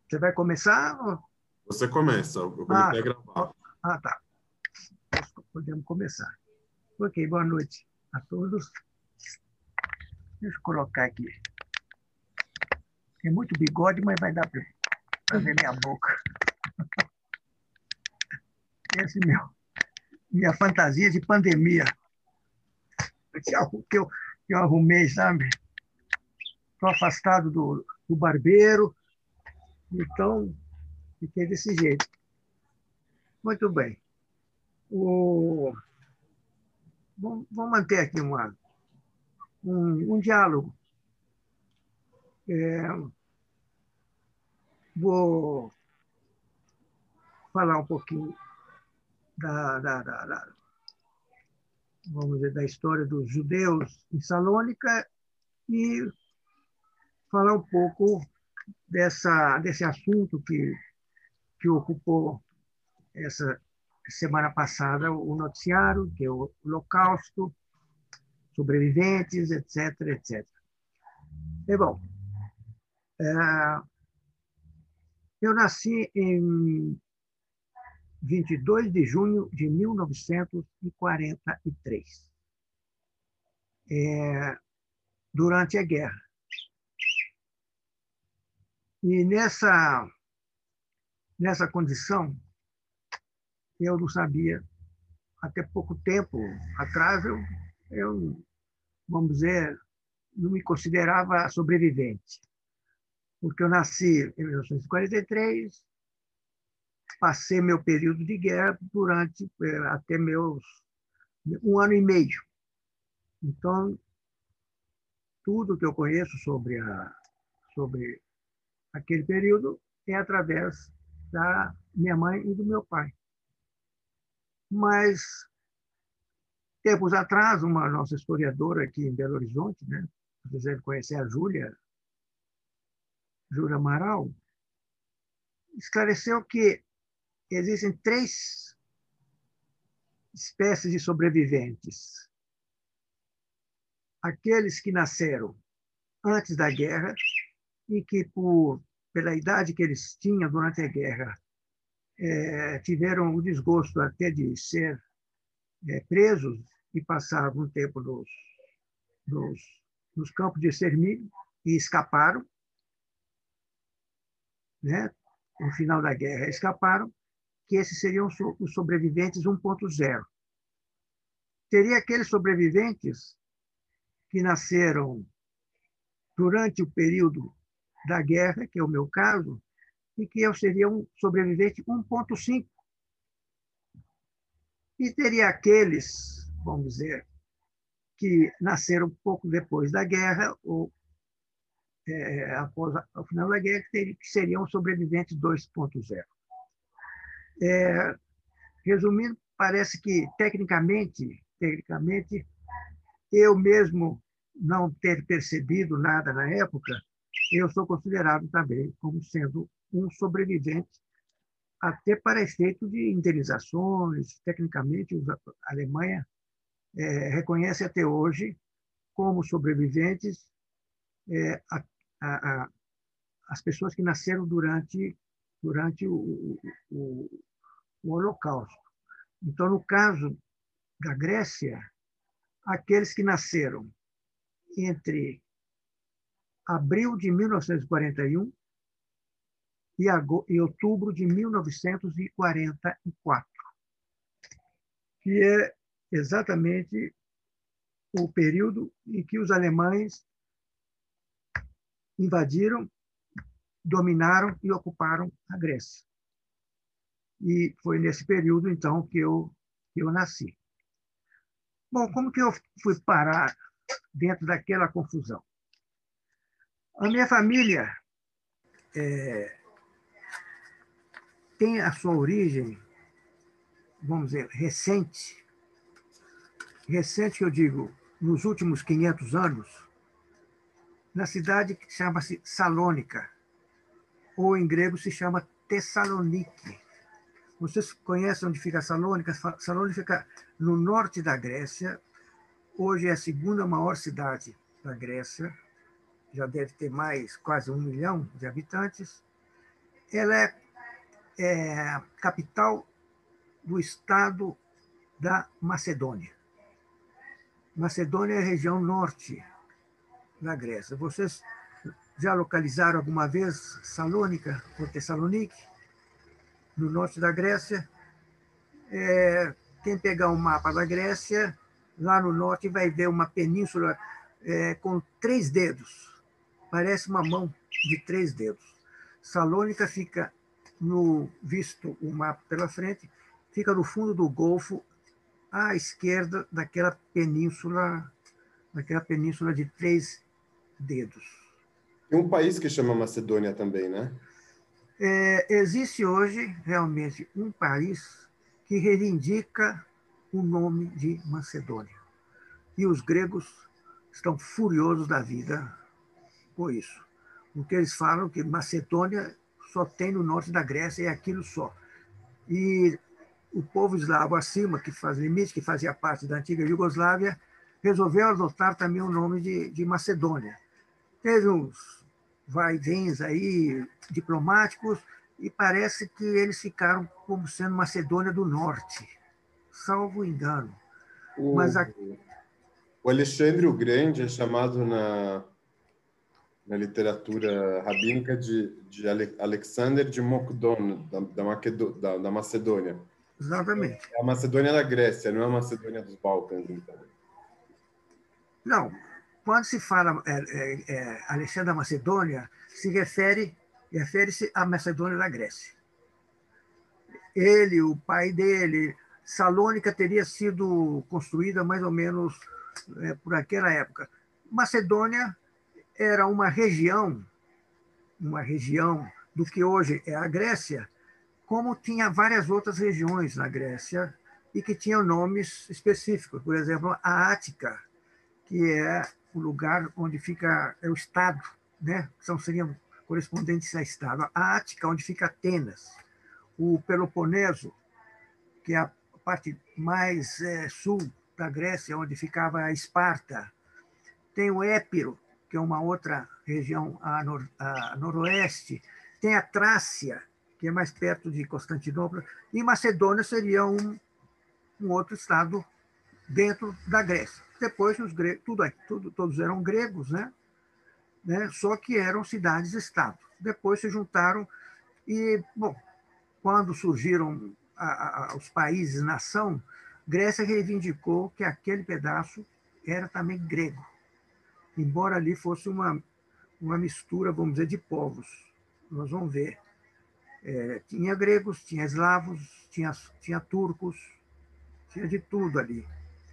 Você vai começar? Você começa, eu Ah, comecei a gravar. tá. Podemos começar. Ok, boa noite a todos. Deixa eu colocar aqui. Tem muito bigode, mas vai dar para ver minha boca. Esse minha fantasia de pandemia. Que eu arrumei, sabe? Estou afastado do barbeiro, então fiquei desse jeito. Muito bem. Vamos manter aqui um diálogo. Vou falar um pouquinho vamos dizer, da história dos judeus em Salônica e falar um pouco desse assunto que ocupou essa semana passada o noticiário, que é o Holocausto, sobreviventes, etc, etc. E, bom, eu nasci em 22 de junho de 1943, durante a guerra. E nessa condição, eu não sabia, até pouco tempo atrás, eu vamos dizer, não me considerava sobrevivente, porque eu nasci em 1943, passei meu período de guerra durante até meus 1 ano e meio. Então, tudo que eu conheço sobre aquele período é através da minha mãe e do meu pai. Mas, tempos atrás, uma nossa historiadora aqui em Belo Horizonte, né, vocês devem conhecer a Júlia Amaral, esclareceu que existem 3 espécies de sobreviventes. Aqueles que nasceram antes da guerra e que, pela idade que eles tinham durante a guerra, tiveram o desgosto até de ser presos e passaram um tempo nos, nos campos de extermínio e escaparam, né? No final da guerra, escaparam, que esses seriam os sobreviventes 1.0. Teria aqueles sobreviventes que nasceram durante o período da guerra, que é o meu caso, e que eu seria um sobrevivente 1.5. E teria aqueles, vamos dizer, que nasceram pouco depois da guerra, ou após o final da guerra, que seriam sobreviventes 2.0. Resumindo, parece que, tecnicamente, eu mesmo não ter percebido nada na época, eu sou considerado também como sendo um sobrevivente, até para efeito de indenizações. Tecnicamente, a Alemanha reconhece até hoje como sobreviventes a, a, as pessoas que nasceram durante o Holocausto. Então, no caso da Grécia, aqueles que nasceram entre abril de 1941 e outubro de 1944, que é exatamente o período em que os alemães invadiram, dominaram e ocuparam a Grécia. E foi nesse período, então, que eu nasci. Bom, como que eu fui parar dentro daquela confusão? A minha família tem a sua origem, vamos dizer, recente, que eu digo, nos últimos 500 anos, na cidade que chama-se Salônica, ou em grego se chama Tessaloniki. Vocês conhecem onde fica Salônica? Salônica fica no norte da Grécia. Hoje é a segunda maior cidade da Grécia. Já deve ter quase 1 milhão de habitantes. ela é capital do estado da Macedônia. Macedônia é a região norte da Grécia. Vocês já localizaram alguma vez Salônica ou Tessalonique, no norte da Grécia? Quem pegar um mapa da Grécia, lá no norte vai ver uma península com 3 dedos. Parece uma mão de 3 dedos. Salônica fica, visto o mapa pela frente, fica no fundo do Golfo, à esquerda daquela península de 3 dedos. Tem um país que chama Macedônia também, né? Existe hoje, realmente, um país que reivindica o nome de Macedônia. E os gregos estão furiosos da vida por isso. Porque eles falam que Macedônia só tem no norte da Grécia e é aquilo só. E o povo eslavo acima, que faz limite, que fazia parte da antiga Iugoslávia, resolveu adotar também o nome de Macedônia. Teve uns vai-vens aí diplomáticos e parece que eles ficaram como sendo Macedônia do Norte, salvo engano. O Alexandre o Grande é chamado na literatura rabínica de Alexander de Mokdon, da Macedônia. Exatamente. É a Macedônia da Grécia, não é a Macedônia dos Balcãs, então. Não, quando se fala Alexandre da Macedônia, refere-se à Macedônia da Grécia. Ele, o pai dele, Salônica teria sido construída mais ou menos por aquela época. Macedônia era uma região do que hoje é a Grécia, como tinha várias outras regiões na Grécia e que tinham nomes específicos. Por exemplo, a Ática, que é o lugar onde fica o Estado, né? Seriam correspondentes a Estado. A Ática, onde fica Atenas. O Peloponeso, que é a parte mais sul da Grécia, onde ficava a Esparta. Tem o Épiro, que é uma outra região a noroeste. Tem a Trácia, que é mais perto de Constantinopla. E Macedônia seria um outro estado dentro da Grécia. Depois, os gregos, todos eram gregos, né? Só que eram cidades-estado. Depois se juntaram e, bom, quando surgiram os países-nação, Grécia reivindicou que aquele pedaço era também grego, embora ali fosse uma mistura, vamos dizer, de povos. Nós vamos ver. Tinha gregos, tinha eslavos, tinha turcos, tinha de tudo ali.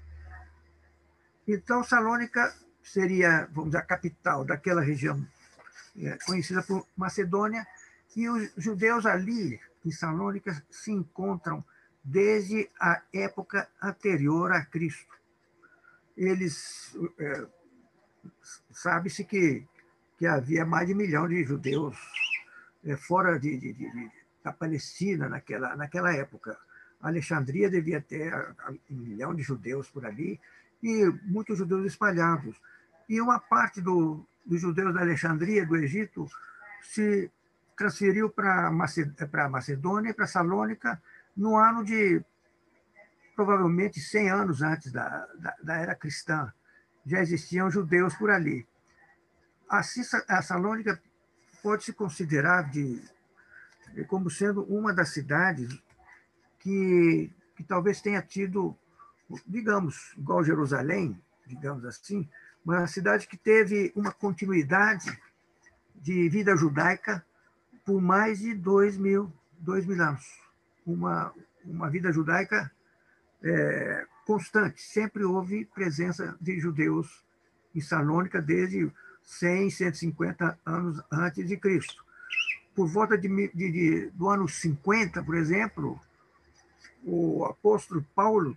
Então, Salônica seria, vamos dizer, a capital daquela região conhecida por Macedônia, e os judeus ali, em Salônica, se encontram desde a época anterior a Cristo. Eles, sabe-se que havia mais de 1 milhão de judeus fora da Palestina naquela época. Alexandria devia ter 1 milhão de judeus por ali, e muitos judeus espalhados. E uma parte dos judeus da Alexandria, do Egito, se transferiu para Macedônia e para Salônica no ano de, provavelmente, 100 anos antes da era cristã. Já existiam judeus por ali. Assim, a Salônica pode se considerar como sendo uma das cidades que talvez tenha tido, digamos, igual Jerusalém, digamos assim, uma cidade que teve uma continuidade de vida judaica por mais de 2.000 anos. Uma vida judaica constante. Sempre houve presença de judeus em Salônica desde 100, 150 anos antes de Cristo. Por volta do ano 50, por exemplo, o apóstolo Paulo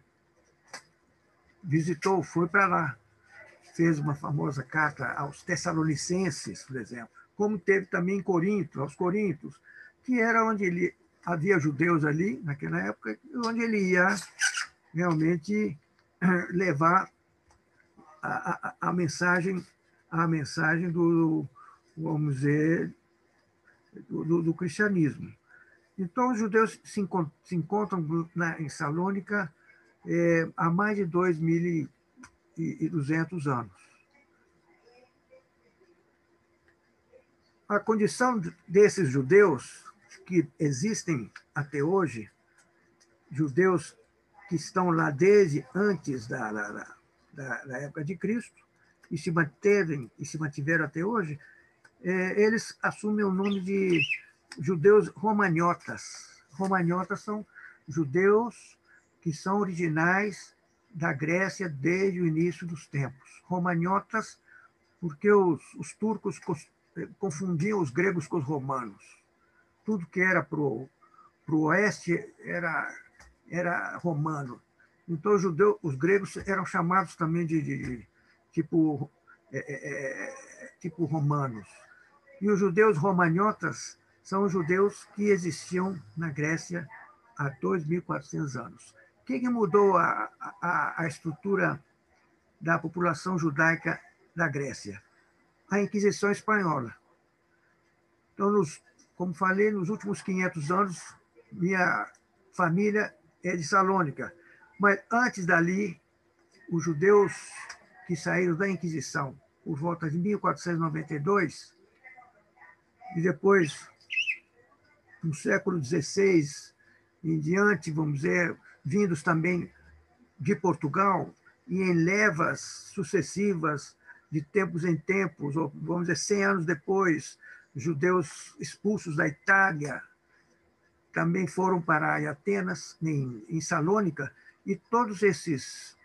foi para lá, fez uma famosa carta aos Tessalonicenses, por exemplo, como teve também em Corinto, aos Coríntios, que era onde havia judeus ali, naquela época, onde ele ia realmente levar a mensagem do, vamos dizer, do cristianismo. Então, os judeus se encontram em Salônica há mais de 2.200 anos. A condição desses judeus que existem até hoje, judeus que estão lá desde antes da época de Cristo e se mantiveram até hoje, eles assumem o nome de judeus romaniotas. Romaniotas são judeus que são originais da Grécia desde o início dos tempos. Romaniotas porque os turcos confundiam os gregos com os romanos. Tudo que era para o oeste era romano. Então, os gregos eram chamados também de tipo romanos. E os judeus romaniotas são os judeus que existiam na Grécia há 2.400 anos. O que mudou a estrutura da população judaica da Grécia? A Inquisição Espanhola. Então, como falei, nos últimos 500 anos, minha família é de Salônica. Mas antes dali, os judeus que saíram da Inquisição por volta de 1492, e depois, no século XVI em diante, vamos dizer, vindos também de Portugal, e em levas sucessivas, de tempos em tempos, ou vamos dizer, 100 anos depois, judeus expulsos da Itália também foram para Atenas, em Salônica, e todos esses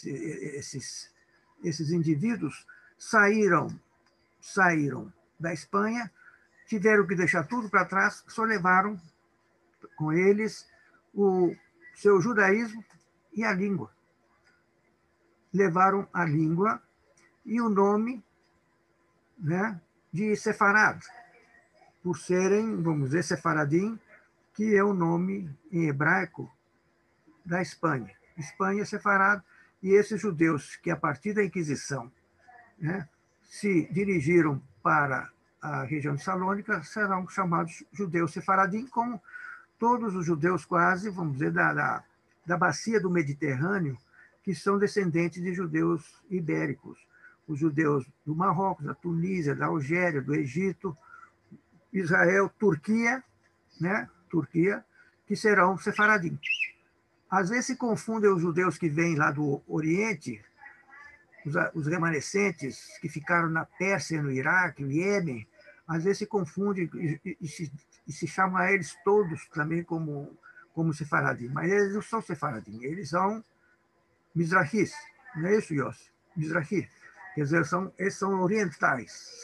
indivíduos saíram da Espanha, tiveram que deixar tudo para trás, só levaram com eles o seu judaísmo e a língua. Levaram a língua e o nome, né, de Sefarad, por serem, vamos dizer, Sefaradim, que é o nome em hebraico da Espanha. Espanha, Sefarad, e esses judeus que, a partir da Inquisição, né, se dirigiram para a região de Salônica, serão chamados judeus sefaradim, como todos os judeus quase, vamos dizer, da bacia do Mediterrâneo, que são descendentes de judeus ibéricos. Os judeus do Marrocos, da Tunísia, da Algéria, do Egito, Israel, Turquia, né? Turquia, que serão sefaradim. Às vezes se confundem os judeus que vêm lá do Oriente, os remanescentes que ficaram na Pérsia, no Iraque, no Iêmen, às vezes se confundem e se chamam a eles todos também como sefaradim. Mas eles não são sefaradim, eles são mizrahis, não é isso, Yossi? Mizrahi. Quer dizer, eles são orientais.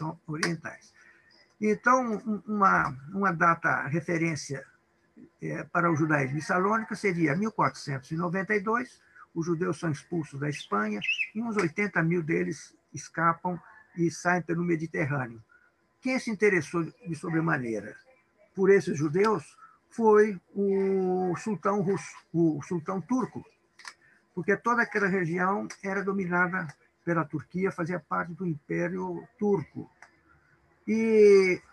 Então, uma data referência para o judaísmo de Salônica seria 1492, os judeus são expulsos da Espanha e uns 80 mil deles escapam e saem pelo Mediterrâneo. Quem se interessou de sobremaneira por esses judeus foi o sultão russo, o sultão turco, porque toda aquela região era dominada pela Turquia, fazia parte do Império Turco. E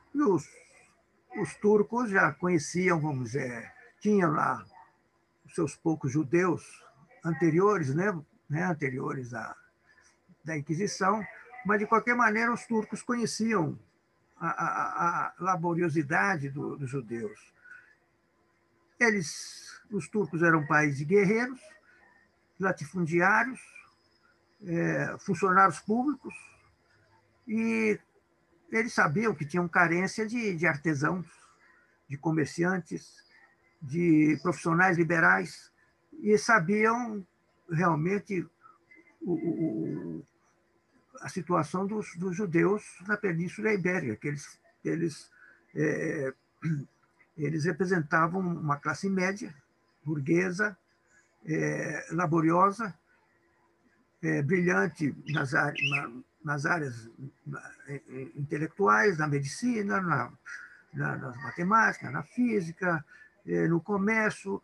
os turcos já conheciam, vamos dizer, tinham lá os seus poucos judeus anteriores, né, anteriores da Inquisição, mas, de qualquer maneira, os turcos conheciam a laboriosidade dos judeus. Os turcos eram um país de guerreiros, latifundiários, funcionários públicos, e eles sabiam que tinham carência de artesãos, de comerciantes, de profissionais liberais, e sabiam realmente a situação dos judeus na Península Ibérica, que eles representavam uma classe média, burguesa, laboriosa, brilhante nas áreas intelectuais, na medicina, na matemática, na física, no comércio,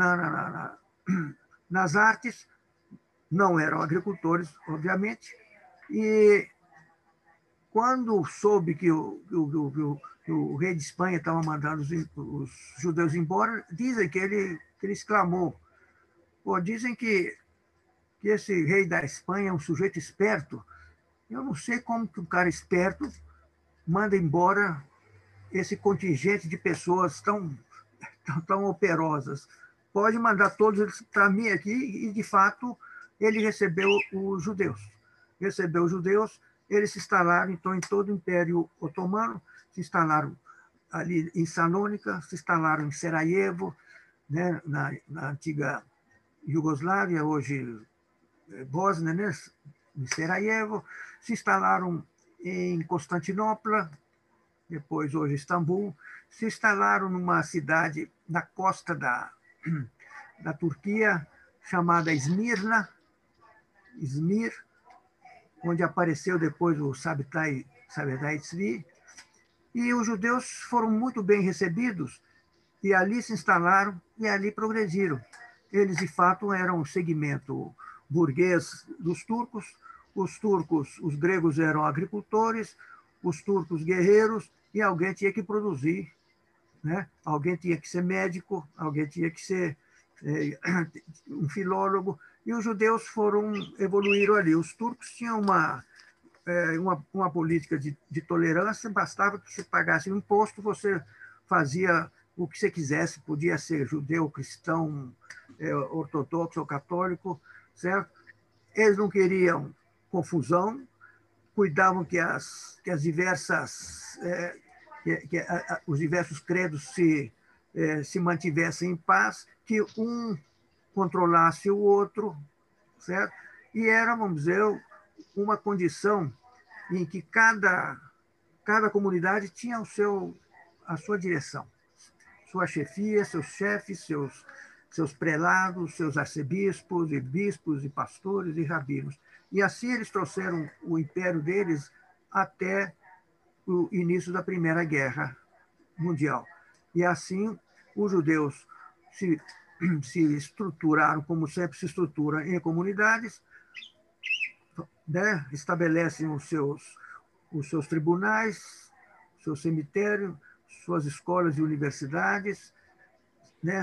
nas artes. Não eram agricultores, obviamente, e quando soube que o rei de Espanha estava mandando os judeus embora, dizem que ele exclamou. Pô, dizem que esse rei da Espanha é um sujeito esperto. Eu não sei como que um cara esperto manda embora esse contingente de pessoas tão operosas. Pode mandar todos eles para mim aqui, e, de fato, ele recebeu os judeus. Recebeu os judeus, eles se instalaram, então, em todo o Império Otomano, se instalaram ali em Salônica, se instalaram em Sarajevo, né, na antiga Iugoslávia, hoje Bósnia, né, em Sarajevo, se instalaram em Constantinopla, depois hoje Istambul, se instalaram numa cidade na costa da Turquia, chamada Izmir, onde apareceu depois o Sabtai Tzvi, e os judeus foram muito bem recebidos, e ali se instalaram e ali progrediram. Eles, de fato, eram um segmento burguês dos turcos. Os gregos eram agricultores, os turcos guerreiros, e alguém tinha que produzir, né? Alguém tinha que ser médico, alguém tinha que ser um filólogo, e os judeus evoluíram ali. Os turcos tinham uma política de tolerância, bastava que você pagasse um imposto, você fazia o que você quisesse, podia ser judeu, cristão, ortodoxo ou católico, certo? Eles não queriam confusão, cuidavam que os diversos credos se mantivessem em paz, que um controlasse o outro, certo? E era, vamos dizer, uma condição em que cada comunidade tinha a sua direção, sua chefia, seus chefes, seus prelados, seus arcebispos e bispos e pastores e rabinos. E assim eles trouxeram o império deles até o início da Primeira Guerra Mundial. E assim os judeus se estruturaram, como sempre se estrutura, em comunidades, né? Estabelecem os seus tribunais, seu cemitério, suas escolas e universidades, né?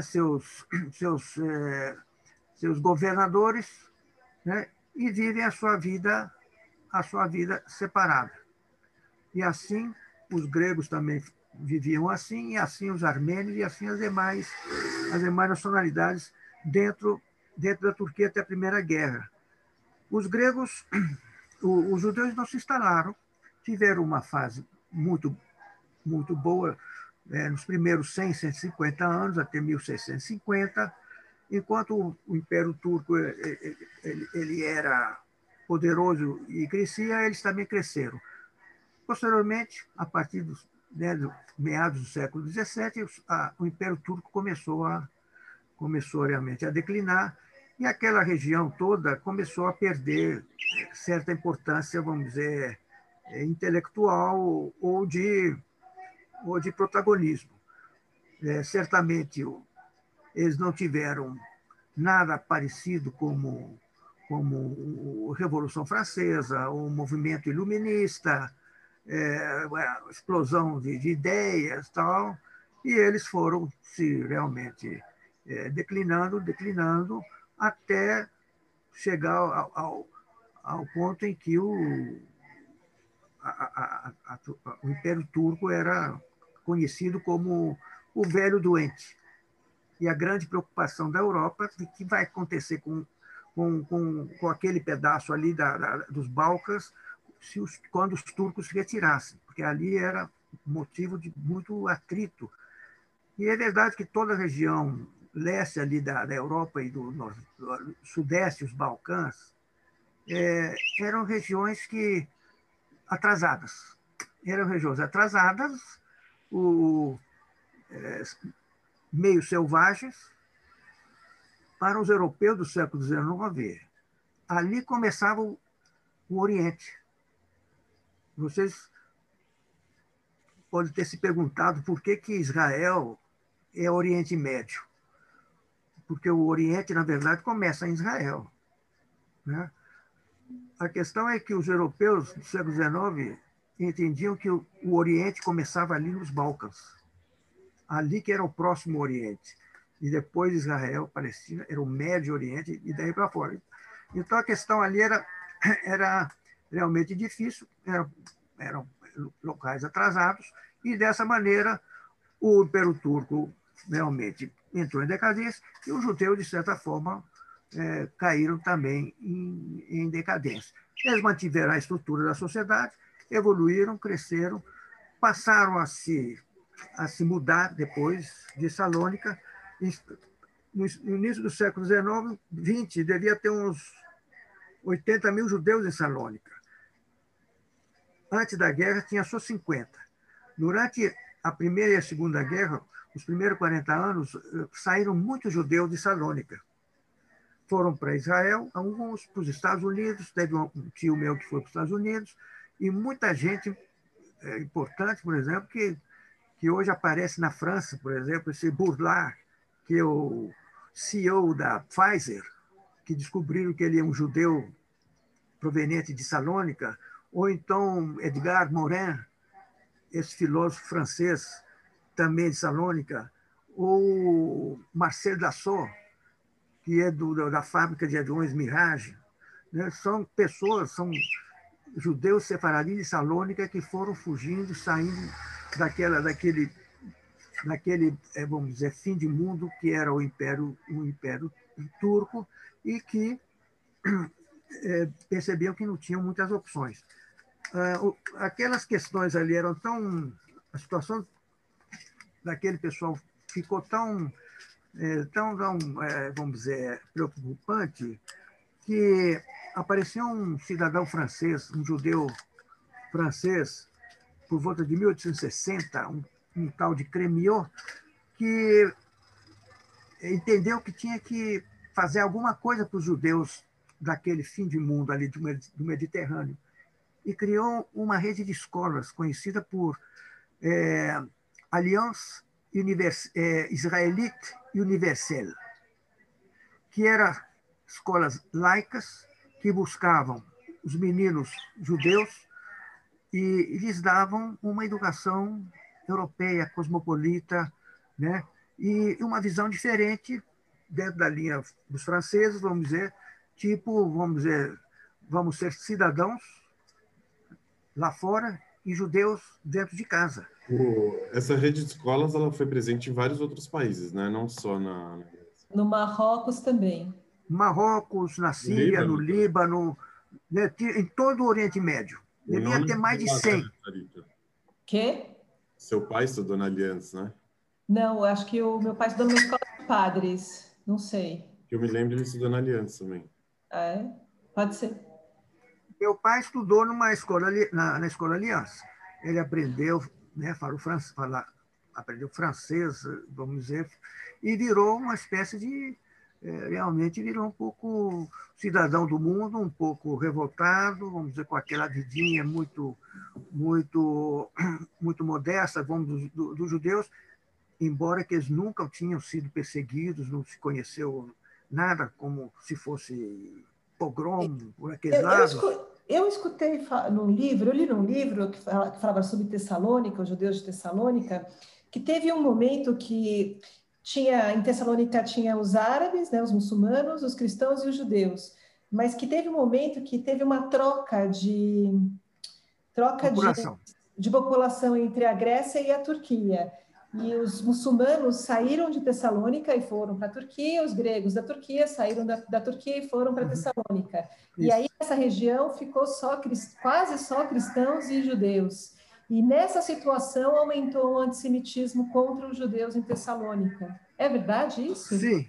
Seus governadores, né? E vivem a sua vida separada. E assim os gregos também viviam assim, e assim os armênios, e assim as demais nacionalidades dentro da Turquia até a Primeira Guerra. Os gregos, os judeus não se instalaram, tiveram uma fase muito, muito boa nos primeiros 100, 150 anos, até 1650, enquanto o Império Turco ele era poderoso e crescia, eles também cresceram. Posteriormente, a partir do meados do século XVII, o Império Turco começou realmente a declinar, e aquela região toda começou a perder certa importância, vamos dizer, intelectual ou de protagonismo. Certamente, eles não tiveram nada parecido como a Revolução Francesa, o movimento iluminista, a explosão de ideias, tal, e eles foram se realmente declinando, até chegar ao ponto em que o Império Turco era conhecido como o velho doente. E a grande preocupação da Europa de que vai acontecer com aquele pedaço ali dos Balcãs quando os turcos se retirassem, porque ali era motivo de muito atrito. E é verdade que toda a região leste ali da Europa e do sudeste, os Balcãs, eram regiões atrasadas. Eram regiões atrasadas, meio selvagens, para os europeus do século XIX. Ali começava o Oriente. Vocês podem ter se perguntado por que Israel é Oriente Médio. Porque o Oriente, na verdade, começa em Israel, né? A questão é que os europeus do século XIX entendiam que o Oriente começava ali nos Balcãs, ali que era o próximo Oriente. E depois Israel, Palestina, era o Médio Oriente e daí para fora. Então a questão ali era realmente difícil, eram locais atrasados, e dessa maneira o Império Turco realmente entrou em decadência e os judeus, de certa forma, caíram também em decadência. Eles mantiveram a estrutura da sociedade, evoluíram, cresceram, passaram a se mudar depois de Salônica. No início do século XIX, 20, devia ter uns 80 mil judeus em Salônica. Antes da guerra, tinha só 50. Durante a Primeira e a Segunda Guerra, os primeiros 40 anos, saíram muitos judeus de Salônica. Foram para Israel, alguns para os Estados Unidos, teve um tio meu que foi para os Estados Unidos, e muita gente importante, por exemplo, que hoje aparece na França, por exemplo, esse Bourlard, que é o CEO da Pfizer, que descobriram que ele é um judeu proveniente de Salônica, ou então Edgar Morin, esse filósofo francês, também de Salônica, ou Marcel Dassault, que é da fábrica de aviões Mirage. Né? São pessoas, são judeus sefaraditas de Salônica que foram fugindo, saindo daquele, vamos dizer, fim de mundo que era o Império Turco, e que percebiam que não tinham muitas opções. Aquelas questões ali eram tão... A situação daquele pessoal ficou tão vamos dizer, preocupante, que apareceu um cidadão francês, um judeu francês, por volta de 1860, um tal de Crémieux, que entendeu que tinha que fazer alguma coisa para os judeus daquele fim de mundo ali do Mediterrâneo, e criou uma rede de escolas conhecida por Alliance Israélite Universelle, que eram escolas laicas que buscavam os meninos judeus e lhes davam uma educação europeia, cosmopolita, né? E uma visão diferente dentro da linha dos franceses, vamos dizer, vamos ser cidadãos lá fora e judeus dentro de casa. Essa rede de escolas ela foi presente em vários outros países, né? Não só no Marrocos também. Marrocos, na Síria, no Líbano, né? Em todo o Oriente Médio. Devia ter mais de 100. Quê? Seu pai estudou na Aliança, né? Não, eu acho que o meu pai estudou numa escola de padres. Não sei. Que eu me lembro, ele estudou na Aliança também. É? Pode ser. Meu pai estudou na escola Aliança. Ele aprendeu, né, aprendeu francês, vamos dizer, e virou uma espécie de... realmente virou um pouco cidadão do mundo, um pouco revoltado, vamos dizer, com aquela vidinha muito modesta, vamos, dos judeus, embora que eles nunca tinham sido perseguidos, não se conheceu nada como se fosse pogrom por aqueles lados. Eu escutei num livro, eu li num livro que falava sobre Tessalônica, os judeus de Tessalônica, que teve um momento que em Tessalônica tinha os árabes, né, os muçulmanos, os cristãos e os judeus, mas que teve um momento que teve uma troca de população entre a Grécia e a Turquia. E os muçulmanos saíram de Tessalônica e foram para a Turquia, os gregos da Turquia saíram da Turquia e foram para Tessalônica. E aí essa região ficou quase só cristãos e judeus. E nessa situação aumentou o antissemitismo contra os judeus em Tessalônica. É verdade isso? Sim.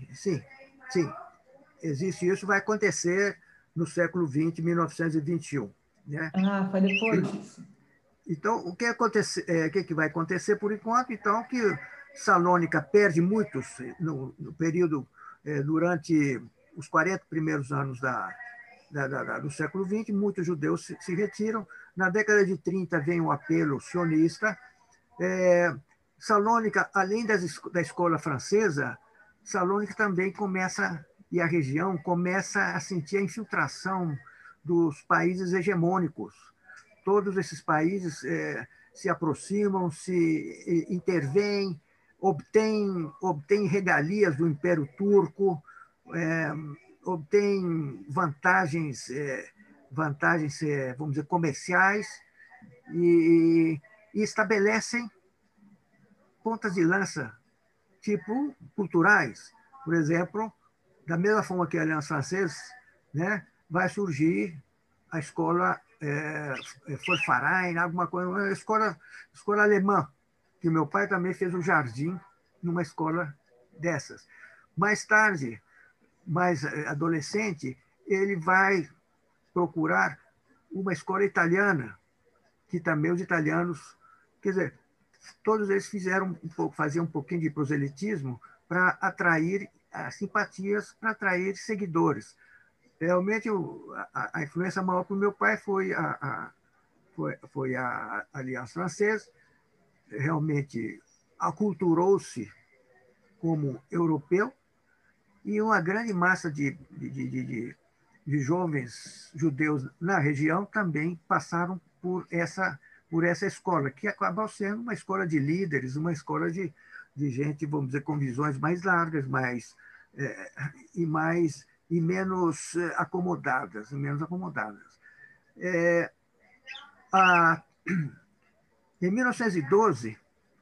Existe isso, vai acontecer no século XX, 1921. Né? Ah, foi depois disso. Então, o que vai acontecer por enquanto? Então, que Salônica perde muitos no período, durante os 40 primeiros anos do século XX, muitos judeus se retiram. Na década de 30 vem o apelo sionista. Salônica, além da escola francesa, Salônica também e a região começa a sentir a infiltração dos países hegemônicos, todos esses países se aproximam, se intervêm, obtêm regalias do Império Turco, obtêm vantagens, vamos dizer, comerciais e estabelecem pontas de lança, tipo culturais. Por exemplo, da mesma forma que a Aliança Francesa, né, vai surgir a escola Forfarain, alguma coisa, uma escola alemã, que meu pai também fez o jardim numa escola dessas. Mais tarde, mais adolescente, ele vai procurar uma escola italiana, que também os italianos, quer dizer, todos eles faziam um pouquinho de proselitismo para atrair simpatias, para atrair seguidores. Realmente, a influência maior para o meu pai foi a Aliança Francesa. Realmente aculturou-se como europeu, e uma grande massa de jovens judeus na região também passaram por essa escola, que acabou sendo uma escola de líderes, uma escola de gente, vamos dizer, com visões mais largas, e menos acomodadas. Em 1912,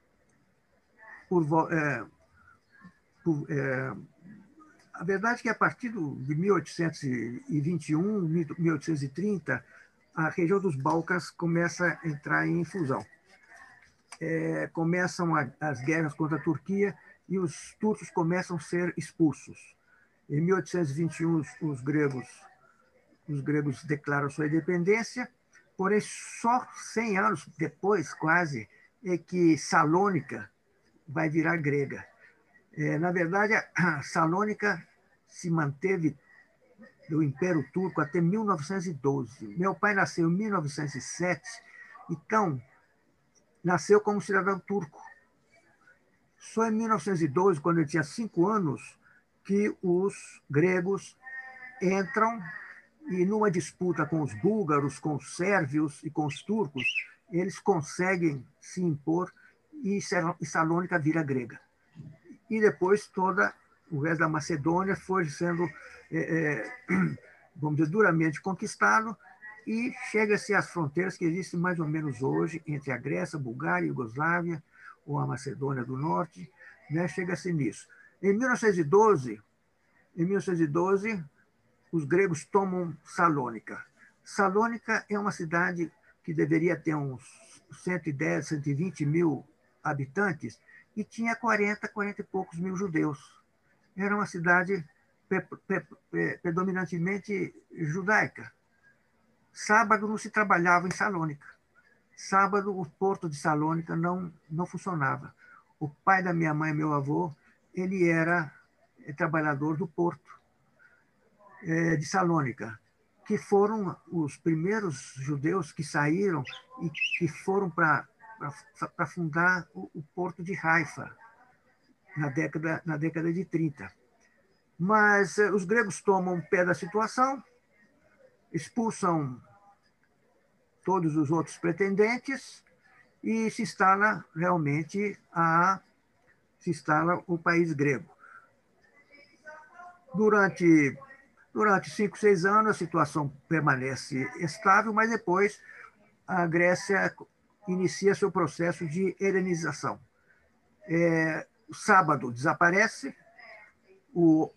a verdade é que a partir de 1821, 1830, a região dos Balcãs começa a entrar em infusão. Começam as guerras contra a Turquia e os turcos começam a ser expulsos. Em 1821, os gregos declaram sua independência, porém, só 100 anos depois, quase, é que Salônica vai virar grega. Na verdade, a Salônica se manteve do Império Turco até 1912. Meu pai nasceu em 1907, então nasceu como cidadão turco. Só em 1912, quando ele tinha 5 anos, que os gregos entram e, numa disputa com os búlgaros, com os sérvios e com os turcos, eles conseguem se impor e Salônica vira grega. E depois todo o resto da Macedônia foi sendo, vamos dizer, duramente conquistado, e chega-se às fronteiras que existem mais ou menos hoje entre a Grécia, a Bulgária, a Iugoslávia ou a Macedônia do Norte, né? Chega-se nisso. Em 1912, os gregos tomam Salônica. Salônica é uma cidade que deveria ter uns 110, 120 mil habitantes, e tinha 40 e poucos mil judeus. Era uma cidade predominantemente judaica. Sábado não se trabalhava em Salônica. Sábado, o porto de Salônica não funcionava. O pai da minha mãe, meu avô, ele era trabalhador do porto de Salônica, que foram os primeiros judeus que saíram e que foram para fundar o porto de Haifa, na década de 30. Mas os gregos tomam pé da situação, expulsam todos os outros pretendentes e se instala realmente o país grego. Durante 5, 6 anos, a situação permanece estável, mas depois a Grécia inicia seu processo de helenização. O sábado desaparece, o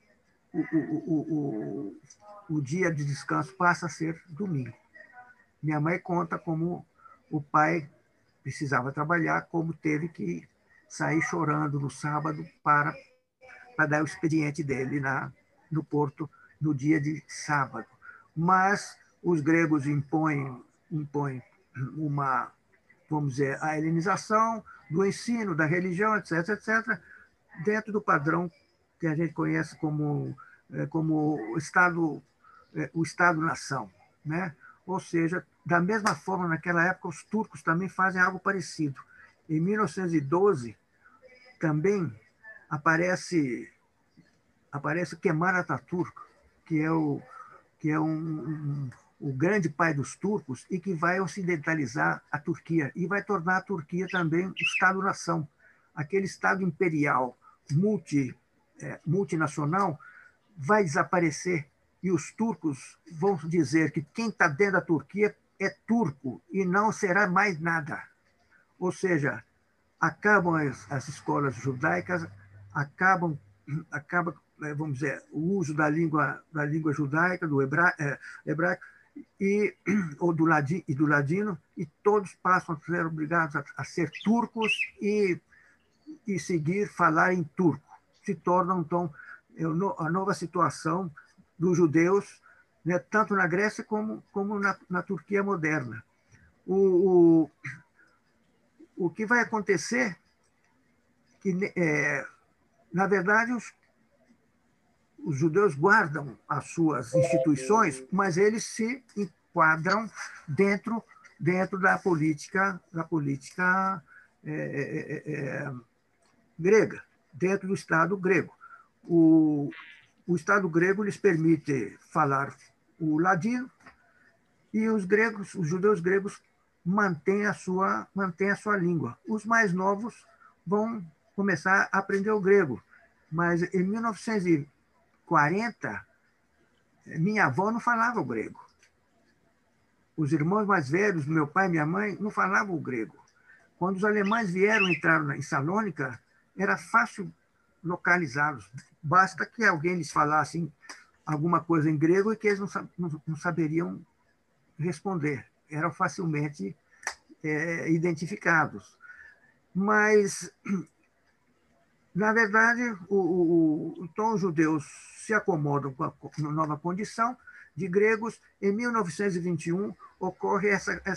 dia de descanso passa a ser domingo. Minha mãe conta como o pai precisava trabalhar, como teve que sair chorando no sábado para dar o expediente dele no porto no dia de sábado. Mas os gregos impõem vamos dizer, a helenização do ensino, da religião, etc., dentro do padrão que a gente conhece como o Estado-nação, né? Ou seja, da mesma forma, naquela época, os turcos também fazem algo parecido. Em 1912, também aparece o Kemal Atatürk, que é um o grande pai dos turcos e que vai ocidentalizar a Turquia e vai tornar a Turquia também um Estado-nação. Aquele Estado imperial multinacional vai desaparecer e os turcos vão dizer que quem está dentro da Turquia é turco e não será mais nada. Ou seja, acabam as escolas judaicas, acaba, vamos dizer, o uso da língua judaica, do hebraico, ou do ladino, e todos passam a ser obrigados a ser turcos e falar em turco. Se torna, então, a nova situação dos judeus, né, tanto na Grécia como na Turquia moderna. O que vai acontecer que, na verdade, os judeus guardam as suas instituições, mas eles se enquadram dentro da política grega, dentro do Estado grego. O Estado grego lhes permite falar o ladino e os judeus gregos mantêm a sua língua. Os mais novos vão começar a aprender o grego, mas em 1940, minha avó não falava o grego. Os irmãos mais velhos, meu pai e minha mãe, não falavam o grego. Quando os alemães entraram em Salônica, era fácil localizá-los. Basta que alguém lhes falasse alguma coisa em grego e que eles não saberiam responder. Eram facilmente identificados. Mas, na verdade, então os judeus se acomodam com a nova condição de gregos. Em 1921, ocorre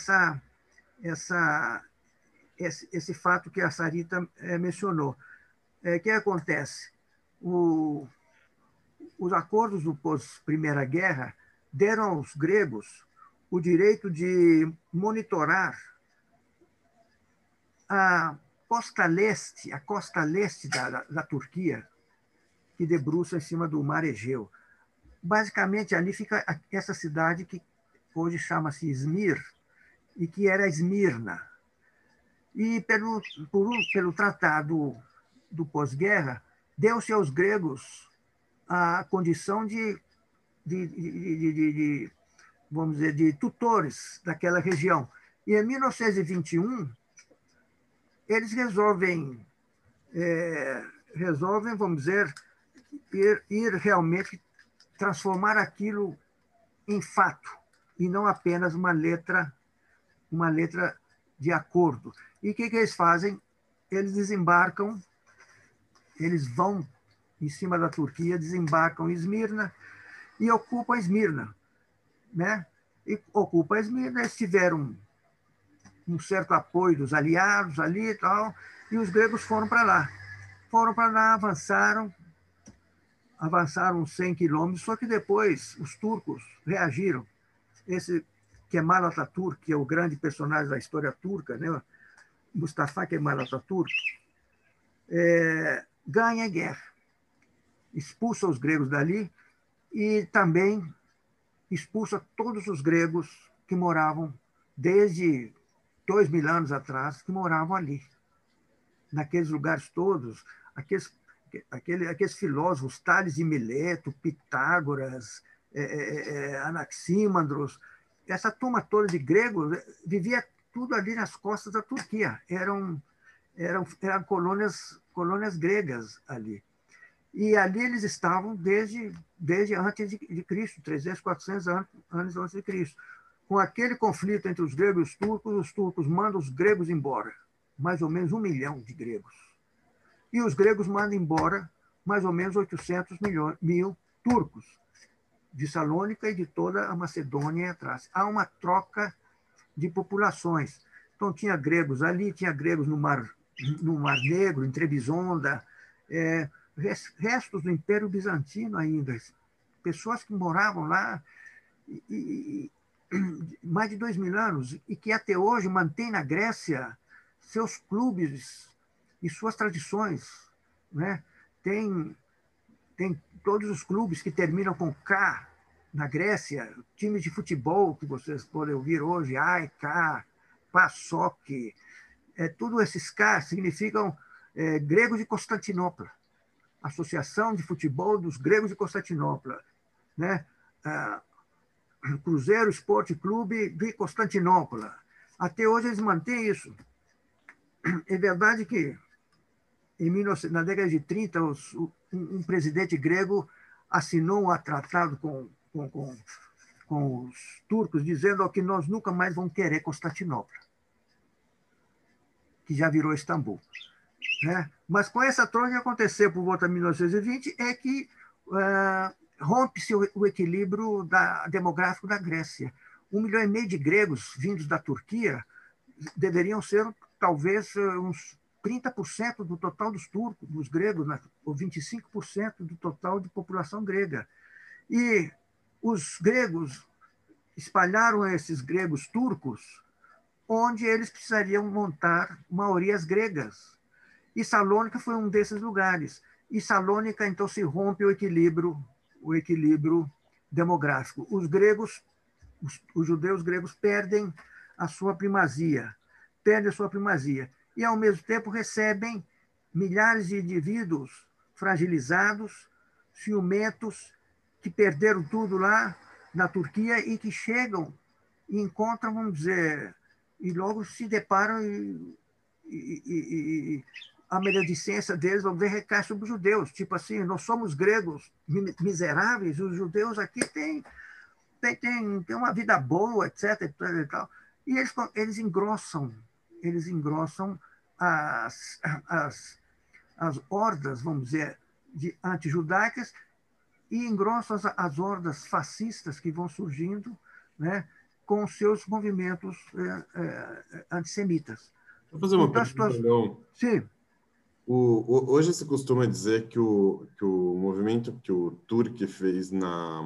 esse fato que a Sarita mencionou. O que acontece? Os acordos do pós-Primeira Guerra deram aos gregos o direito de monitorar a costa leste da Turquia, que debruça em cima do Mar Egeu. Basicamente, ali fica essa cidade que hoje chama-se Izmir, e que era Esmirna. E pelo tratado do pós-guerra, deu-se aos gregos a condição vamos dizer, de tutores daquela região. E em 1921, eles resolvem, vamos dizer, ir realmente transformar aquilo em fato, e não apenas uma letra de acordo. E o que eles fazem? Eles desembarcam, eles vão em cima da Turquia, desembarcam em Esmirna e ocupam Esmirna, né? E ocupam Esmirna, eles tiveram um certo apoio dos aliados ali e tal, e os gregos foram para lá. Avançaram uns 100 quilômetros, só que depois os turcos reagiram. Esse Kemal Atatürk, que é o grande personagem da história turca, né? Mustafa Kemal Atatürk, ganha a guerra, expulsa os gregos dali e também expulsa todos os gregos que moravam desde 2000 anos atrás, que moravam ali, naqueles lugares todos, aqueles filósofos, Tales de Mileto, Pitágoras, Anaxímandros, essa turma toda de gregos vivia tudo ali nas costas da Turquia. Eram colônias gregas ali. E ali eles estavam desde antes de Cristo, 300, 400 anos antes de Cristo. Com aquele conflito entre os gregos e os turcos mandam os gregos embora, mais ou menos 1 milhão de gregos. E os gregos mandam embora mais ou menos 800 mil turcos, de Salônica e de toda a Macedônia atrás. Há uma troca de populações. Então, tinha gregos ali, tinha gregos no Mar Negro, em Trebisonda, restos do Império Bizantino ainda, pessoas que moravam lá mais de 2000 anos e que até hoje mantêm na Grécia seus clubes e suas tradições, né? Tem todos os clubes que terminam com K, na Grécia, times de futebol que vocês podem ouvir hoje, AEK, PASOK, todos esses K significam gregos de Constantinopla, Associação de Futebol dos Gregos de Constantinopla, né? Cruzeiro Esporte Clube de Constantinopla. Até hoje eles mantêm isso. É verdade que na década de 30 um presidente grego assinou um tratado com os turcos, dizendo que nós nunca mais vamos querer Constantinopla, que já virou Istambul. Né? Mas com essa troca que aconteceu por volta de 1920 é que rompe-se o equilíbrio demográfico da Grécia. 1,5 milhão de gregos vindos da Turquia deveriam ser talvez uns 30% do total dos turcos, dos gregos, ou 25% do total de população grega. E os gregos espalharam esses gregos turcos onde eles precisariam montar maiorias gregas. E Salônica foi um desses lugares. E Salônica, então, se rompe o equilíbrio demográfico. Os judeus gregos perdem a sua primazia. E, ao mesmo tempo, recebem milhares de indivíduos fragilizados, ciumentos, que perderam tudo lá na Turquia e que chegam e encontram, vamos dizer, e logo se deparam e a maledicência deles, vamos ver, recai sobre os judeus. Tipo assim, nós somos gregos miseráveis, os judeus aqui têm uma vida boa, etc. E tal. E eles engrossam as hordas, vamos dizer, antijudaicas, e engrossam as hordas fascistas que vão surgindo, né, com seus movimentos antissemitas. Vou fazer uma pergunta, não. Sim. Hoje se costuma dizer que o movimento que o Turk fez na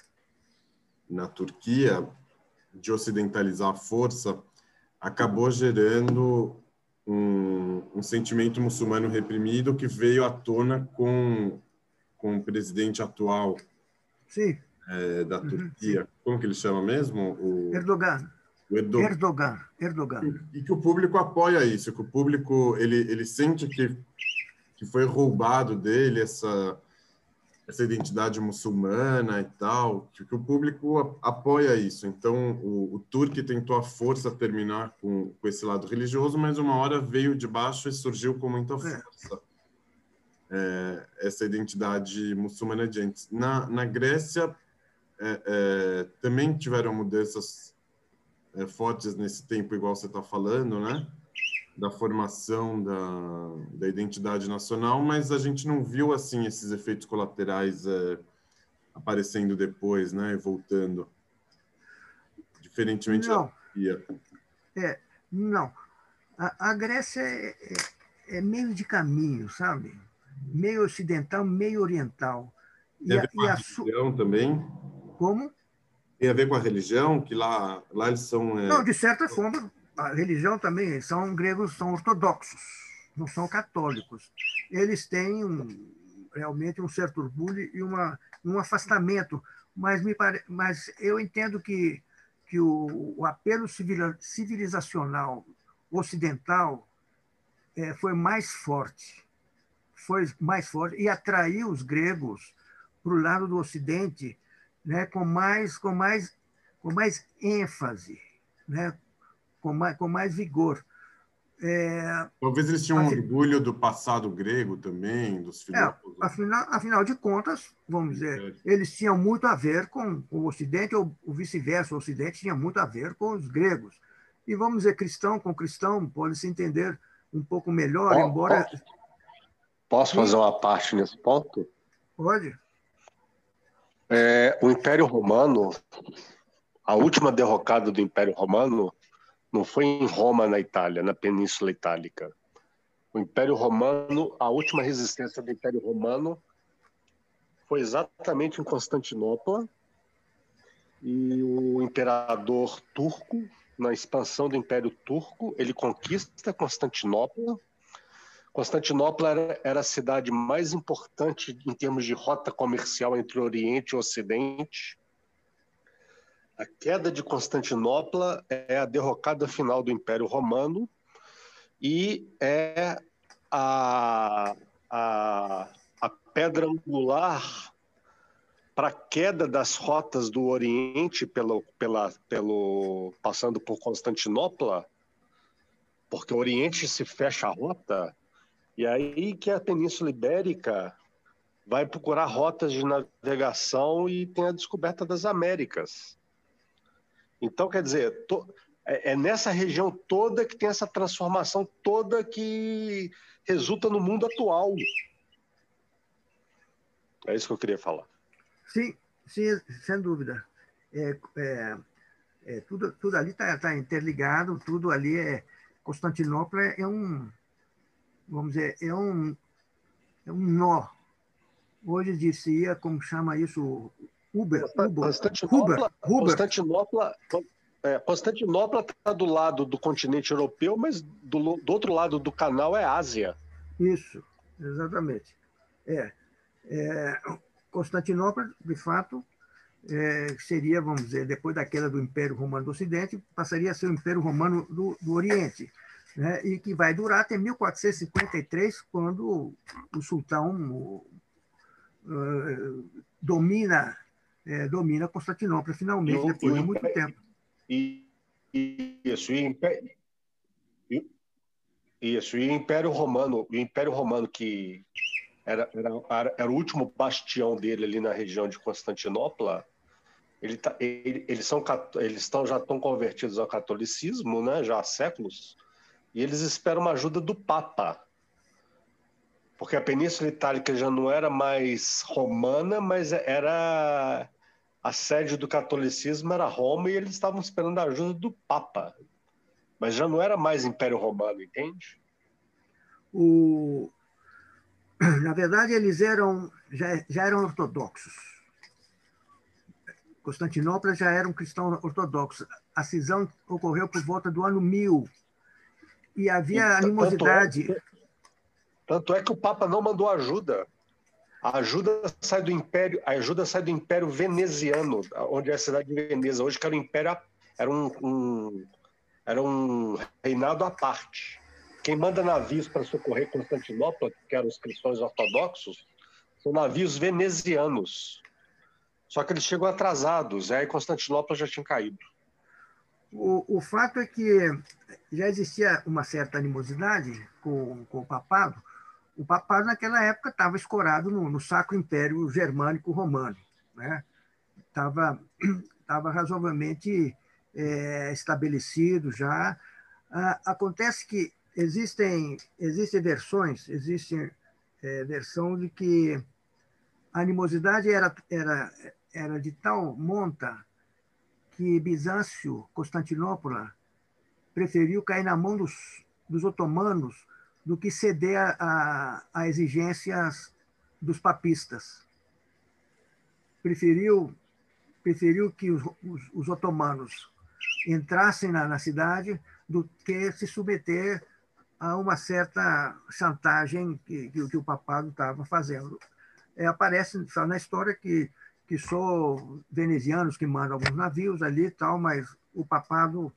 Turquia, de ocidentalizar a força, acabou gerando um sentimento muçulmano reprimido que veio à tona com o presidente atual. Sim. Da Turquia. Sim. Como que ele chama mesmo? Erdogan. Erdogan. E que o público apoia isso, que o público ele sente que foi roubado dele essa identidade muçulmana e tal, que o público apoia isso. Então, o Turk tentou à força terminar com esse lado religioso, mas uma hora veio de baixo e surgiu com muita força essa identidade muçulmana de antes. Na Grécia, também tiveram mudanças fortes nesse tempo, igual você está falando, né? Da formação da identidade nacional, mas a gente não viu assim esses efeitos colaterais aparecendo depois, né? E voltando, diferentemente da Turquia. Não. A Grécia é meio de caminho, sabe? Meio ocidental, meio oriental. Tem a ver com a religião também? Como? Tem a ver com a religião, que lá eles são... Não, de certa forma, a religião também, são gregos, são ortodoxos, não são católicos. Eles têm realmente um certo orgulho e um afastamento, mas eu entendo que o apelo civilizacional ocidental foi mais forte e atraiu os gregos para o lado do Ocidente, né, com mais ênfase, né, com mais vigor. Talvez eles tinham um orgulho do passado grego também, dos filósofos. Afinal de contas, vamos dizer, eles tinham muito a ver com o Ocidente, ou vice-versa, o Ocidente tinha muito a ver com os gregos. E vamos dizer, cristão com cristão pode se entender um pouco melhor, embora... Posso fazer uma parte nesse ponto? Pode. O Império Romano, a última derrocada do Império Romano não foi em Roma, na Itália, na Península Itálica. O Império Romano, a última resistência do Império Romano foi exatamente em Constantinopla, e o imperador turco, na expansão do Império Turco, ele conquista Constantinopla. Constantinopla era a cidade mais importante em termos de rota comercial entre o Oriente e o Ocidente. A queda de Constantinopla é a derrocada final do Império Romano e é a, a pedra angular para a queda das rotas do Oriente passando por Constantinopla, porque o Oriente se fecha a rota, e aí que a Península Ibérica vai procurar rotas de navegação e tem a descoberta das Américas. Então, quer dizer, é nessa região toda que tem essa transformação toda que resulta no mundo atual. É isso que eu queria falar. Sim, sim, sem dúvida. Tudo ali está interligado, tudo ali Constantinopla vamos dizer, é um nó. Hoje dizia, como chama isso, Constantinopla está do lado do continente europeu, mas do outro lado do canal é Ásia. Isso, exatamente. Constantinopla, de fato, seria, vamos dizer, depois da queda do Império Romano do Ocidente, passaria a ser o Império Romano do Oriente, né? E que vai durar até 1453, quando o sultão domina Constantinopla, finalmente, depois de muito tempo. Isso, e o Império Romano, que era o último bastião dele ali na região de Constantinopla, eles já estão convertidos ao catolicismo, né, já há séculos, e eles esperam uma ajuda do Papa, porque a Península Itálica já não era mais romana, mas era a sede do catolicismo, era Roma, e eles estavam esperando a ajuda do Papa, mas já não era mais Império Romano, entende? Na verdade, eles já eram ortodoxos. Constantinopla já era um cristão ortodoxo. A cisão ocorreu por volta do ano 1000. E havia animosidade. Tanto é que o Papa não mandou ajuda. A ajuda sai do Império Veneziano, onde é a cidade de Veneza hoje, que era um império, era um reinado à parte. Quem manda navios para socorrer Constantinopla, que eram os cristãos ortodoxos, são navios venezianos. Só que eles chegam atrasados, aí Constantinopla já tinha caído. O fato é que já existia uma certa animosidade com o papado. O papado, naquela época, estava escorado no Sacro Império Germânico Romano, né? Estava razoavelmente estabelecido já. Acontece que existem versões, versão de que a animosidade era de tal monta que Bizâncio, Constantinopla, preferiu cair na mão dos otomanos do que ceder a exigências dos papistas. Preferiu que os otomanos entrassem na cidade do que se submeter a uma certa chantagem que o papado estava fazendo. Aparece só na história que só venezianos que mandam alguns navios ali e tal, mas o papado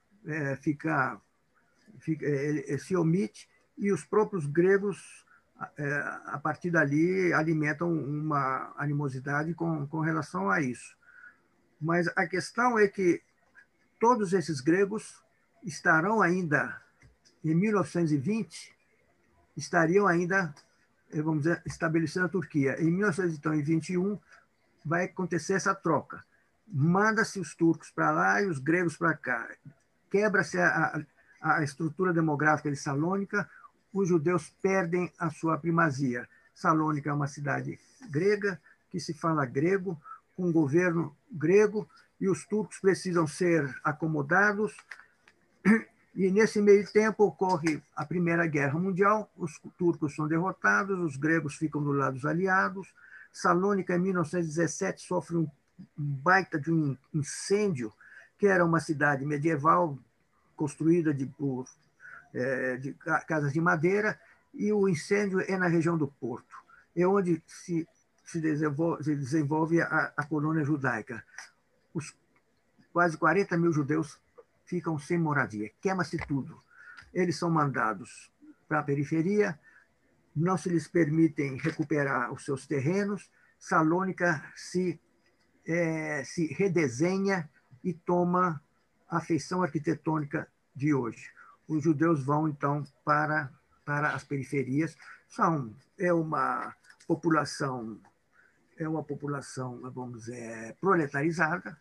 se omite, e os próprios gregos, a partir dali, alimentam uma animosidade com relação a isso. Mas a questão é que todos esses gregos estarão ainda, em 1920, estariam ainda, vamos dizer, estabelecendo a Turquia. Em 1921, vai acontecer essa troca. Manda-se os turcos para lá e os gregos para cá. Quebra-se a estrutura demográfica de Salônica, os judeus perdem a sua primazia. Salônica é uma cidade grega, que se fala grego, com um governo grego, e os turcos precisam ser acomodados. E, nesse meio tempo, ocorre a Primeira Guerra Mundial, os turcos são derrotados, os gregos ficam do lado dos aliados. Salônica, em 1917, sofre um baita de um incêndio, que era uma cidade medieval construída de casas de madeira, e o incêndio é na região do Porto. É onde se desenvolve a colônia judaica. quase 40 mil judeus ficam sem moradia, queima-se tudo. Eles são mandados para a periferia, não se lhes permitem recuperar os seus terrenos. Salônica se redesenha e toma a feição arquitetônica de hoje. Os judeus vão, então, para as periferias. É uma população, vamos dizer, proletarizada,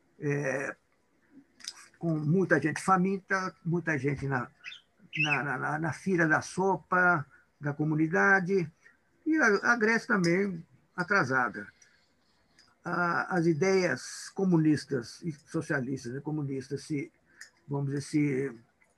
com muita gente faminta, muita gente na fila da sopa da comunidade, e a Grécia também atrasada. As ideias comunistas e socialistas e comunistas vamos dizer,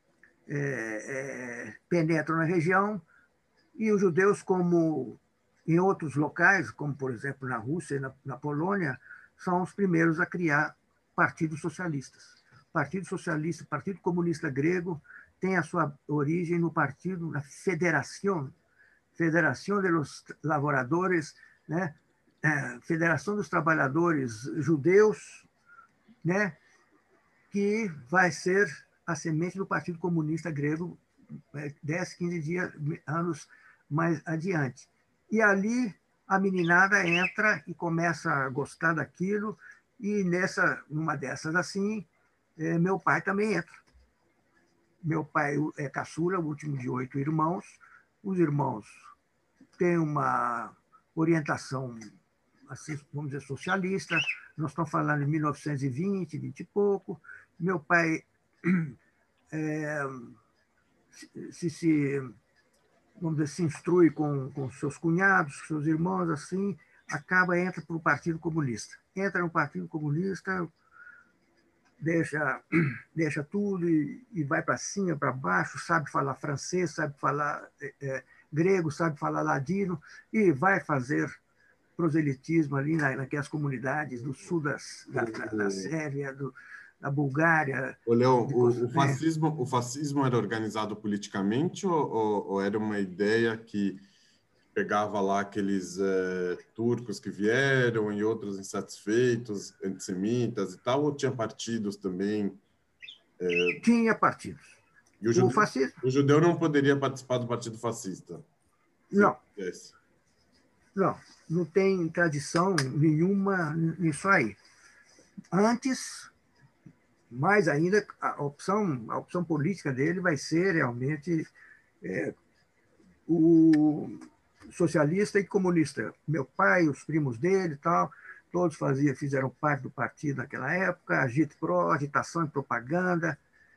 penetram na região, e os judeus, como em outros locais, como, por exemplo, na Rússia e na Polônia, são os primeiros a criar partidos socialistas. Partido Socialista, Partido Comunista Grego, tem a sua origem no partido, na Federação de los Lavradores, né? Federação dos Trabalhadores Judeus, né? Que vai ser a semente do Partido Comunista Grego 10, 15 anos mais adiante. E ali a meninada entra e começa a gostar daquilo, e numa dessas assim, meu pai também entra. Meu pai é caçula, o último de 8 irmãos. Os irmãos têm uma orientação, assim, vamos dizer, socialista. Nós estamos falando de 1920, 20 e pouco. Meu pai vamos dizer, se instrui com seus cunhados, seus irmãos, assim, entra para o Partido Comunista. Entra no Partido Comunista, deixa tudo e vai para cima, para baixo, sabe falar francês, sabe falar grego, sabe falar ladino, e vai fazer proselitismo ali naquelas comunidades do sul da Sérvia, da Bulgária. Ô, Leão, o fascismo era organizado politicamente ou era uma ideia que pegava lá aqueles turcos que vieram e outros insatisfeitos, antissemitas e tal, ou tinha partidos também? Tinha partidos. E o judeu não poderia participar do partido fascista? Não. Não tem tradição nenhuma nisso aí. Antes, mais ainda, a opção política dele vai ser realmente o socialista e comunista. Meu pai, os primos dele e tal, todos fizeram parte do partido naquela época, agitação e propaganda.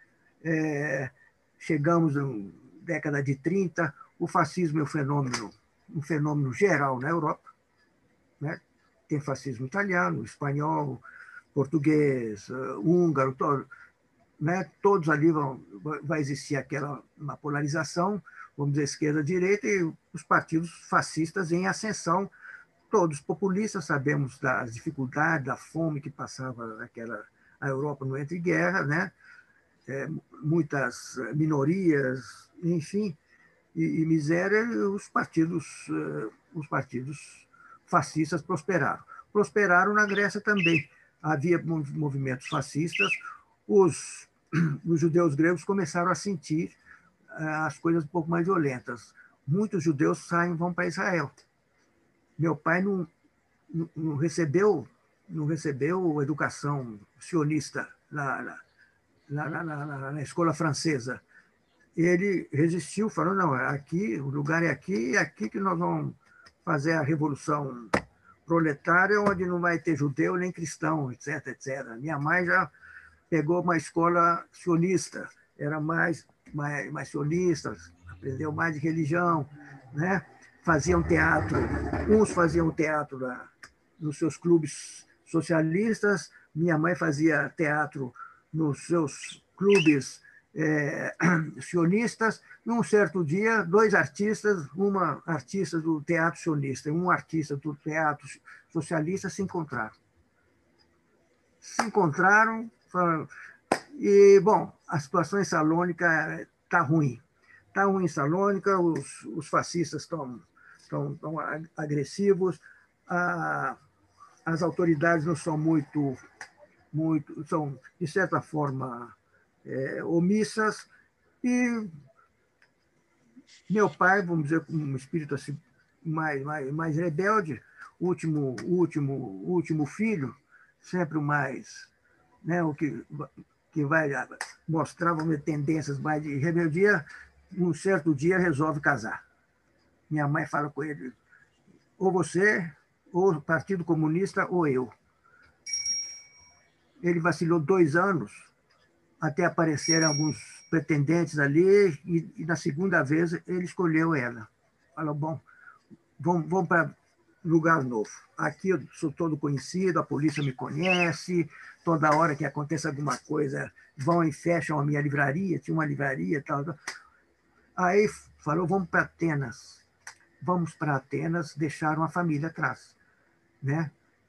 Chegamos na década de 30, o fascismo é um fenômeno geral na Europa, né? Tem fascismo italiano, espanhol, português, húngaro, né? Todos ali vai existir uma polarização, vamos dizer, esquerda-direita, e os partidos fascistas em ascensão, todos populistas. Sabemos das dificuldades, da fome que passava a Europa no entre-guerra, né? Muitas minorias, enfim, e miséria. Os partidos fascistas prosperaram na Grécia também. Havia movimentos fascistas. Os judeus gregos começaram a sentir as coisas um pouco mais violentas. Muitos judeus vão para Israel. Meu pai não recebeu educação sionista na escola francesa. Ele resistiu, falou, não, aqui, o lugar é aqui que nós vamos fazer a revolução proletária, onde não vai ter judeu nem cristão, etc, etc. Minha mãe já pegou uma escola sionista, era mais sionistas, aprendeu mais de religião, né? Uns faziam teatro nos seus clubes socialistas, minha mãe fazia teatro nos seus clubes sionistas. Num certo dia, 2 artistas, uma artista do teatro sionista e um artista do teatro socialista se encontraram. Falaram, e, bom, a situação em Salônica está ruim. Está ruim em Salônica, os fascistas estão agressivos, as autoridades não são muito são, de certa forma, omissas, e meu pai, vamos dizer, com um espírito assim, mais rebelde, o último filho, sempre o mais, né, o que vai mostrar, vamos dizer, tendências mais de rebeldia, um certo dia resolve casar. Minha mãe fala com ele, ou você, ou o Partido Comunista, ou eu. Ele vacilou 2 anos, até aparecerem alguns pretendentes ali, e na segunda vez ele escolheu ela. Falou, bom, vamos para lugar novo. Aqui eu sou todo conhecido, a polícia me conhece, toda hora que acontece alguma coisa, vão e fecham a minha livraria, tinha uma livraria e tal. Aí falou, vamos para Atenas. Vamos para Atenas, deixaram a família atrás, né?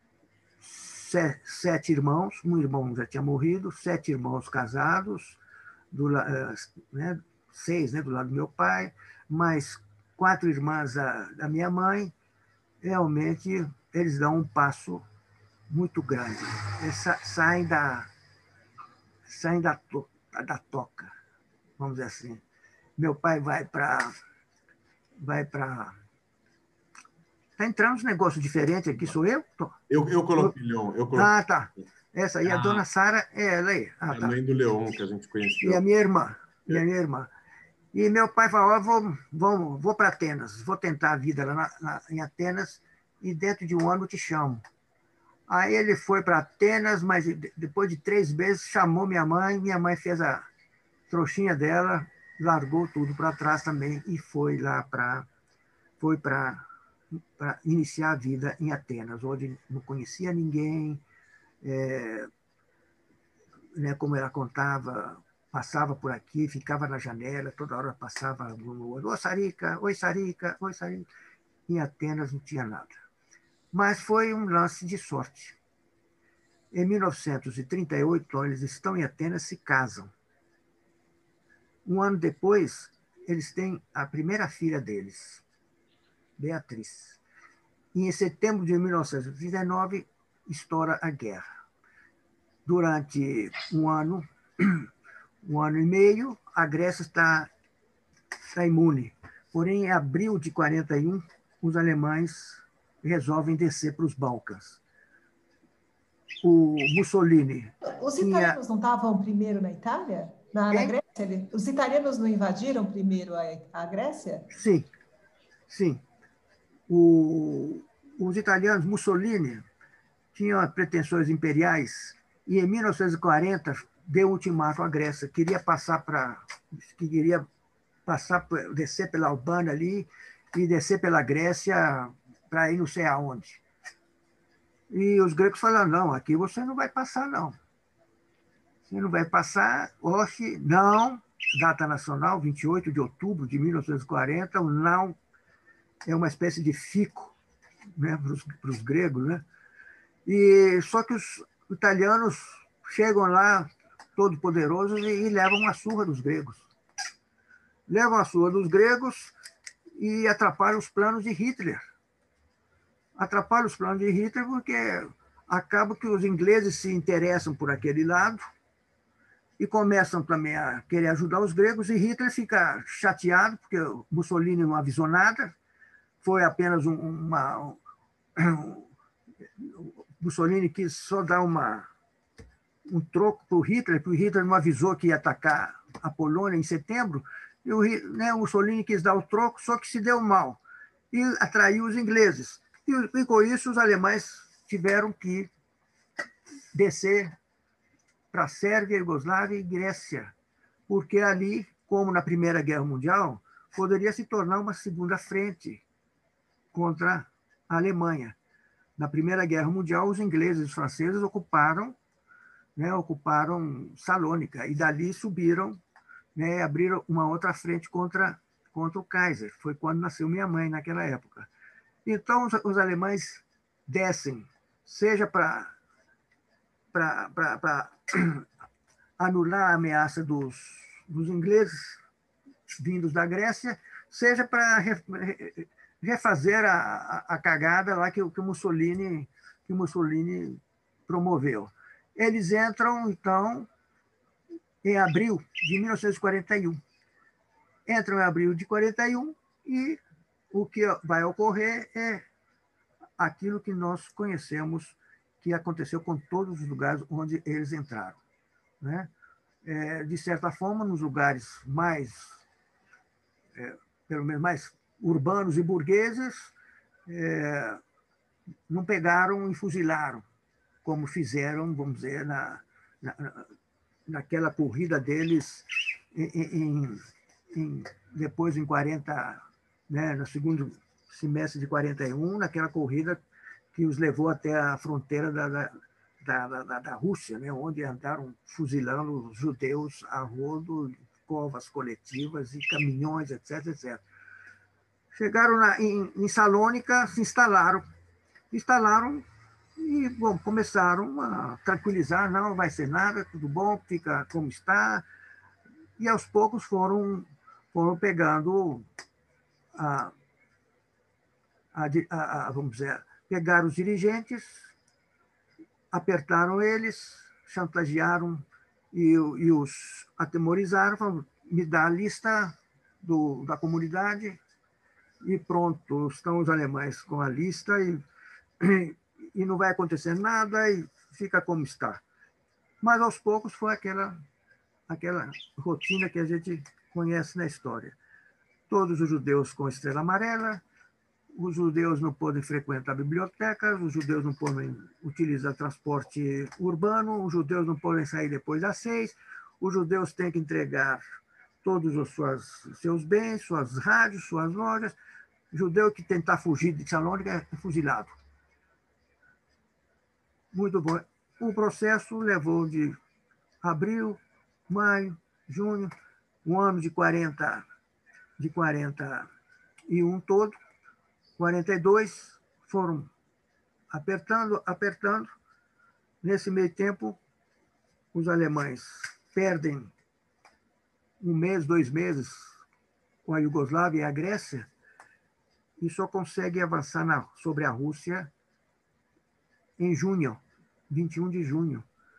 7 irmãos, um irmão já tinha morrido, 7 irmãos casados, né, 6, né, do lado do meu pai, mais 4 irmãs da minha mãe. Realmente, eles dão um passo muito grande. Eles saem da toca, vamos dizer assim. Meu pai vai para... Está entrando uns negócios diferentes aqui, sou eu? Eu coloquei Leon. Ah, tá. Essa aí, a dona Sara, é ela aí. Ah, a tá. mãe do Leon, que a gente conheceu. E a minha irmã. E meu pai falou, vou para Atenas, vou tentar a vida lá em Atenas, e dentro de um ano te chamo. Aí ele foi para Atenas, mas depois de 3 meses chamou minha mãe fez a trouxinha dela, largou tudo para trás também e foi lá para iniciar a vida em Atenas, onde não conhecia ninguém, né, como ela contava, passava por aqui, ficava na janela, toda hora passava no olho, oi Sarica, oi Sarica, oi Sarica. Em Atenas não tinha nada. Mas foi um lance de sorte. Em 1938, eles estão em Atenas, se casam. Um ano depois, eles têm a primeira filha deles, Beatriz. E em setembro de 1939, estoura a guerra. Durante um ano e meio, a Grécia está imune. Porém, em abril de 41, os alemães resolvem descer para os Balcãs. O Mussolini... Os italianos não estavam primeiro na Itália? Na Grécia? Os italianos não invadiram primeiro a Grécia? Sim, sim. Os italianos, Mussolini, tinham pretensões imperiais e, em 1940, deu um ultimato à Grécia. Descer pela Albânia ali e descer pela Grécia para ir não sei aonde. E os gregos falaram, não, aqui você não vai passar, não. Você não vai passar, oxe, não. Data nacional, 28 de outubro de 1940, o não é uma espécie de fico, né, para os gregos, né? E só que os italianos chegam lá, todo poderosos, e levam a surra dos gregos. Levam a surra dos gregos e atrapalham os planos de Hitler. Atrapalham os planos de Hitler porque acaba que os ingleses se interessam por aquele lado e começam também a querer ajudar os gregos, e Hitler fica chateado porque Mussolini não avisou nada, foi apenas Mussolini quis só dar um troco para o Hitler, porque o Hitler não avisou que ia atacar a Polônia em setembro, e o Mussolini quis dar o troco, só que se deu mal, e atraiu os ingleses. E com isso, os alemães tiveram que descer para a Sérvia, Iugoslávia e Grécia, porque ali, como na Primeira Guerra Mundial, poderia se tornar uma segunda frente contra a Alemanha. Na Primeira Guerra Mundial, os ingleses e os franceses ocuparam Salônica, e dali subiram, né, abriram uma outra frente contra o Kaiser. Foi quando nasceu minha mãe, naquela época. Então, os alemães descem, seja para anular a ameaça dos ingleses vindos da Grécia, seja para refazer a cagada lá que o Mussolini promoveu. Eles entram, então, em abril de 1941. Entram em abril de 41 e o que vai ocorrer é aquilo que nós conhecemos que aconteceu com todos os lugares onde eles entraram, né? De certa forma, nos lugares mais, pelo menos mais urbanos e burgueses, não pegaram e fuzilaram, como fizeram, vamos dizer, naquela corrida deles depois em 40, né, no segundo semestre de 41, naquela corrida que os levou até a fronteira da Rússia, né, onde andaram fuzilando os judeus a rodo, covas coletivas e caminhões, etc, etc. Chegaram em Salônica, se instalaram e, bom, começaram a tranquilizar, não vai ser nada, tudo bom, fica como está. E, aos poucos, foram pegando, vamos dizer, pegaram os dirigentes, apertaram eles, chantagearam e os atemorizaram, falaram, me dá a lista da comunidade, e pronto, estão os alemães com a lista e não vai acontecer nada e fica como está. Mas, aos poucos, foi aquela rotina que a gente conhece na história. Todos os judeus com estrela amarela, os judeus não podem frequentar bibliotecas, os judeus não podem utilizar transporte urbano, os judeus não podem sair depois das 6, os judeus têm que entregar todos os seus bens, suas rádios, suas lojas. O judeu que tentar fugir de Salônica é fuzilado. Muito bom. O processo levou de abril, maio, junho, um ano de 41 todo, 42, foram apertando. Nesse meio tempo, os alemães perdem 1 mês, 2 meses com a Iugoslávia e a Grécia e só conseguem avançar sobre a Rússia em junho, 21 de junho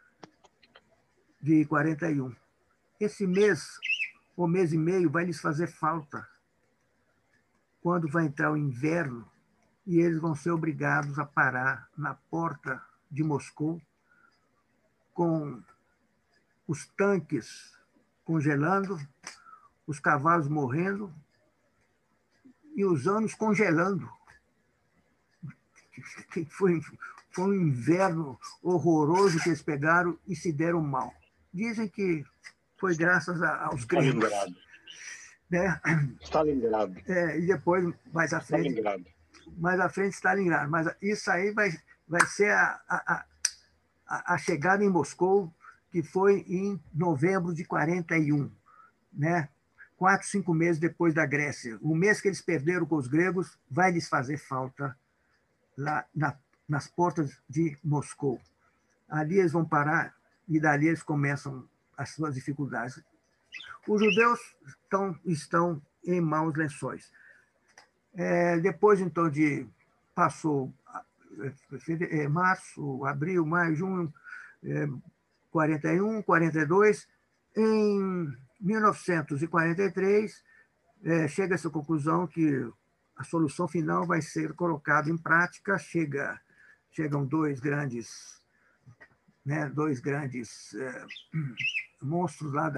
de 41. Esse mês, ou mês e meio, vai lhes fazer falta quando vai entrar o inverno e eles vão ser obrigados a parar na porta de Moscou com os tanques congelando, os cavalos morrendo e os anos congelando. Foi um inverno horroroso que eles pegaram e se deram mal. Dizem que foi graças aos gregos. Né? Stalingrado. E depois, mais à frente, Stalingrado. Mas isso aí vai ser a chegada em Moscou, que foi em novembro de 41, né? 4, 5 meses depois da Grécia. O mês que eles perderam com os gregos vai lhes fazer falta lá nas portas de Moscou. Ali eles vão parar e dali eles começam as suas dificuldades. Os judeus estão em maus lençóis. Depois, então, passou março, abril, maio, junho, 41, 42. Em 1943, chega-se à conclusão que a solução final vai ser colocada em prática. Chegam dois grandes monstros lá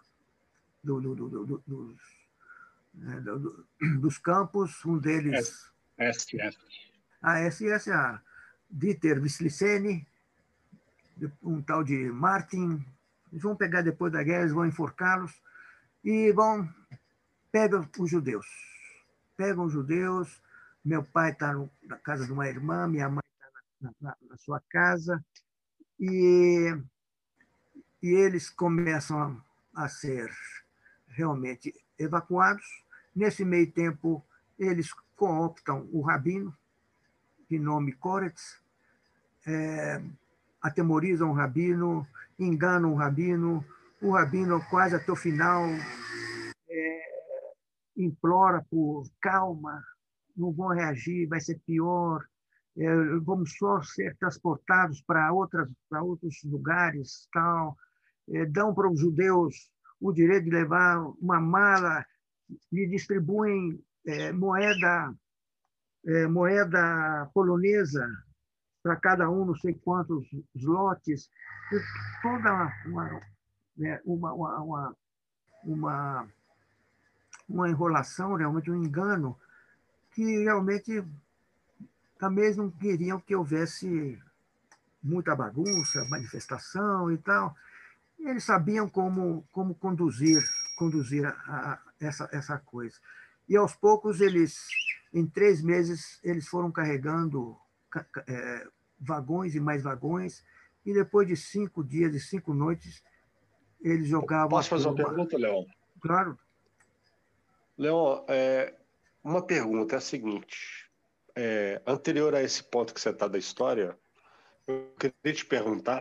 dos campos, um deles... A SS, a Dieter Wisliceny, um tal de Martin. Eles vão pegar depois da guerra, eles vão enforcá-los e pegam os judeus. Meu pai está na casa de uma irmã, minha mãe está na sua casa, e eles começam a ser realmente evacuados. Nesse meio tempo, eles cooptam o rabino, de nome Koretz, atemorizam o rabino, enganam o rabino quase até o final implora por calma, não vão reagir, vai ser pior, vamos só ser transportados para outros lugares, tal. Dão para os judeus o direito de levar uma mala, lhe distribuem moeda polonesa para cada um, não sei quantos lotes, toda uma enrolação, realmente um engano, que realmente também não queriam que houvesse muita bagunça, manifestação e tal. Eles sabiam como conduzir essa coisa. E, aos poucos, em 3 meses, eles foram carregando vagões e mais vagões, e depois de 5 dias e 5 noites, eles jogavam... Posso fazer uma pergunta, Leon? Claro. Leon, uma pergunta é a seguinte. Anterior a esse ponto que você está da história, eu queria te perguntar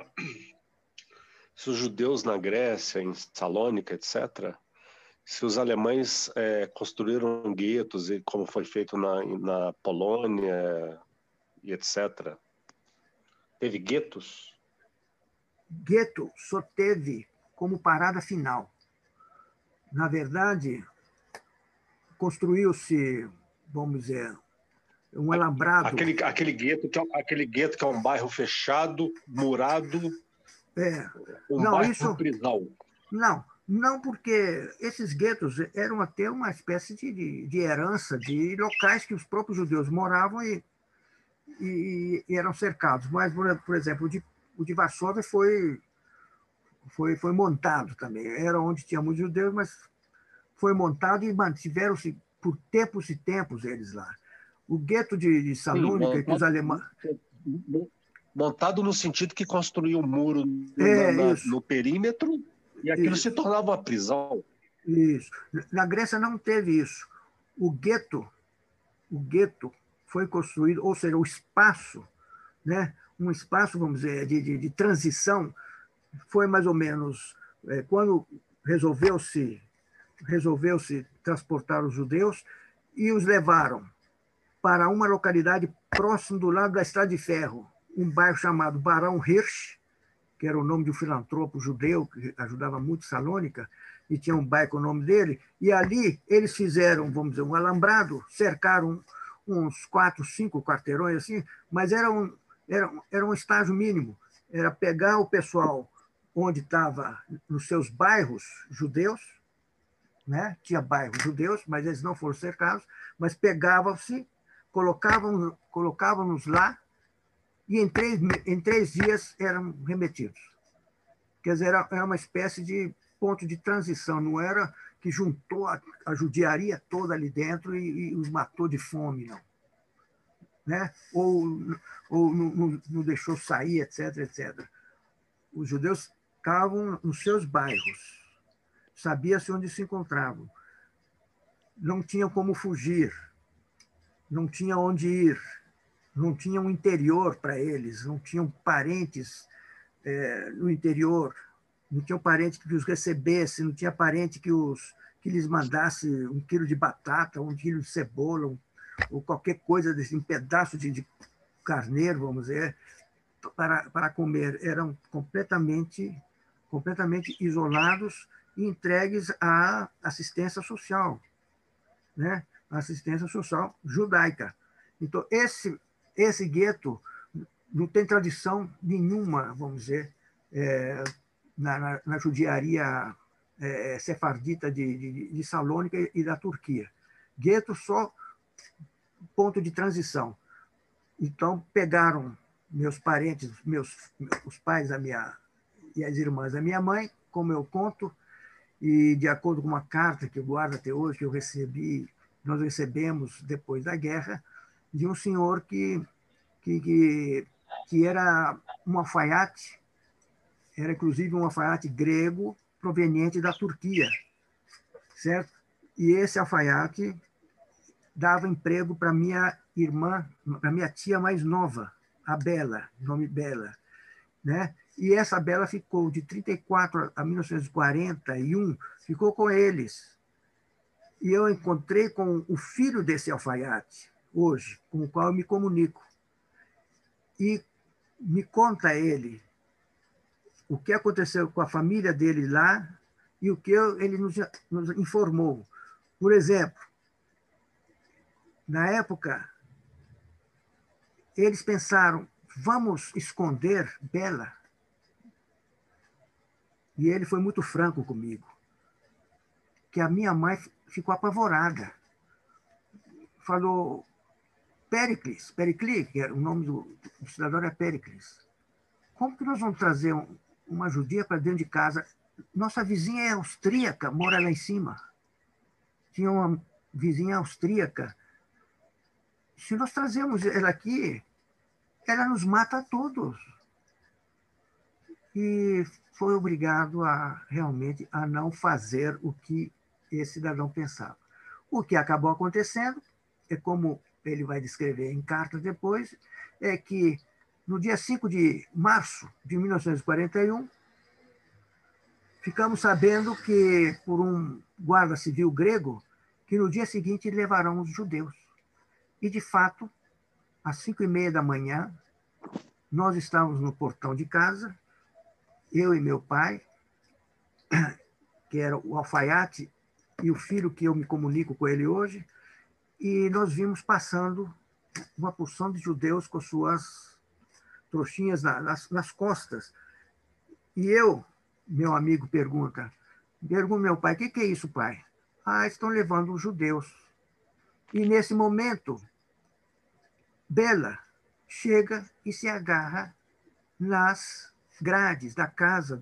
se os judeus na Grécia, em Salônica, etc., se os alemães construíram guetos, como foi feito na Polônia e etc. Teve guetos? Gueto só teve como parada final. Na verdade, construiu-se, vamos dizer, um alambrado. Aquele gueto que é um bairro fechado, murado, bairro prisão. Não, porque esses guetos eram até uma espécie de herança de locais que os próprios judeus moravam e eram cercados. Mas, por exemplo, o de Varsóvia foi montado também. Era onde tinha muitos judeus, mas foi montado e mantiveram-se por tempos e tempos eles lá. O gueto de Salônica, que os alemães... Montado no sentido que construía um muro no perímetro e aquilo se tornava uma prisão. Isso. Na Grécia não teve isso. O gueto foi construído, ou seja, o espaço, né? Um espaço, vamos dizer, de transição, foi mais ou menos quando resolveu-se transportar os judeus e os levaram para uma localidade próximo do lado da Estrada de Ferro, um bairro chamado Barão Hirsch, que era o nome de um filantropo judeu que ajudava muito Salônica, e tinha um bairro com o nome dele, e ali eles fizeram, vamos dizer, um alambrado, cercaram uns 4, 5 quarteirões, assim, mas era um estágio mínimo, era pegar o pessoal onde estava nos seus bairros judeus, né? Tinha bairros judeus, mas eles não foram cercados, mas pegavam-se, colocavam-nos lá, e em 3 dias eram remetidos. Quer dizer, era uma espécie de ponto de transição, não era que juntou a judiaria toda ali dentro e os matou de fome, não. Né? Ou não deixou sair, etc, etc. Os judeus ficavam nos seus bairros, sabia-se onde se encontravam, não tinham como fugir, não tinha onde ir, não tinha um interior para eles, não tinham parentes no interior, não tinham parente que os recebesse, não tinha parente que lhes mandasse 1 quilo de batata, 1 quilo de cebola, ou qualquer coisa, um pedaço de carneiro, vamos dizer, para comer. Eram completamente isolados e entregues à assistência social, né? Assistência social judaica. Então, esse gueto não tem tradição nenhuma, vamos dizer, na judiaria sefardita de Salônica e da Turquia. Gueto só ponto de transição. Então, pegaram meus parentes, os pais e as irmãs da minha mãe, como eu conto, e de acordo com uma carta que eu guardo até hoje, que nós recebemos depois da guerra, de um senhor que era um alfaiate, era inclusive um alfaiate grego proveniente da Turquia, certo? E esse alfaiate dava emprego para minha irmã, para minha tia mais nova, a Bela, nome Bela, né? E essa Bela ficou de 34 a 1941, ficou com eles. E eu encontrei com o filho desse alfaiate, hoje, com o qual eu me comunico. e me conta ele o que aconteceu com a família dele lá e o que ele nos informou. Por exemplo, na época, eles pensaram, vamos esconder Bela. E ele foi muito franco comigo, que a minha mãe ficou apavorada. Falou, Pericles, que era o nome do cidadão era Pericles. Como que nós vamos trazer uma judia para dentro de casa? Nossa vizinha é austríaca, mora lá em cima. Tinha uma vizinha austríaca. Se nós trazemos ela aqui, ela nos mata a todos. E foi obrigado realmente a não fazer o que esse cidadão pensava. O que acabou acontecendo, é como ele vai descrever em cartas depois, é que no dia 5 de março de 1941, ficamos sabendo que, por um guarda civil grego, que no dia seguinte levarão os judeus. E, de fato, às 5h30 da manhã, nós estávamos no portão de casa, eu e meu pai, que era o alfaiate, e o filho que eu me comunico com ele hoje, e nós vimos passando uma porção de judeus com suas trouxinhas nas costas. E meu amigo pergunta meu pai, o que é isso, pai? Estão levando os judeus. E, nesse momento, Bela chega e se agarra nas grades da casa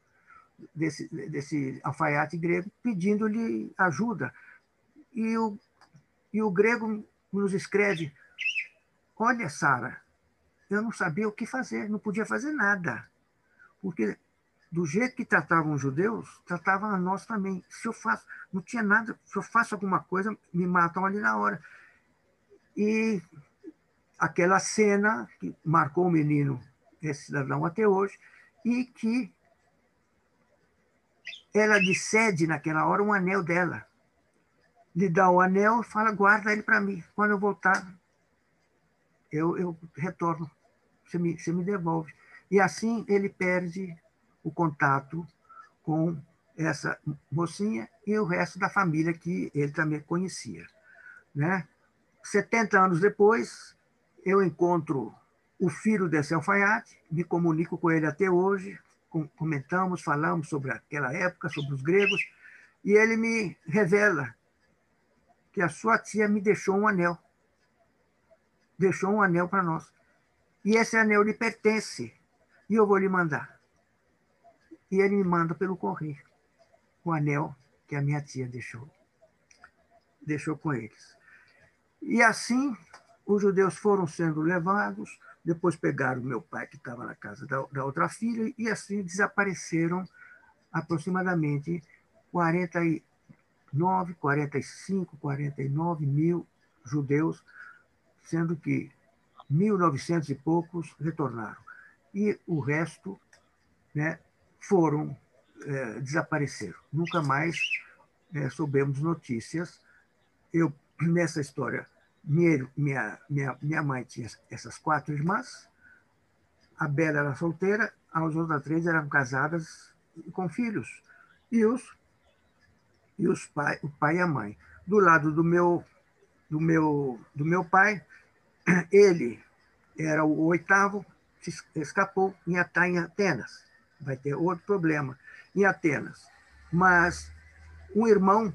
desse alfaiate grego, pedindo-lhe ajuda. E o grego nos escreve, olha, Sara, eu não sabia o que fazer, não podia fazer nada, porque do jeito que tratavam os judeus, tratavam a nós também. Se eu faço, não tinha nada, se eu faço alguma coisa, me matam ali na hora. E aquela cena que marcou o menino, esse cidadão até hoje, e que ela lhe cede naquela hora um anel dela. Lhe dá o anel e fala, guarda ele para mim. Quando eu voltar, eu retorno. Você me devolve. E assim ele perde o contato com essa mocinha e o resto da família que ele também conhecia. Né? 70 anos depois, eu encontro o filho desse alfaiate, me comunico com ele até hoje, comentamos, falamos sobre aquela época, sobre os gregos, e ele me revela que a sua tia me deixou um anel. Deixou um anel para nós. E esse anel lhe pertence, e eu vou lhe mandar. E ele me manda pelo correio o anel que a minha tia deixou com eles. E assim, os judeus foram sendo levados, depois pegaram meu pai, que estava na casa da outra filha, e assim desapareceram aproximadamente 45, 49 mil judeus, sendo que 1.900 e poucos retornaram. E o resto, né, desapareceram. Nunca mais soubemos notícias. Nessa história, minha mãe tinha essas 4 irmãs, a Bela era solteira, as outras 3 eram casadas com filhos, e o pai e a mãe. Do lado do meu pai, ele era o 8º, escapou, ia estar em Atenas. Vai ter outro problema em Atenas. Mas um irmão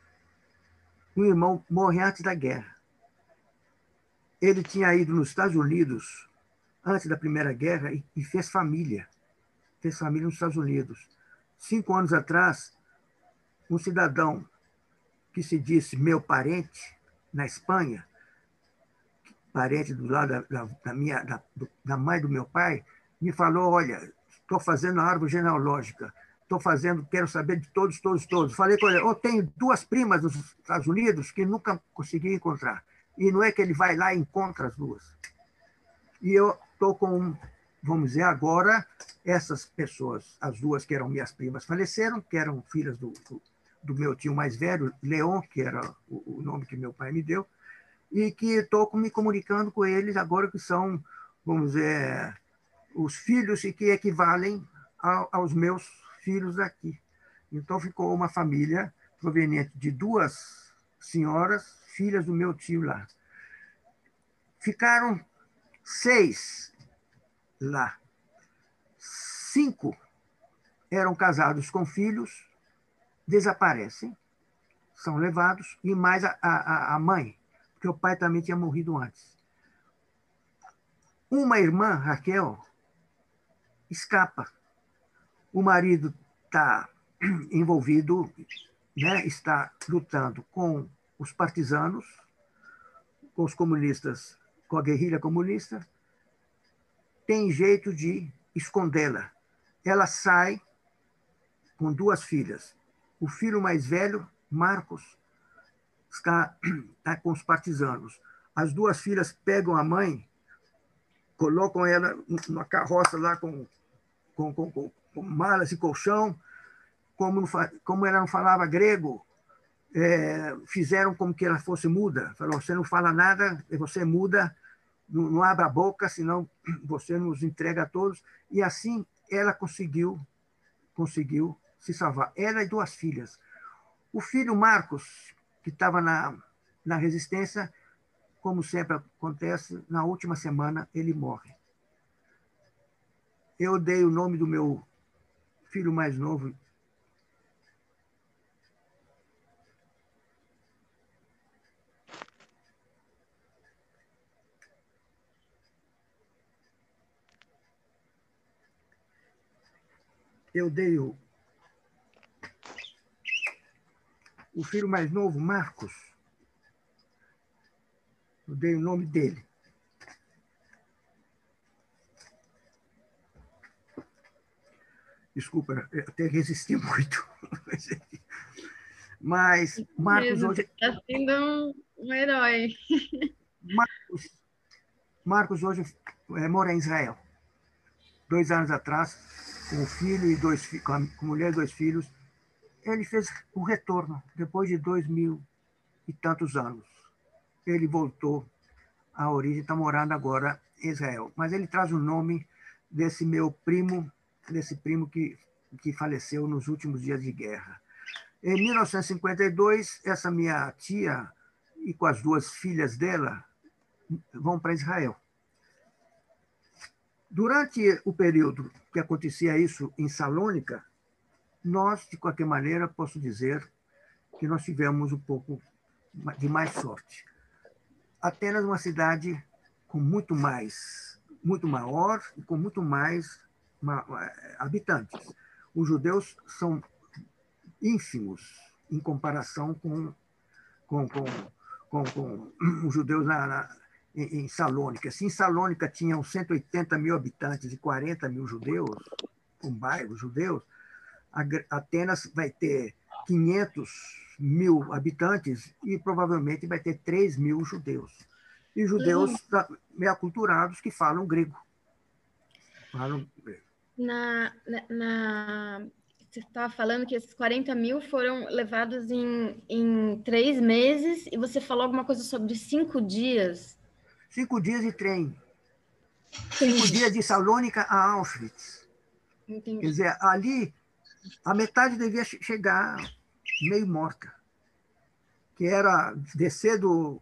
morre antes da guerra. Ele tinha ido nos Estados Unidos antes da Primeira Guerra e fez família. Fez família nos Estados Unidos. 5 anos atrás, um cidadão que se disse meu parente, na Espanha, parente do lado da mãe do meu pai, me falou, olha, estou fazendo a árvore genealógica, quero saber de todos. Falei com ele, eu tenho 2 primas dos Estados Unidos que nunca consegui encontrar. E não é que ele vai lá e encontra as 2. E eu estou com, vamos dizer, agora, essas pessoas, as 2 que eram minhas primas faleceram, que eram filhas do meu tio mais velho, Leon, que era o nome que meu pai me deu, e que estou me comunicando com eles agora, que são, vamos dizer, os filhos que equivalem aos meus filhos aqui. Então, ficou uma família proveniente de 2 senhoras, filhas do meu tio lá. Ficaram 6 lá. 5 eram casados com filhos, desaparecem, são levados, e mais a mãe, porque o pai também tinha morrido antes. Uma irmã, Raquel, escapa. O marido está envolvido, né, está lutando com os partisanos, com os comunistas, com a guerrilha comunista, tem jeito de escondê-la. Ela sai com 2 filhas. O filho mais velho, Marcos, está com os partisanos. As 2 filhas pegam a mãe, colocam ela numa carroça lá com malas e colchão. Como ela não falava grego, fizeram como que ela fosse muda. Falou, você não fala nada, você é muda, não abra a boca, senão você nos entrega a todos. E assim ela conseguiu se salvar. Ela e 2 filhas. O filho Marcos, que estava na resistência, como sempre acontece, na última semana ele morre. Eu dei o nome do meu filho mais novo. Eu dei o filho mais novo, Marcos. Eu dei o nome dele. Desculpa, eu até resisti muito. Mas Marcos hoje... Está sendo um herói. Marcos hoje mora em Israel. 2 anos atrás, com o filho e com a mulher e 2 filhos, ele fez o retorno, depois de 2000 e tantos anos. Ele voltou à origem, está morando agora em Israel. Mas ele traz o nome desse meu primo, que faleceu nos últimos dias de guerra. Em 1952, essa minha tia e com as 2 filhas dela vão para Israel. Durante o período que acontecia isso em Salônica, nós, de qualquer maneira, posso dizer que nós tivemos um pouco de mais sorte. Atenas é uma cidade com muito maior e com muito mais habitantes. Os judeus são ínfimos em comparação com os judeus em Salônica. Se em Salônica tinham 180 mil habitantes e 40 mil judeus, um bairro judeus, Atenas vai ter 500 mil habitantes e provavelmente vai ter 3 mil judeus. E judeus meio aculturados que falam grego. Você estava falando que esses 40 mil foram levados em 3 meses e você falou alguma coisa sobre 5 dias. 5 dias de trem. 5 dias de Salônica a Auschwitz. Entendi. Quer dizer, ali a metade devia chegar meio morta, que era descer do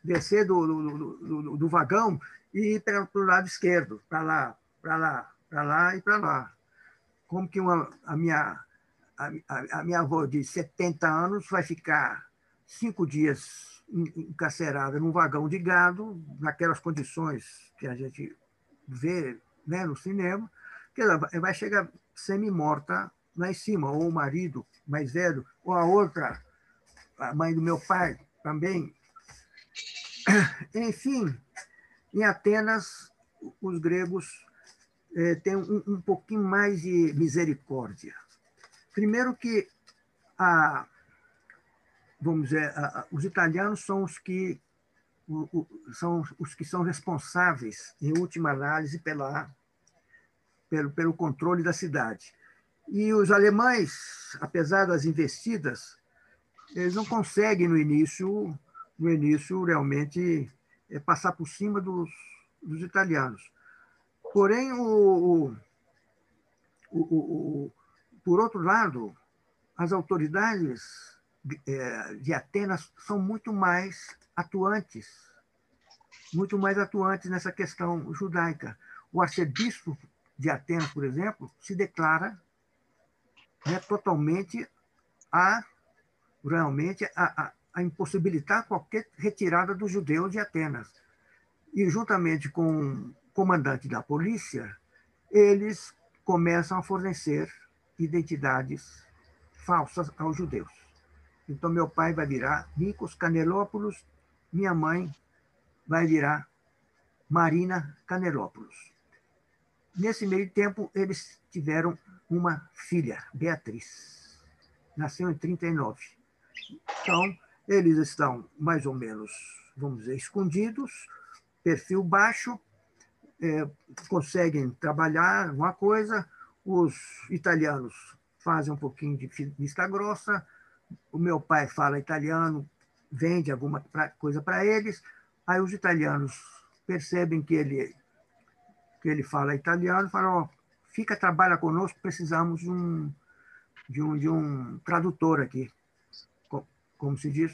vagão e ir para o lado esquerdo, para lá e para lá. Como que a minha avó de 70 anos vai ficar 5 dias encarcerada num vagão de gado, naquelas condições que a gente vê, né, no cinema, que ela vai chegar semi-morta lá em cima, ou o marido mais velho, ou a outra, a mãe do meu pai também. Enfim, em Atenas, os gregos têm um pouquinho mais de misericórdia. Primeiro que, vamos dizer, os italianos são os que são responsáveis, em última análise, pelo controle da cidade. E os alemães, apesar das investidas, eles não conseguem, no início realmente, passar por cima dos italianos. Porém, por outro lado, as autoridades de Atenas são muito mais atuantes nessa questão judaica. O arcebispo de Atenas, por exemplo, se declara, né, totalmente realmente a impossibilitar qualquer retirada dos judeus de Atenas. E, juntamente com o comandante da polícia, eles começam a fornecer identidades falsas aos judeus. Então, meu pai vai virar Nikos Canelópolis, minha mãe vai virar Marina Canelópolis. Nesse meio tempo, eles tiveram uma filha, Beatriz. Nasceu em 39. Então, eles estão mais ou menos, vamos dizer, escondidos, perfil baixo, conseguem trabalhar alguma coisa, os italianos fazem um pouquinho de vista grossa, o meu pai fala italiano, vende alguma coisa para eles, aí os italianos percebem que ele fala italiano e falam, trabalha conosco, precisamos de um tradutor aqui, como se diz,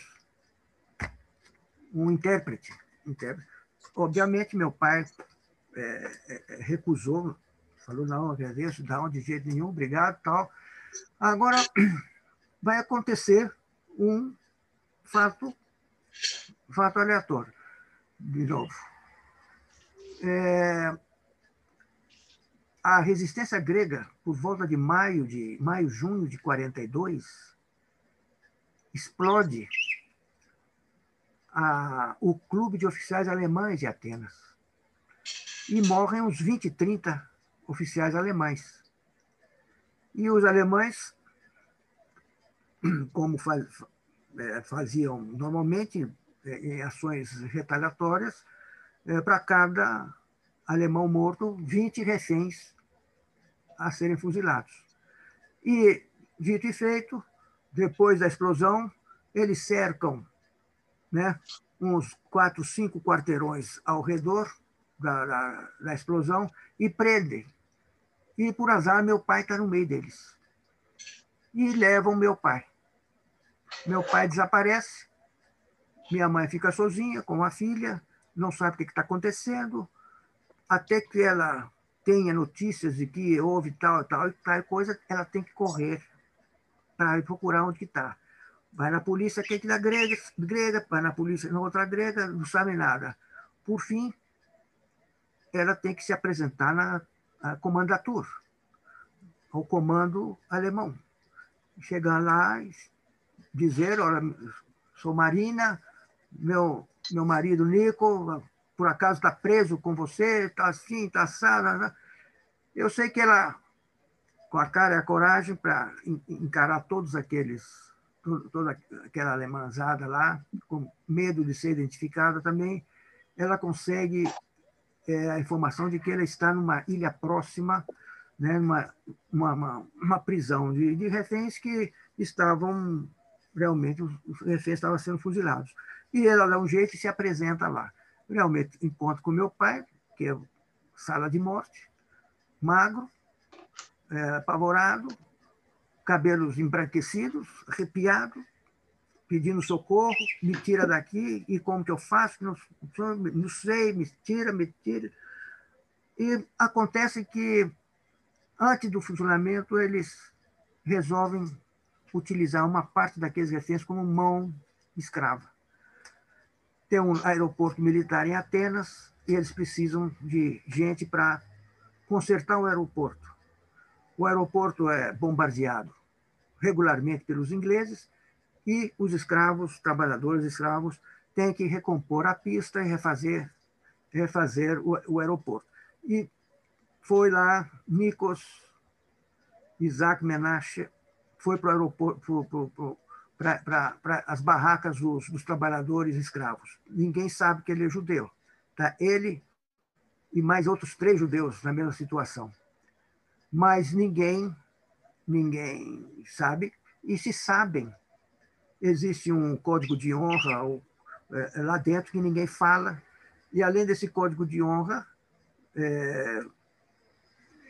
um intérprete. Obviamente, meu pai recusou, falou, não, agradeço, não, de jeito nenhum, obrigado, tal. Agora, vai acontecer um fato aleatório, de novo. A resistência grega, por volta de junho de 42, explode o clube de oficiais alemães de Atenas. E morrem uns 20, 30 oficiais alemães. E os alemães, como faziam normalmente em ações retaliatórias, para cada alemão morto, 20 reféns a serem fuzilados. E, dito e feito, depois da explosão, eles cercam, né, uns 4, 5 quarteirões ao redor da explosão e prendem. E, por azar, meu pai está no meio deles. E levam meu pai. Meu pai desaparece, minha mãe fica sozinha com a filha, não sabe o que está acontecendo, até que ela tenha notícias de que houve tal coisa, ela tem que correr para procurar onde está. Vai na polícia, que é da grega, vai na polícia, na outra grega, não sabe nada. Por fim, ela tem que se apresentar na comandatura, ao comando alemão. Chegar lá e dizer, olha, sou Marina, meu marido Nico, por acaso está preso com você, está assim, está assado. Eu sei que ela, com a cara e a coragem para encarar toda aquela alemãzada lá, com medo de ser identificada também, ela consegue a informação de que ela está numa ilha próxima, né, uma prisão de reféns que estavam, realmente, os reféns estavam sendo fuzilados. E ela dá um jeito e se apresenta lá. Realmente, encontro com meu pai, que é sala de morte, magro, apavorado, cabelos embranquecidos, arrepiado, pedindo socorro, me tira daqui, e como que eu faço? Não sei, me tira. E acontece que, antes do funcionamento, eles resolvem utilizar uma parte daqueles reféns como mão escrava. Tem um aeroporto militar em Atenas e eles precisam de gente para consertar o aeroporto. O aeroporto é bombardeado regularmente pelos ingleses e os escravos, trabalhadores escravos, têm que recompor a pista e refazer o aeroporto. E foi lá Nikos Isaac Menashe, foi para o aeroporto, para as barracas dos trabalhadores escravos. Ninguém sabe que ele é judeu. Tá? Ele e mais outros 3 judeus na mesma situação. Mas ninguém sabe, e se sabem, existe um código de honra lá dentro que ninguém fala, e além desse código de honra,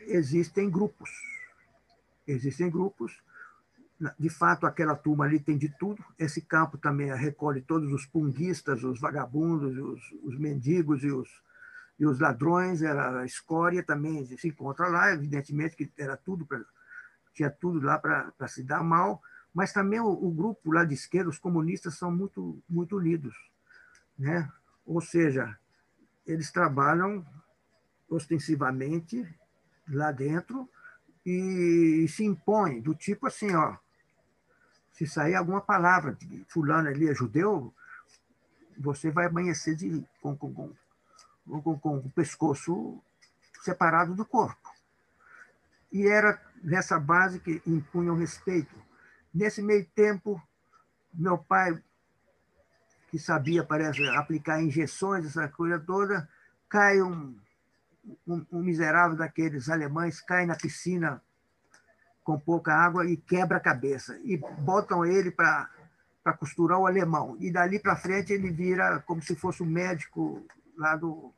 existem grupos. Existem grupos. De fato, aquela turma ali tem de tudo. Esse campo também recolhe todos os punguistas, os vagabundos, os mendigos e os ladrões. Era a escória também se encontra lá. Evidentemente que era tudo tinha tudo lá para se dar mal. Mas também o grupo lá de esquerda, os comunistas, são muito, muito unidos, né? Ou seja, eles trabalham ostensivamente lá dentro e se impõem, do tipo assim, ó, se sair alguma palavra de fulano ali é judeu, você vai amanhecer com o pescoço separado do corpo. E era nessa base que impunham respeito. Nesse meio tempo, meu pai, que sabia, parece, aplicar injeções, essa coisa toda, cai um miserável daqueles alemães, cai na piscina com pouca água e quebra a cabeça. E botam ele para costurar o alemão. E dali para frente ele vira como se fosse um médico lá do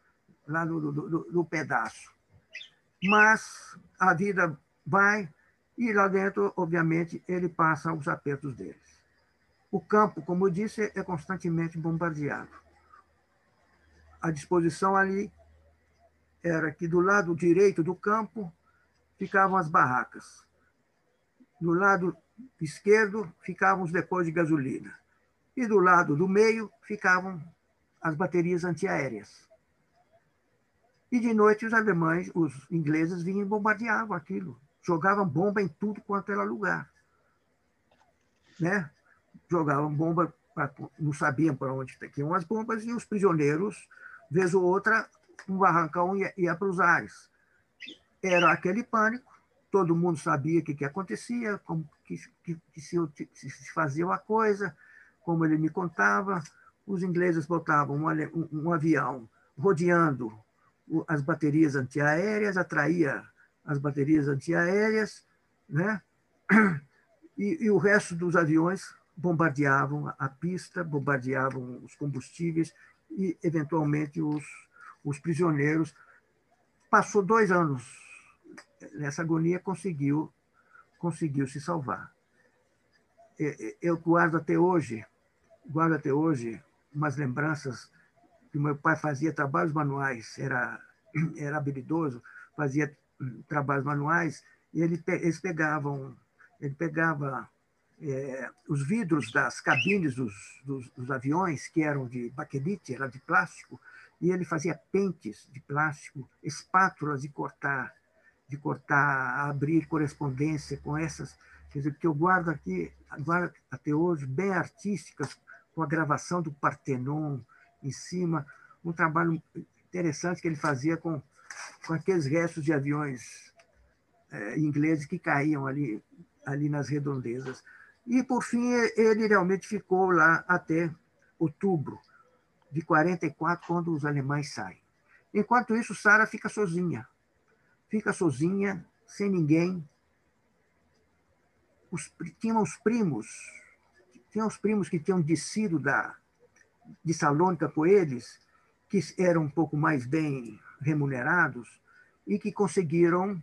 pedaço. Mas a vida vai e lá dentro, obviamente, ele passa os apertos deles. O campo, como eu disse, é constantemente bombardeado. A disposição ali era que do lado direito do campo ficavam as barracas. Do lado esquerdo ficavam os depósitos de gasolina. E do lado do meio ficavam as baterias antiaéreas. E de noite os alemães, os ingleses, vinham e bombardeavam aquilo. Jogavam bomba em tudo quanto era lugar. Né? Jogavam bomba, não sabiam para onde iam as bombas, e os prisioneiros, vez ou outra, um barrancão ia para os ares. Era aquele pânico, todo mundo sabia o que acontecia, como que se fazia uma coisa, como ele me contava. Os ingleses botavam um avião rodeando as baterias antiaéreas, atraía as baterias antiaéreas, né? E o resto dos aviões bombardeavam a pista, bombardeavam os combustíveis e, eventualmente, os prisioneiros. Passou 2 anos nessa agonia, conseguiu se salvar. Eu guardo até hoje umas lembranças que meu pai fazia trabalhos manuais, era habilidoso, fazia trabalhos manuais, e ele pegava os vidros das cabines dos aviões, que eram de baquelite, era de plástico, e ele fazia pentes de plástico, espátulas de cortar, abrir correspondência com essas, quer dizer, que eu guardo até hoje, bem artísticas, com a gravação do Partenon em cima, um trabalho interessante que ele fazia com aqueles restos de aviões ingleses que caíam ali nas redondezas. E, por fim, ele realmente ficou lá até outubro de 44, quando os alemães saem. Enquanto isso, Sara fica sozinha, sem ninguém. Tinha os primos que tinham descido de Salônica com eles, que eram um pouco mais bem remunerados e que conseguiram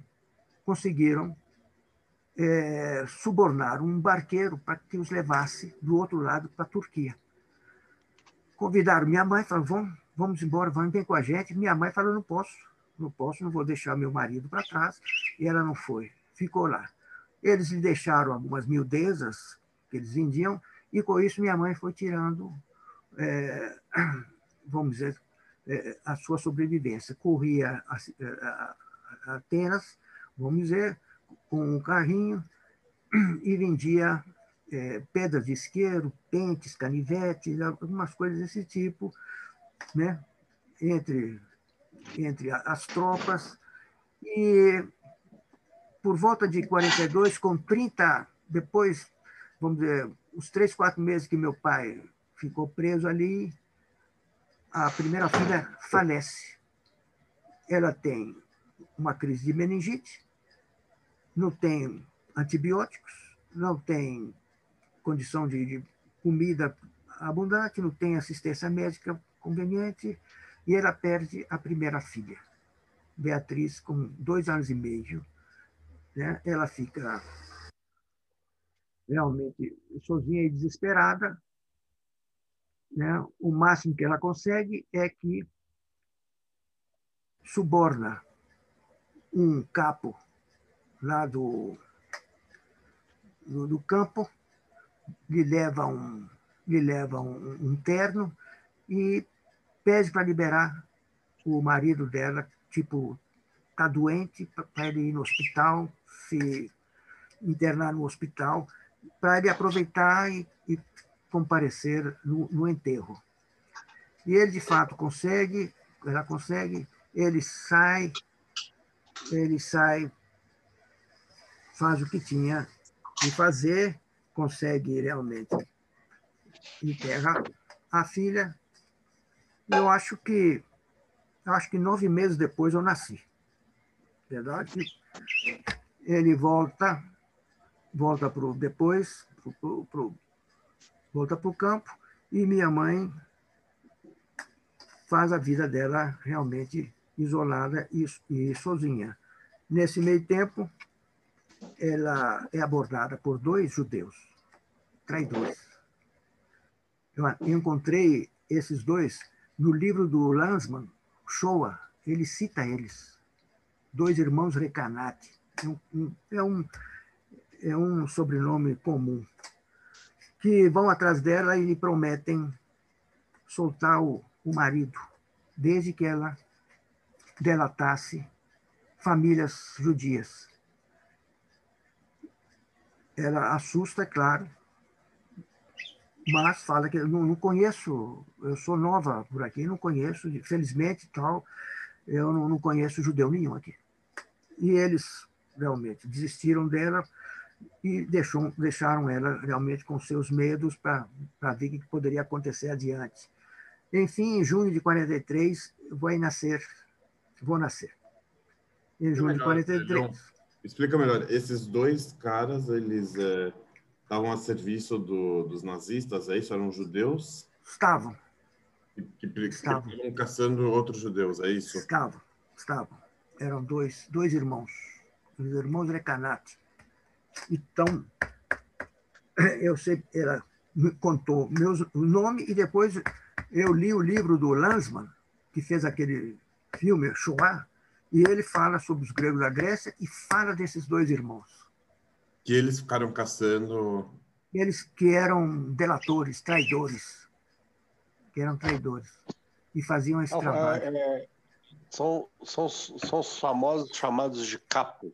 subornar um barqueiro para que os levasse do outro lado para a Turquia. Convidaram minha mãe, falaram, vamos embora, vem com a gente. Minha mãe falou, não posso, não vou deixar meu marido para trás. E ela não foi, ficou lá. Eles lhe deixaram algumas miudezas que eles vendiam, e com isso minha mãe foi tirando, vamos dizer, a sua sobrevivência. Corria a Atenas, vamos dizer, com um carrinho, e vendia pedras de isqueiro, pentes, canivetes, algumas coisas desse tipo, né? entre as tropas. E por volta de 42, com 30, depois, vamos dizer, os 3, 4 meses que meu pai ficou preso ali, a primeira filha falece. Ela tem uma crise de meningite, não tem antibióticos, não tem condição de comida abundante, não tem assistência médica conveniente, e ela perde a primeira filha. Beatriz, com 2 anos e meio, né? Ela fica realmente sozinha e desesperada, né? O máximo que ela consegue é que suborna um capo lá do campo, lhe leva um terno e pede para liberar o marido dela, tipo, está doente, para ele ir no hospital, se internar no hospital, para ele aproveitar e comparecer no enterro. E ele, de fato, consegue, ela consegue, ele sai, faz o que tinha que fazer, consegue realmente enterrar a filha. Eu acho que 9 meses depois eu nasci. Verdade? Ele volta depois, volta para o campo, e minha mãe faz a vida dela realmente isolada e sozinha. Nesse meio tempo, ela é abordada por 2 judeus, traidores. Eu encontrei esses 2 no livro do Lanzmann, Shoah, ele cita eles, 2 irmãos Recanati. É um sobrenome comum, que vão atrás dela e lhe prometem soltar o marido, desde que ela delatasse famílias judias. Ela assusta, é claro, mas fala que eu não conheço, eu sou nova por aqui, não conheço, felizmente, tal, eu não conheço judeu nenhum aqui. E eles realmente desistiram dela e deixaram ela realmente com seus medos para ver o que poderia acontecer adiante. Enfim, em junho de 43, vou nascer. Em junho de 43. João, explica melhor. Esses 2 caras, eles estavam a serviço dos nazistas, é isso? Eram judeus? Estavam. Que estavam caçando outros judeus, é isso? Estavam. Eram dois irmãos, os irmãos Recanati. Então, eu sei, ela me contou o nome e depois eu li o livro do Lanzmann, que fez aquele filme, Shoah, e ele fala sobre os gregos da Grécia e fala desses 2 irmãos. Que eles ficaram caçando... Eles que eram delatores, traidores. E faziam esse trabalho. São os famosos chamados de capo.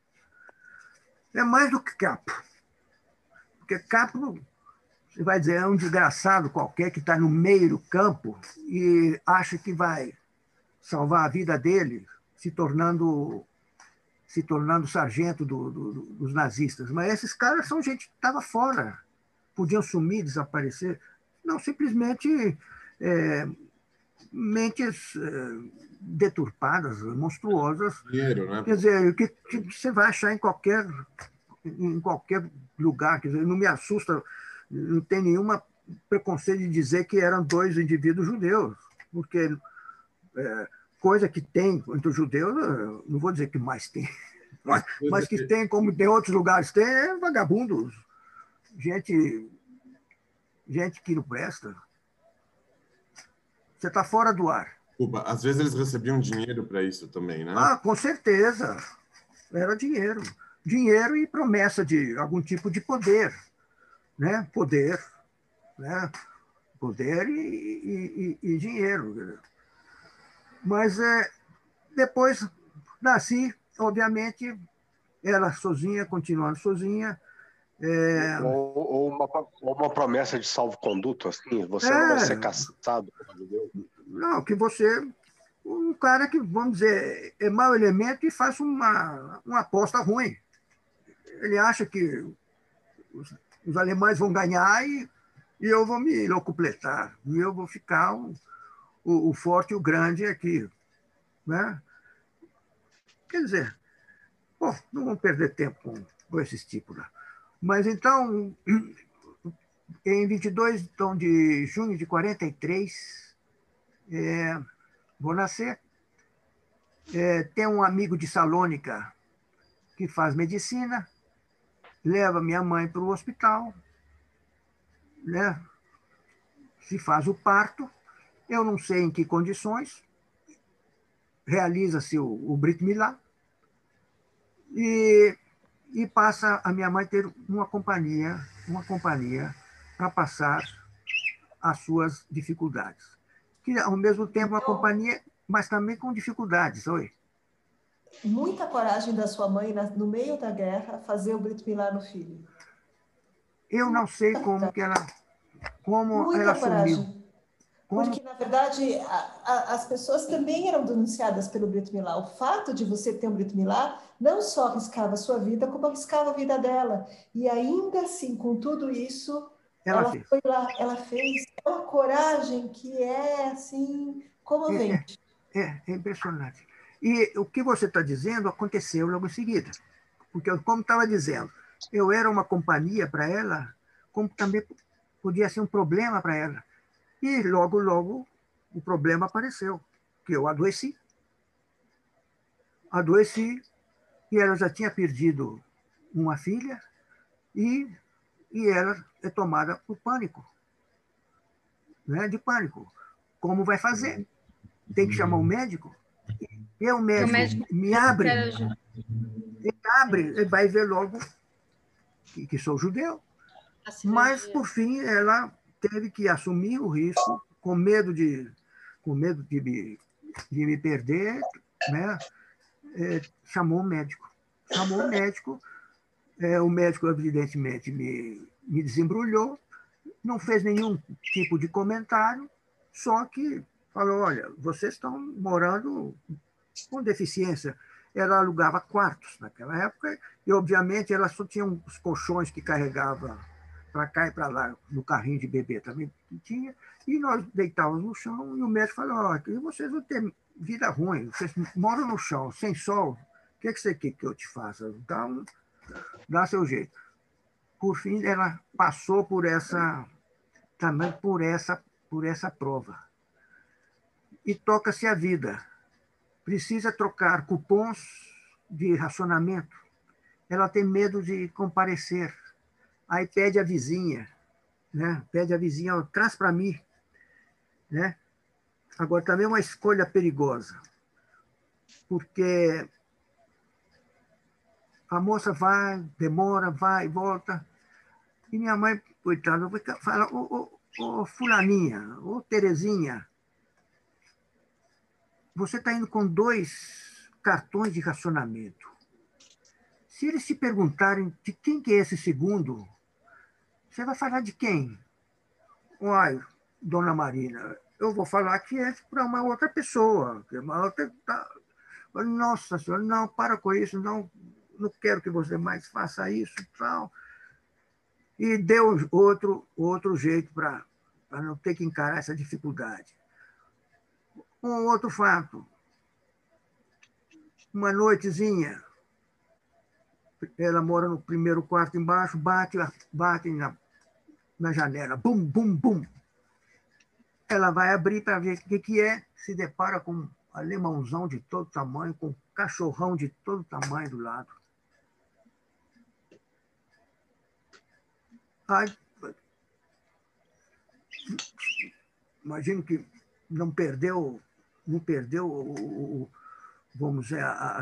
É mais do que capo. Porque capo, você vai dizer, é um desgraçado qualquer que está no meio do campo e acha que vai salvar a vida dele, se tornando sargento dos nazistas. Mas esses caras são gente que estava fora, podiam sumir, desaparecer. Não, simplesmente mentes deturpadas, monstruosas. Dinheiro, né? Quer dizer, que você vai achar em qualquer lugar. Quer dizer, não me assusta, não tem nenhuma preconceito de dizer que eram 2 indivíduos judeus, porque coisa que tem entre os judeus, não vou dizer que mais tem, mas que tem, como tem outros lugares, tem vagabundos, gente que não presta. Você está fora do ar. Desculpa, às vezes eles recebiam dinheiro para isso também, né? Com certeza. Era dinheiro. Dinheiro e promessa de algum tipo de poder. Né? Poder e dinheiro. Mas depois nasci, obviamente, ela sozinha, continuando sozinha. Ou uma promessa de salvo-conduto, assim, você não vai ser caçado. Não, que você... Um cara que, vamos dizer, é mau elemento e faz uma aposta ruim. Ele acha que os alemães vão ganhar e eu vou me locupletar. E eu vou ficar o forte e o grande aqui. Né? Quer dizer, não vamos perder tempo com esses tipos lá. Mas então, em 22 então, de junho de 43, vou nascer. Tem um amigo de Salônica que faz medicina, leva minha mãe para o hospital, né? Se faz o parto, eu não sei em que condições, realiza-se o Brit Milá, e passa a minha mãe ter uma companhia para passar as suas dificuldades. Que, ao mesmo tempo, uma companhia, mas também com dificuldades. Oi? Muita coragem da sua mãe, no meio da guerra, fazer o Brit Milá no filho. Eu não sei como ela assumiu. Coragem. Porque, na verdade, as pessoas também eram denunciadas pelo Brit Milá. O fato de você ter um Brit Milá não só arriscava a sua vida, como arriscava a vida dela. E ainda assim, com tudo isso, ela foi lá, ela fez uma coragem que é, assim, comovente. É impressionante. E o que você está dizendo aconteceu logo em seguida. Porque, como estava dizendo, eu era uma companhia para ela, como também podia ser um problema para ela. E logo, logo, o problema apareceu, que eu adoeci. Adoeci, e ela já tinha perdido uma filha, e ela é tomada por pânico, né? De pânico. Como vai fazer? Tem que chamar um médico? E o médico me abre, ele vai ver logo que sou judeu. Mas, por fim, ela teve que assumir o risco, com medo de me perder, né? Chamou o médico. O médico, evidentemente, me desembrulhou, não fez nenhum tipo de comentário, só que falou, olha, vocês estão morando com deficiência. Ela alugava quartos naquela época e, obviamente, ela só tinha os colchões que carregava para cá e para lá, no carrinho de bebê também tinha, e nós deitávamos no chão e o médico falou, oh, vocês vão ter vida ruim, vocês moram no chão, sem sol, o que você quer que eu te faça? Então, dá seu jeito. Por fim, ela passou também por essa prova. E toca-se a vida. Precisa trocar cupons de racionamento. Ela tem medo de comparecer. Aí pede a vizinha, né? Pede a vizinha, traz para mim, né? Agora, também é uma escolha perigosa, porque a moça vai, demora, vai, volta, e minha mãe, coitada, fala, ô fulaninha, ô Terezinha, você está indo com 2 cartões de racionamento. Se eles se perguntarem de quem que é esse segundo, você vai falar de quem? Uai, dona Marina, eu vou falar que é para uma outra pessoa. Que uma outra... Nossa senhora, não, para com isso, não quero que você mais faça isso. Tal. E deu outro jeito para não ter que encarar essa dificuldade. Um outro fato. Uma noitezinha, ela mora no primeiro quarto embaixo, bate na janela, bum, bum, bum. Ela vai abrir para ver o que é, se depara com um alemãozão de todo tamanho, com um cachorrão de todo tamanho do lado. Aí, imagino que não perdeu vamos dizer,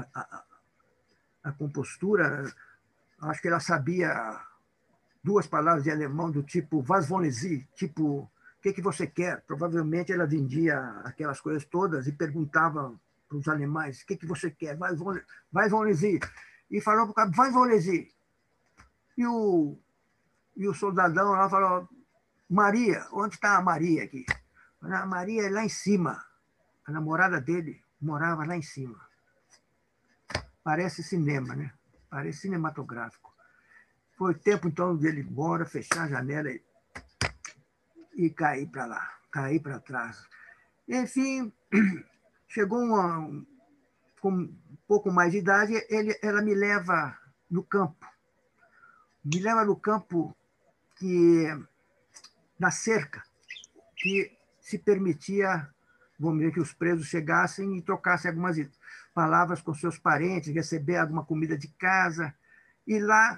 a compostura. Acho que ela sabia 2 palavras de alemão do tipo was wollen Sie, tipo, o que você quer? Provavelmente ela vendia aquelas coisas todas e perguntava para os alemães, o que você quer? Was wollen Sie? E falou para o cara, was wollen Sie? E o soldadão lá falou, Maria, onde está a Maria aqui? A Maria é lá em cima. A namorada dele morava lá em cima. Parece cinema, né? Parece cinematográfico. Foi o tempo, então, dele ir embora, fechar a janela e cair para lá, cair para trás. Enfim, chegou com um pouco mais de idade, ela me leva no campo. Me leva no campo na cerca, que se permitia vamos dizer, que os presos chegassem e trocassem algumas palavras com seus parentes, receber alguma comida de casa. E lá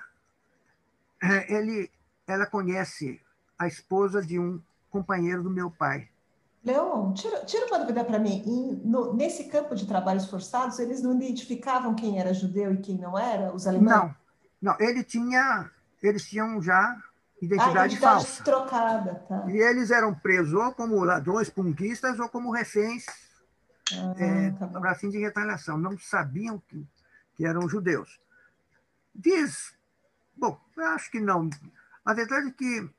ela conhece a esposa de um companheiro do meu pai. Leon, tira uma dúvida para mim. Nesse campo de trabalhos forçados, eles não identificavam quem era judeu e quem não era, os alemães? Não, não, eles tinham já Ah, identidade identidade falsa. trocada, tá. E eles eram presos ou como ladrões punguistas ou como reféns Tá bom. para fim de retaliação. Não sabiam que eram judeus. Bom, eu acho que não. A verdade é que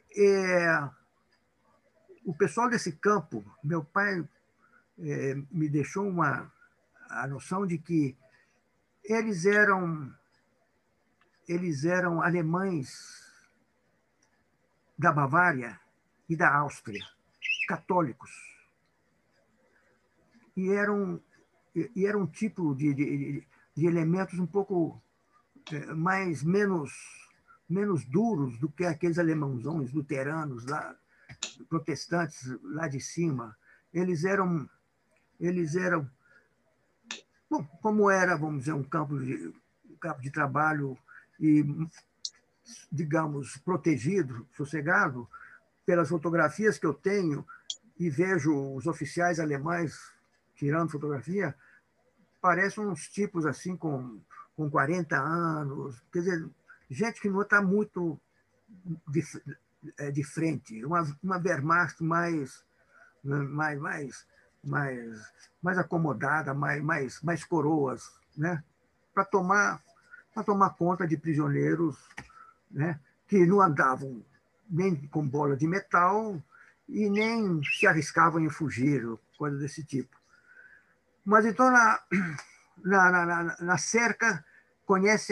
o pessoal desse campo, meu pai me deixou a noção de que eles eram alemães da Bavária e da Áustria, católicos. E era um tipo de elementos um pouco menos duros do que aqueles alemãozões luteranos lá, protestantes lá de cima. Eles eram, bom, como era, vamos dizer, um campo de trabalho e, digamos, protegido, sossegado. Pelas fotografias que eu tenho e vejo os oficiais alemães tirando fotografia, parecem uns tipos assim com 40 anos, quer dizer, gente que não está muito de frente, uma Wehrmacht mais acomodada, mais coroas, né? Para tomar conta de prisioneiros, né? Que não andavam nem com bola de metal e nem se arriscavam em fugir, coisa desse tipo. Mas então, na cerca, conhece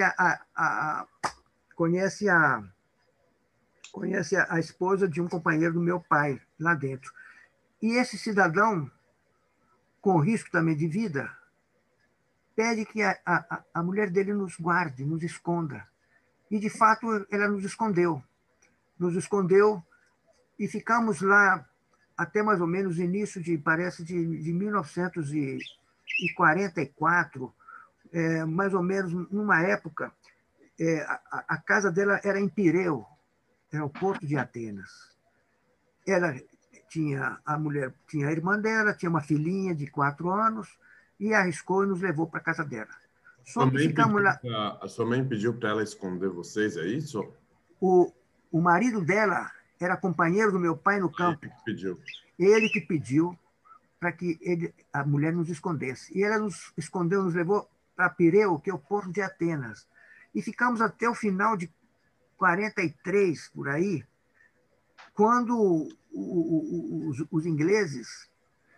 a esposa de um companheiro do meu pai lá dentro. E esse cidadão, com risco também de vida, pede que a mulher dele nos guarde, nos esconda. E, de fato, ela nos escondeu e ficamos lá até mais ou menos o início parece, de 1944, mais ou menos numa época, a casa dela era em Pireu, era o porto de Atenas. A mulher tinha a irmã dela, tinha uma filhinha de 4 anos, e arriscou e nos levou para a casa dela. Só que ficamos lá. A sua mãe pediu para ela esconder vocês, é isso? O marido dela era companheiro do meu pai no campo. Ele que pediu para que a mulher nos escondesse. E ela nos escondeu, nos levou para Pireu, que é o porto de Atenas. E ficamos até o final de 43, por aí, quando os ingleses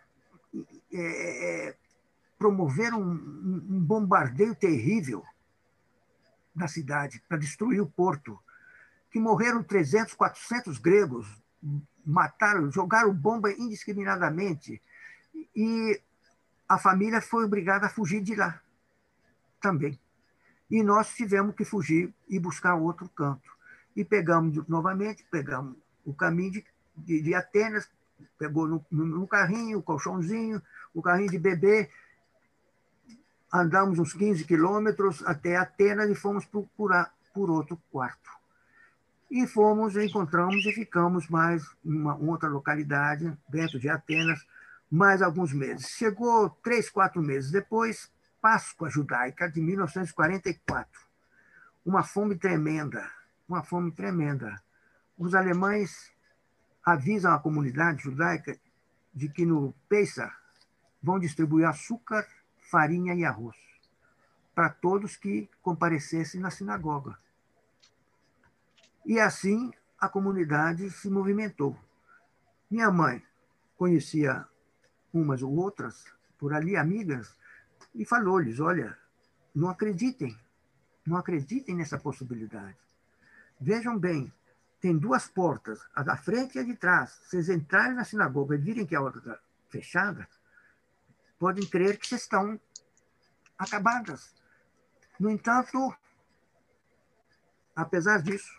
promoveram um bombardeio terrível na cidade para destruir o porto, que morreram 300, 400 gregos, mataram, jogaram bomba indiscriminadamente, e a família foi obrigada a fugir de lá também. E nós tivemos que fugir e buscar outro canto. E pegamos o caminho de Atenas, pegou no carrinho, o colchãozinho, o carrinho de bebê, andamos uns 15 quilômetros até Atenas e fomos procurar por outro quarto. E encontramos e ficamos mais uma outra localidade dentro de Atenas, mais alguns meses. Chegou 3, 4 meses depois, Páscoa judaica de 1944. Uma fome tremenda. Os alemães avisam a comunidade judaica de que no Pessach vão distribuir açúcar, farinha e arroz para todos que comparecessem na sinagoga. E assim a comunidade se movimentou. Minha mãe conhecia umas ou outras, por ali, amigas, e falou-lhes: olha, não acreditem nessa possibilidade. Vejam bem, tem 2 portas, a da frente e a de trás. Se vocês entrarem na sinagoga e virem que a outra está fechada, podem crer que vocês estão acabadas. No entanto, apesar disso,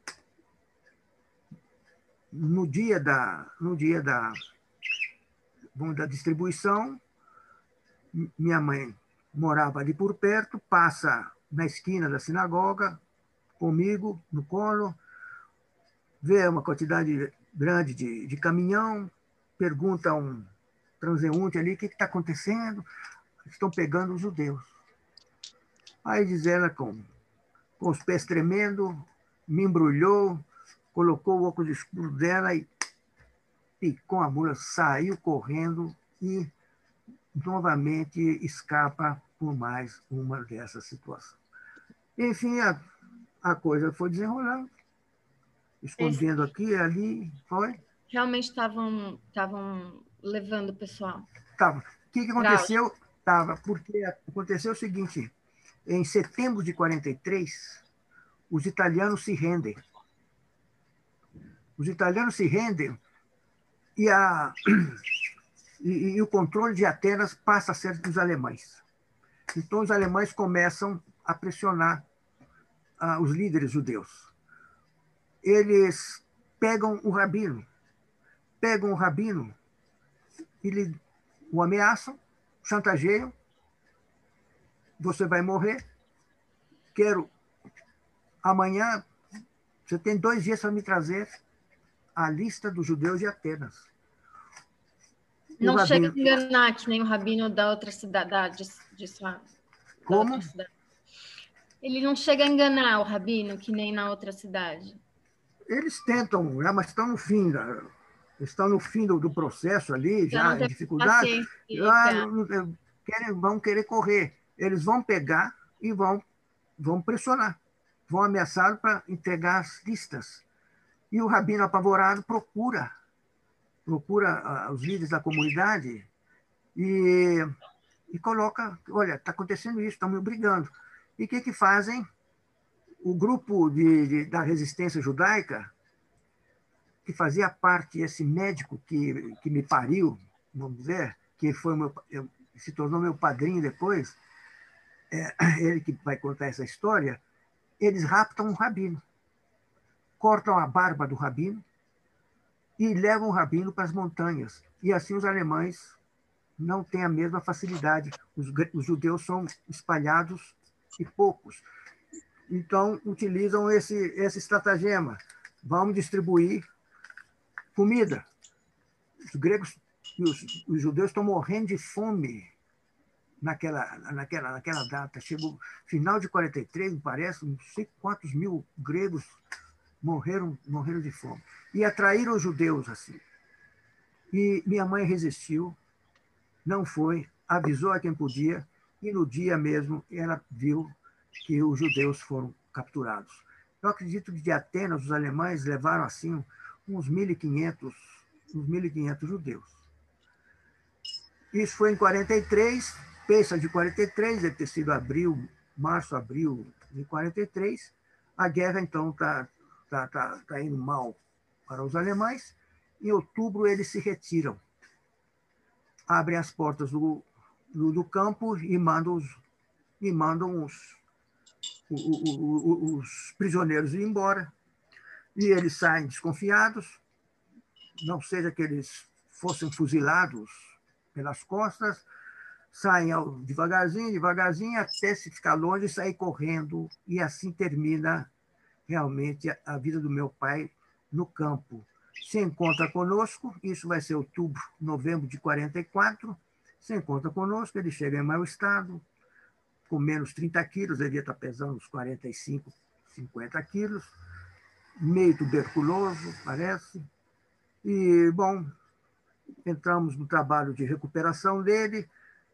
no dia vão da distribuição. Minha mãe morava ali por perto, passa na esquina da sinagoga, comigo, no colo, vê uma quantidade grande de caminhão, pergunta a um transeunte ali, o que está acontecendo? Estão pegando os judeus. Aí diz ela, com os pés tremendo, me embrulhou, colocou o óculos escuro dela e picou a mula, saiu correndo e novamente escapa por mais uma dessas situações. Enfim, a coisa foi desenrolando, escondendo aqui e ali, foi. Realmente estavam levando o pessoal. Tava. O que aconteceu? Tava, porque aconteceu o seguinte, em setembro de 43, os italianos se rendem. Os italianos se rendem e o controle de Atenas passa a ser dos alemães. Então, os alemães começam a pressionar os líderes judeus. Eles pegam o rabino, e o ameaçam, chantageiam, você vai morrer, amanhã, você tem 2 dias para me trazer a lista dos judeus de Atenas. Não chega a enganar, que nem o rabino da outra cidade. Como? Outra cidade. Ele não chega a enganar o rabino, que nem na outra cidade. Eles tentam, mas estão no fim, do processo ali, já em dificuldade. Vão querer correr. Eles vão pegar e vão pressionar, vão ameaçar para entregar as listas. E o rabino apavorado procura os líderes da comunidade e coloca, olha, está acontecendo isso, estão me obrigando. E o que fazem? O grupo da resistência judaica, que fazia parte, esse médico que me pariu, vamos dizer, que se tornou meu padrinho depois, ele que vai contar essa história, eles raptam um rabino, cortam a barba do rabino e levam o rabino para as montanhas. E assim os alemães não têm a mesma facilidade. Os judeus são espalhados e poucos. Então, utilizam esse estratagema. Vamos distribuir comida. Os gregos e os judeus estão morrendo de fome naquela data. Chegou final de 43, me parece, não sei quantos mil gregos morreram de fome. E atraíram os judeus assim. E minha mãe resistiu, não foi, avisou a quem podia, e no dia mesmo ela viu que os judeus foram capturados. Eu acredito que de Atenas os alemães levaram assim uns 1.500 judeus. Isso foi em 43, Pêssego de 43, deve ter sido março, abril de 43. A guerra, então, está indo mal para os alemães. Em outubro, eles se retiram, abrem as portas do campo e mandam os prisioneiros ir embora. E eles saem desconfiados, não seja que eles fossem fuzilados pelas costas, saem devagarzinho, até se ficar longe e sair correndo. E assim termina realmente a vida do meu pai no campo. Se encontra conosco, isso vai ser outubro, novembro de 44, se encontra conosco, ele chega em mau estado, com menos 30 quilos, ele devia estar pesando uns 45, 50 quilos, meio tuberculoso, parece. E, bom, entramos no trabalho de recuperação dele,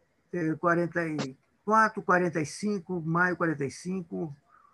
44, 45, maio 45,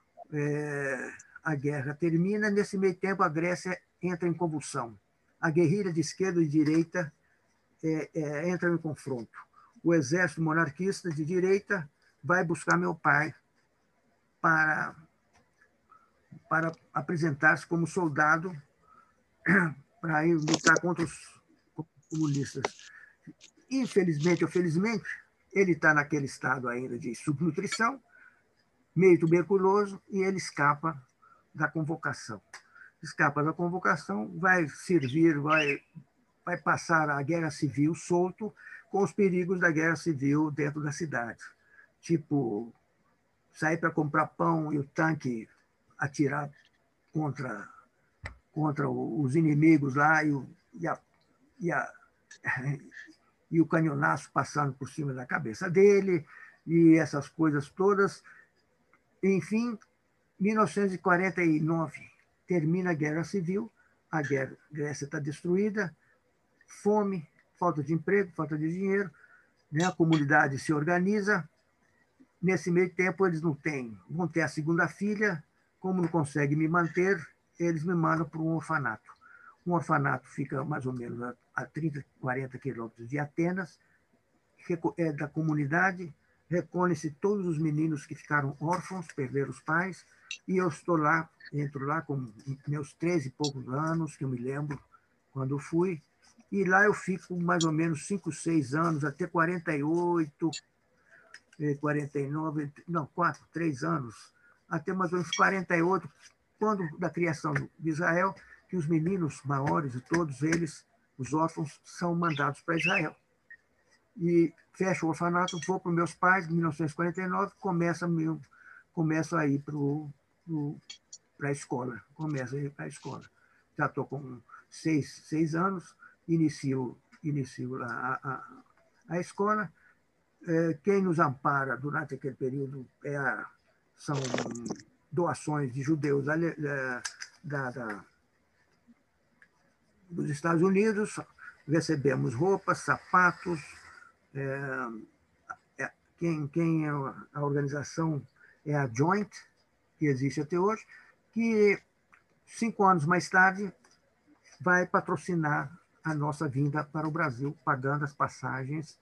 a guerra termina. Nesse meio tempo, a Grécia entra em convulsão. A guerrilha de esquerda e direita entra em confronto. O exército monarquista de direita vai buscar meu pai para apresentar-se como soldado para ir lutar contra os comunistas. Infelizmente ou felizmente, ele está naquele estado ainda de subnutrição, meio tuberculoso, e ele escapa da convocação. Vai servir, vai vai passar a guerra civil solto com os perigos da guerra civil dentro da cidade. Tipo, sair para comprar pão e o tanque atirar contra os inimigos lá e o canhonaço passando por cima da cabeça dele e essas coisas todas. Enfim, 1949 termina a Guerra Civil, a Grécia está destruída, fome, falta de emprego, falta de dinheiro, né? A comunidade se organiza. Nesse meio tempo, eles vão ter a segunda filha, como não conseguem me manter, eles me mandam para um orfanato. Um orfanato fica mais ou menos a 30, 40 quilômetros de Atenas, é da comunidade, recolhe-se todos os meninos que ficaram órfãos, perderam os pais, e eu estou lá, entro lá com meus 13 e poucos anos, que eu me lembro quando fui, e lá eu fico mais ou menos 5, 6 anos, até 48, 49, não, 4, 3 anos, até mais ou menos 48, quando da criação de Israel, que os meninos maiores, e todos eles, os órfãos, são mandados para Israel. E fecho o orfanato, vou para os meus pais, em 1949, começo a ir para a escola. Começo a ir para a escola. Já estou com 6 anos, inicio a escola. Quem nos ampara durante aquele período são doações de judeus dos Estados Unidos. Recebemos roupas, sapatos. Quem é a organização é a Joint, que existe até hoje, que 5 anos mais tarde vai patrocinar a nossa vinda para o Brasil, pagando as passagens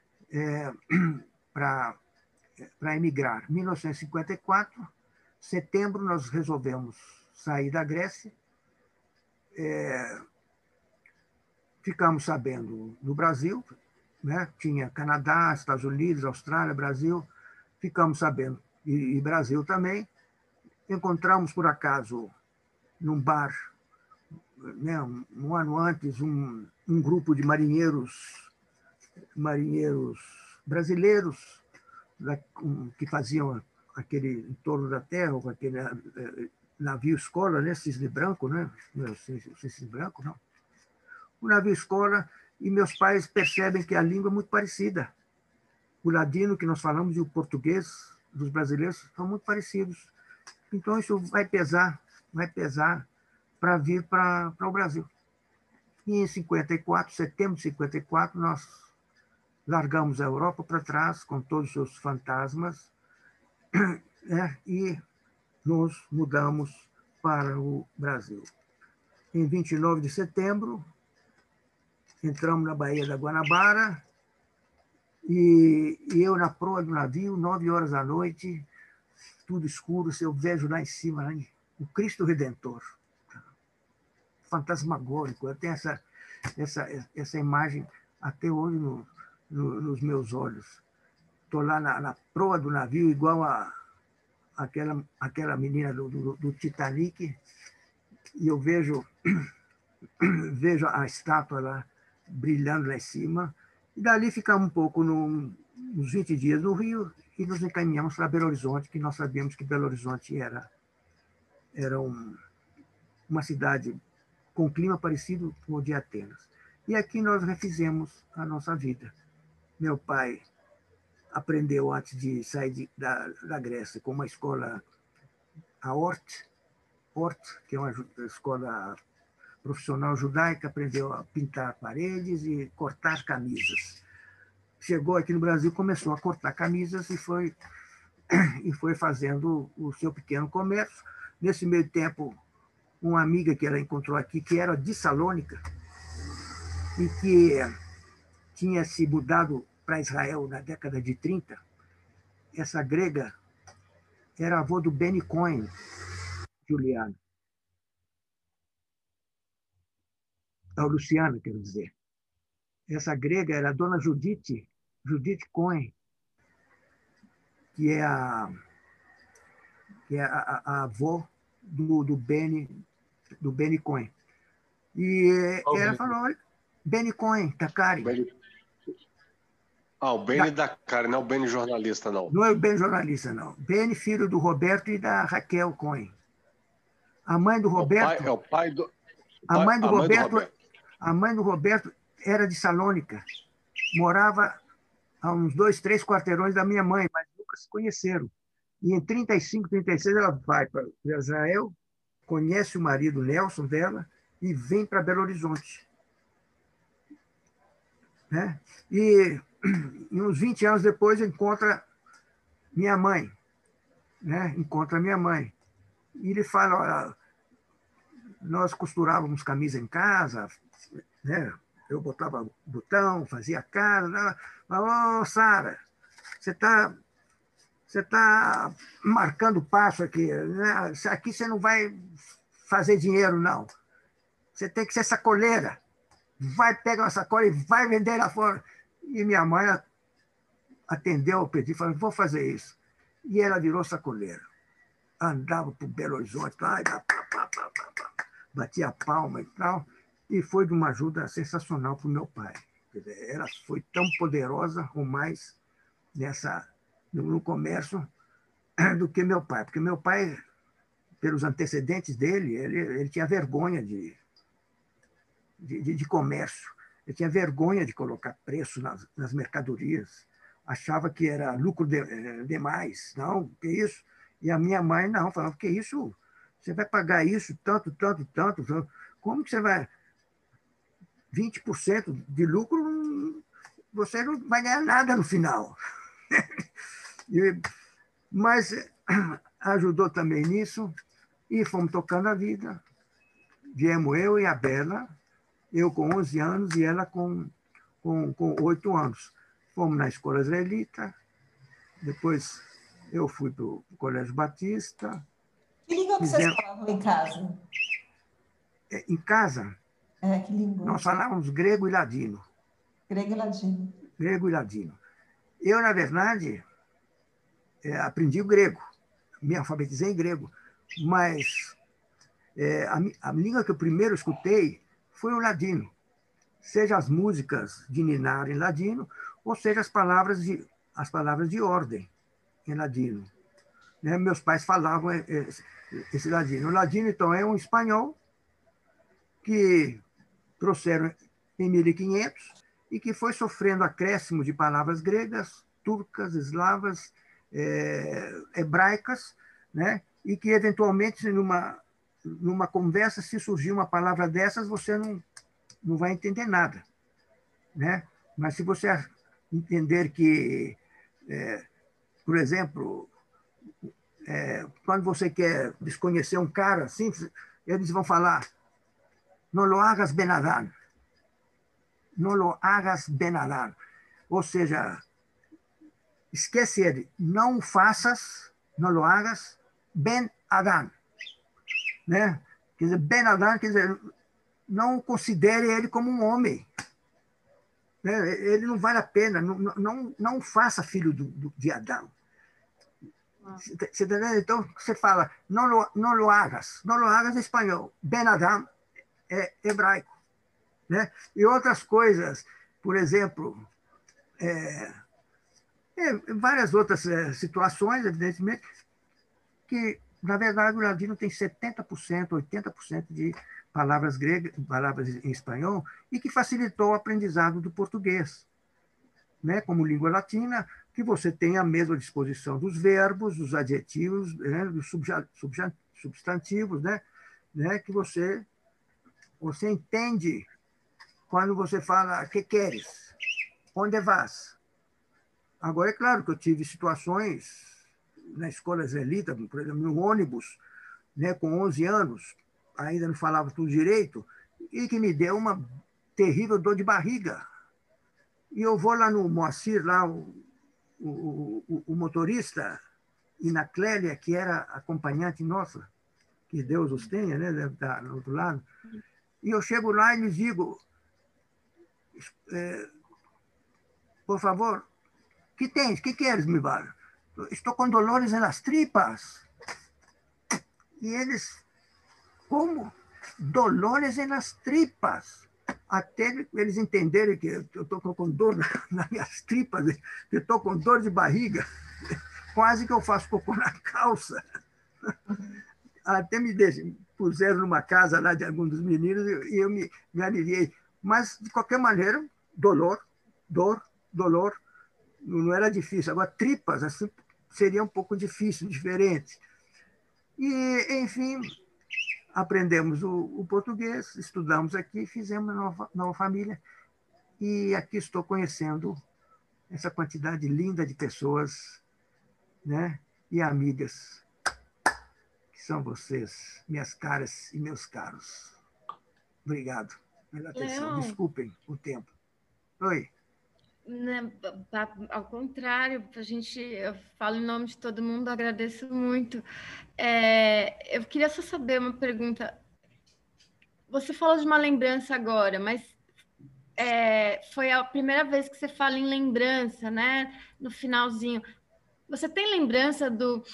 para emigrar. Em 1954, setembro, nós resolvemos sair da Grécia. Ficamos sabendo no Brasil, né? Tinha Canadá, Estados Unidos, Austrália, Brasil. Ficamos sabendo, e Brasil também. Encontramos, por acaso, num bar, né, um ano antes, um grupo de marinheiros brasileiros que faziam aquele em torno da terra, com aquele navio escola, né, Cisne Branco, né? Cisne Branco, não. O navio escola, e meus pais percebem que a língua é muito parecida. O ladino que nós falamos e o português dos brasileiros são muito parecidos. Então, isso vai pesar para vir para o Brasil. E em 54, setembro de 54, nós largamos a Europa para trás, com todos os seus fantasmas, né? E nos mudamos para o Brasil. Em 29 de setembro, entramos na Baía da Guanabara, e eu na proa do navio, 9 horas da noite, tudo escuro, eu vejo lá em cima o Cristo Redentor, fantasmagórico. Eu tenho essa imagem até hoje nos meus olhos. Estou lá na proa do navio, igual aquela menina do Titanic, e eu vejo a estátua lá brilhando lá em cima. E dali ficamos um pouco, uns 20 dias no Rio, e nos encaminhamos para Belo Horizonte, que nós sabíamos que Belo Horizonte era uma cidade com clima parecido com o de Atenas. E aqui nós refizemos a nossa vida. Meu pai aprendeu, antes de sair da Grécia, com uma escola, a Ort, que é uma escola profissional judaica, aprendeu a pintar paredes e cortar camisas. Chegou aqui no Brasil, começou a cortar camisas e foi fazendo o seu pequeno comércio. Nesse meio tempo, uma amiga que ela encontrou aqui, que era de Salônica, e que tinha se mudado para Israel na década de 30, essa grega era avó do Benny Cohen, Juliana. Luciana, quero dizer. Essa grega era a dona Judith Cohen, que é a avó do Benny Cohen. E ela falou, Beni Cohen, Takari. O Beni da Karen, não é o Beni jornalista, não. Não é o Beni jornalista, não. Beni, filho do Roberto e da Raquel Cohen. A mãe do Roberto... É o pai do... A mãe do Roberto era de Salônica. Morava a uns 2, 3 quarteirões da minha mãe, mas nunca se conheceram. E em 35, 36, ela vai para Israel, conhece o marido Nelson dela e vem para Belo Horizonte. Né? E uns 20 anos depois encontra minha mãe. Né? Encontra minha mãe. E ele fala, olha, nós costurávamos camisa em casa, né? Eu botava botão, fazia casa. Falou, Sara, você tá marcando passo aqui. Né? Aqui você não vai fazer dinheiro, não. Você tem que ser sacoleira. Vai pegar uma sacola e vai vender lá fora. E minha mãe atendeu ao pedido e falou, vou fazer isso. E ela virou sacoleira. Andava por Belo Horizonte, batia palma e tal, e foi de uma ajuda sensacional para o meu pai. Ela foi tão poderosa ou mais no comércio do que meu pai, porque meu pai, pelos antecedentes dele, ele tinha vergonha de comércio, ele tinha vergonha de colocar preço nas mercadorias, achava que era lucro demais, não, que isso? E a minha mãe não, falava, que isso? Você vai pagar isso, tanto, tanto, tanto, como que você vai... 20% de lucro, você não vai ganhar nada no final. Mas ajudou também nisso, e fomos tocando a vida. Viemos eu e a Bela, eu com 11 anos e ela com 8 anos. Fomos na escola israelita, depois eu fui para o Colégio Batista. Que língua que vocês falavam em casa? Em casa, que língua? Nós falávamos grego e ladino. Grego e ladino. Grego e ladino. Eu, na verdade, aprendi o grego, me alfabetizei em grego, mas a língua que eu primeiro escutei foi o ladino, seja as músicas de ninar em ladino, ou seja as palavras de ordem em ladino. Né? Meus pais falavam esse ladino. O ladino, então, é um espanhol que trouxeram em 1500 e que foi sofrendo acréscimo de palavras gregas, turcas, eslavas, hebraicas, né? E que, eventualmente, numa conversa, se surgir uma palavra dessas, você não vai entender nada. Né? Mas se você entender que, por exemplo, quando você quer desconhecer um cara, assim, eles vão falar não lo hagas ben Adán. Não lo hagas ben Adán. Ou seja, esquece ele, não faças, não lo hagas ben Adán. Né? Quer dizer, ben Adán, quer dizer, não considere ele como um homem. Né? Ele não vale a pena, não faça filho de Adão. Você tá entendendo? Então, você fala, não lo hagas em espanhol. Ben Adán é hebraico. Né? E outras coisas, por exemplo, várias outras situações, evidentemente, que, na verdade, o ladino tem 70%, 80% de palavras gregas, palavras em espanhol, e que facilitou o aprendizado do português. Né? Como língua latina, que você tem a mesma disposição dos verbos, dos adjetivos, né? Dos substantivos, né? Que você entende quando você fala que queres, onde vas. Agora, é claro que eu tive situações na escola israelita, por exemplo, no ônibus, né, com 11 anos, ainda não falava tudo direito, e que me deu uma terrível dor de barriga. E eu vou lá no Moacir, lá o motorista, e na Clélia, que era acompanhante nossa, que Deus os tenha, né, deve estar no outro lado, e eu chego lá e lhes digo, por favor, que tens? Que queres, mi bar? Estou com dolores nas tripas. E eles, como? Dolores nas tripas. até eles entenderem que eu estou com dor nas minhas tripas, que eu estou com dor de barriga, quase que eu faço cocô na calça. Até puseram numa casa lá de alguns dos meninos e eu me aliviei. Mas, de qualquer maneira, dor, não era difícil. Agora, tripas, assim, seria um pouco difícil, diferente. E, enfim, aprendemos o português, estudamos aqui, fizemos uma nova família. E aqui estou conhecendo essa quantidade linda de pessoas, né? E amigas, que são vocês, minhas caras e meus caros. Obrigado pela atenção. Leão. Desculpem o tempo. Oi. Ao contrário, eu falo em nome de todo mundo, agradeço muito. Eu queria só saber uma pergunta. Você falou de uma lembrança agora, mas foi a primeira vez que você fala em lembrança, né? No finalzinho. Você tem lembrança do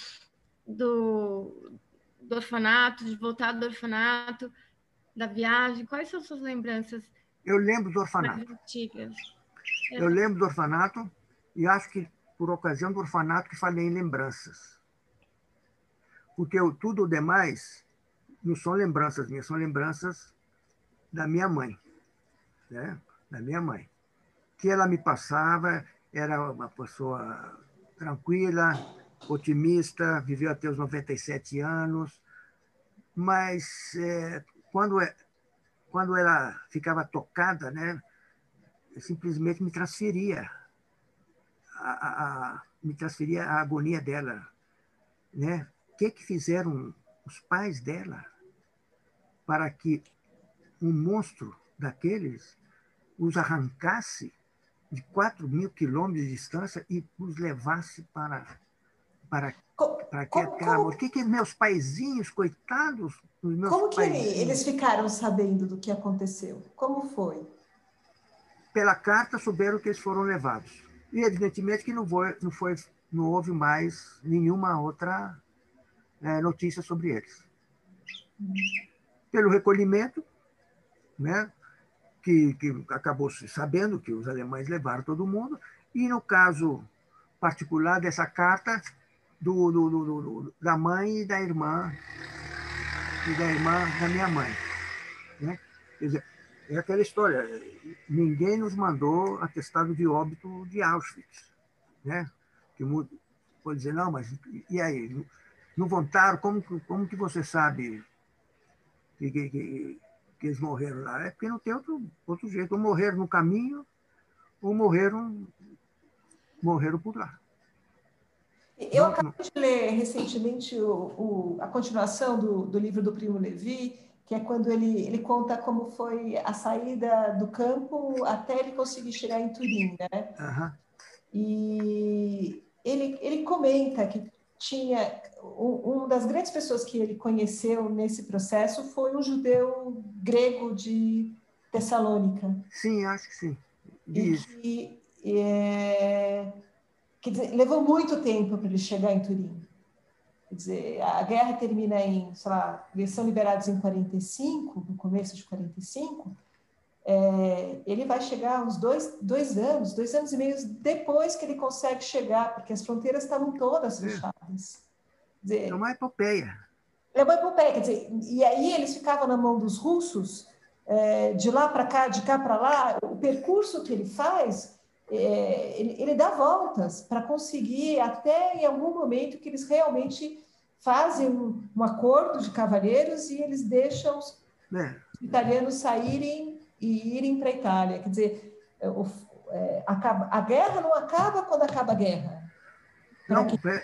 orfanato, de voltar do orfanato, da viagem? Quais são suas lembranças Eu lembro do mais orfanato. antigas? Eu lembro do orfanato e acho que, por ocasião do orfanato, que falei em lembranças. Porque tudo o demais não são lembranças minhas, são lembranças da minha mãe, né? Da minha mãe. Que ela me passava, era uma pessoa tranquila, otimista, viveu até os 97 anos, mas quando ela ficava tocada, né, simplesmente me transferia a agonia dela, né? O que fizeram os pais dela para que um monstro daqueles os arrancasse de 4.000 quilômetros de distância e os levasse para aquela morte? O que meus paizinhos, coitados, os meus como que paizinhos, eles ficaram sabendo do que aconteceu? Como foi? Pela carta souberam que eles foram levados. E, evidentemente, que não houve mais nenhuma outra notícia sobre eles. Pelo recolhimento, né, que acabou se sabendo que os alemães levaram todo mundo, e no caso particular dessa carta da mãe e da irmã da minha mãe, né? Quer dizer, é aquela história, ninguém nos mandou atestado de óbito de Auschwitz, né? Que pode dizer, não, mas e aí? Não voltaram? Como que você sabe que eles morreram lá? É porque não tem outro jeito. Ou morreram no caminho, ou morreram por lá. Eu acabei de ler recentemente a continuação do livro do Primo Levi, que é quando ele conta como foi a saída do campo até ele conseguir chegar em Turim, né? Uhum. E ele comenta que tinha uma das grandes pessoas que ele conheceu nesse processo foi um judeu grego de Tessalônica. Sim, acho que sim. Quer dizer, levou muito tempo para ele chegar em Turim. Quer dizer, a guerra termina em, sei lá, eles são liberados em 45, no começo de 45. Ele vai chegar uns 2 anos e meio depois que ele consegue chegar, porque as fronteiras estavam todas fechadas. Quer dizer, é uma epopeia. É uma epopeia, quer dizer, e aí eles ficavam na mão dos russos, de lá para cá, de cá para lá. O percurso que ele faz, ele dá voltas para conseguir, até em algum momento, que eles realmente fazem um acordo de cavalheiros e eles deixam os italianos saírem e irem para a Itália. Quer dizer, a guerra não acaba quando acaba a guerra. Não,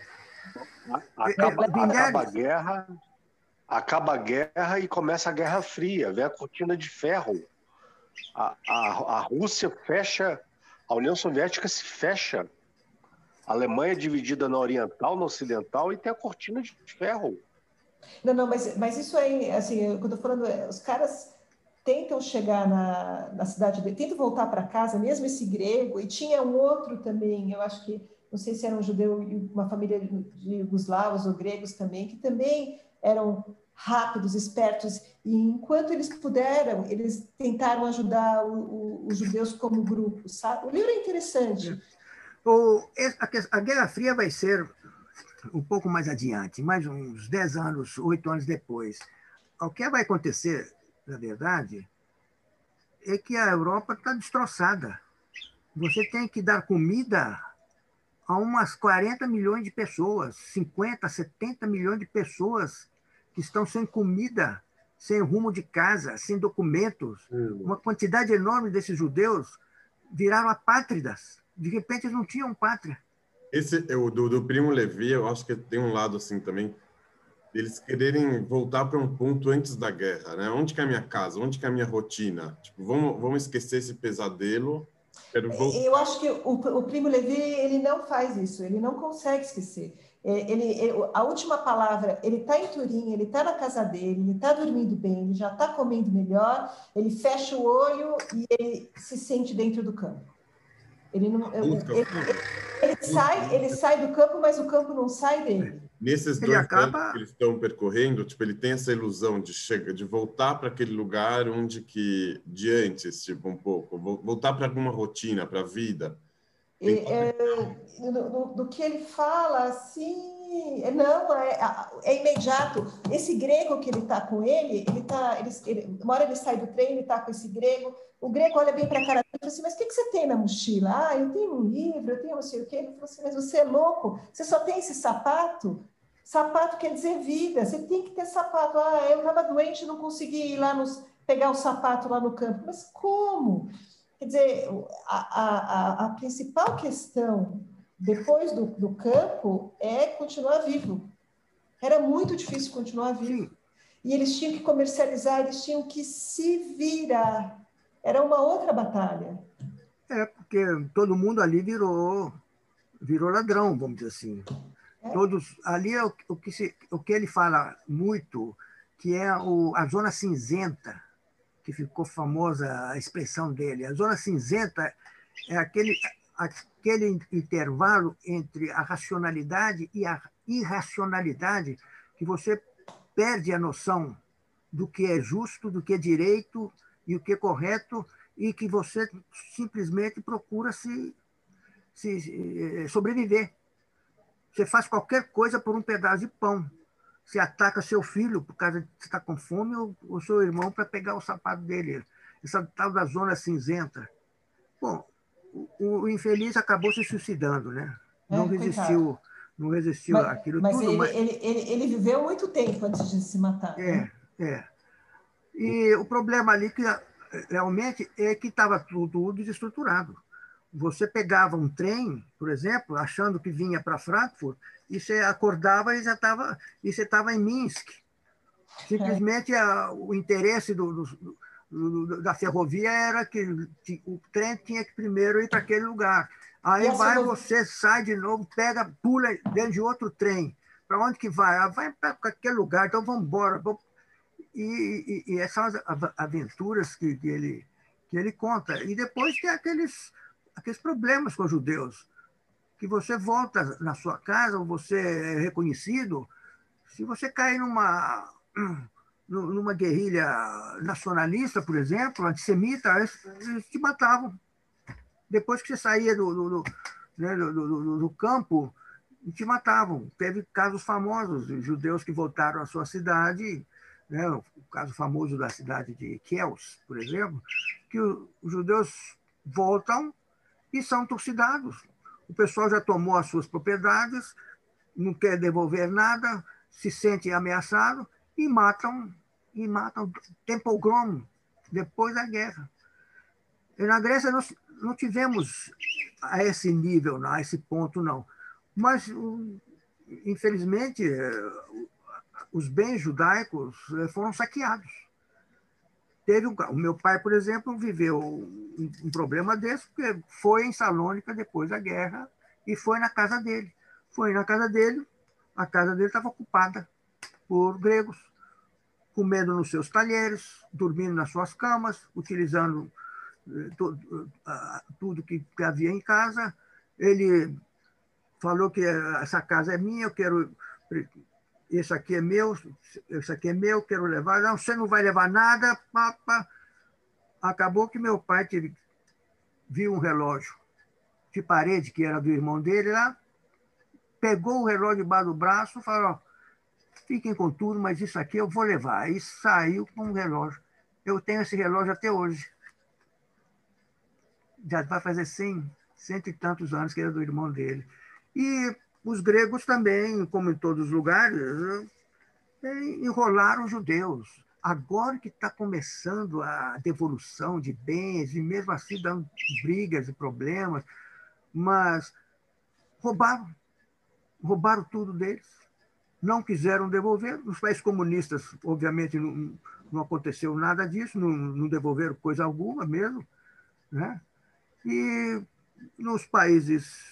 acaba a guerra e começa a Guerra Fria, vem a cortina de ferro. A Rússia fecha, a União Soviética se fecha, a Alemanha é dividida na oriental, na ocidental, e tem a cortina de ferro. Não, mas isso aí, assim, eu estou falando, os caras tentam chegar na cidade dele, tentam voltar para casa, mesmo esse grego, e tinha um outro também, eu acho que, não sei se era um judeu e uma família de jugoslavos ou gregos também, que também eram rápidos, espertos, E enquanto eles puderam, eles tentaram ajudar os judeus como grupo, sabe? O livro é interessante. A Guerra Fria vai ser um pouco mais adiante, mais uns 10 anos, 8 anos depois. O que vai acontecer, na verdade, é que a Europa está destroçada. Você tem que dar comida a umas 40 milhões de pessoas, 50, 70 milhões de pessoas que estão sem comida, sem rumo de casa, sem documentos. Uma quantidade enorme desses judeus viraram apátridas. De repente, eles não tinham pátria. Esse do Primo Levi, eu acho que tem um lado assim também, eles quererem voltar para um ponto antes da guerra, né? Onde que é a minha casa? Onde que é a minha rotina? Tipo, vamos esquecer esse pesadelo. Eu acho que o Primo Levi, ele não faz isso, ele não consegue esquecer. A última palavra, ele está em Turim, ele está na casa dele, ele está dormindo bem, ele já está comendo melhor, ele fecha o olho e ele se sente dentro do campo. Ele não, ele sai do campo, mas o campo não sai dele. Nesses 2 anos que eles estão percorrendo, tipo, ele tem essa ilusão de voltar para aquele lugar onde que de antes, tipo, um pouco, voltar para alguma rotina, para a vida. Do que ele fala, assim, não, é imediato. Esse grego que ele está com ele, uma hora ele sai do trem, ele está com esse grego, o grego olha bem para a cara dele e fala assim, mas o que você tem na mochila? Ah, eu tenho um livro, eu tenho não sei o quê. Ele falou assim, mas você é louco? Você só tem esse sapato? Sapato quer dizer vida, você tem que ter sapato. Ah, eu estava doente, não consegui ir lá pegar o sapato lá no campo. Mas como? Quer dizer, a principal questão depois do campo é continuar vivo. Era muito difícil continuar vivo. Sim. E eles tinham que comercializar, eles tinham que se virar. Era uma outra batalha. Porque todo mundo ali virou ladrão, vamos dizer assim. Todos ali é o que ele fala muito, que é a zona cinzenta, que ficou famosa a expressão dele. A zona cinzenta é aquele intervalo entre a racionalidade e a irracionalidade, que você perde a noção do que é justo, do que é direito e o que é correto, e que você simplesmente procura sobreviver. Você faz qualquer coisa por um pedaço de pão. Você ataca seu filho por causa de você estar com fome, ou o seu irmão para pegar o sapato dele. Essa tal da zona cinzenta. Bom, o infeliz acabou se suicidando, né? Não resistiu àquilo tudo. Ele viveu muito tempo antes de se matar. E o problema ali que realmente é que estava tudo desestruturado. Você pegava um trem, por exemplo, achando que vinha para Frankfurt, e você acordava e você estava em Minsk. Simplesmente o interesse da ferrovia era que o trem tinha que primeiro ir para aquele lugar. Aí você sai de novo, pula dentro de outro trem. Para onde que vai? Vai para aquele lugar, então vamos embora. E essas são as aventuras que ele conta. E depois tem aqueles problemas com os judeus, que você volta na sua casa, ou você é reconhecido, se você cair numa guerrilha nacionalista, por exemplo, antissemita, eles te matavam. Depois que você saía do campo, te matavam. Teve casos famosos de judeus que voltaram à sua cidade, né? O caso famoso da cidade de Kielce, por exemplo, que os judeus voltam e são trucidados. O pessoal já tomou as suas propriedades, não quer devolver nada, se sente ameaçado e matam tem pogrom depois da guerra. E na Grécia nós não tivemos a esse nível, a esse ponto, não. Mas, infelizmente, os bens judaicos foram saqueados. O meu pai, por exemplo, viveu um problema desse, porque foi em Salônica depois da guerra e foi na casa dele. Foi na casa dele, a casa dele estava ocupada por gregos, comendo nos seus talheres, dormindo nas suas camas, utilizando tudo que havia em casa. Ele falou que essa casa é minha, eu quero esse aqui é meu, esse aqui é meu, quero levar. Não, você não vai levar nada. Pá, pá. Acabou que meu pai viu um relógio de parede, que era do irmão dele lá, pegou o relógio debaixo do braço e falou: ó, fiquem com tudo, mas isso aqui eu vou levar. Aí saiu com um relógio. Eu tenho esse relógio até hoje. Já vai fazer 100 e tantos anos que era do irmão dele. E os gregos também, como em todos os lugares, enrolaram os judeus. Agora que está começando a devolução de bens, e mesmo assim dando brigas e problemas, mas roubaram tudo deles. Não quiseram devolver. Nos países comunistas, obviamente, não aconteceu nada disso, não devolveram coisa alguma mesmo, né? E nos países,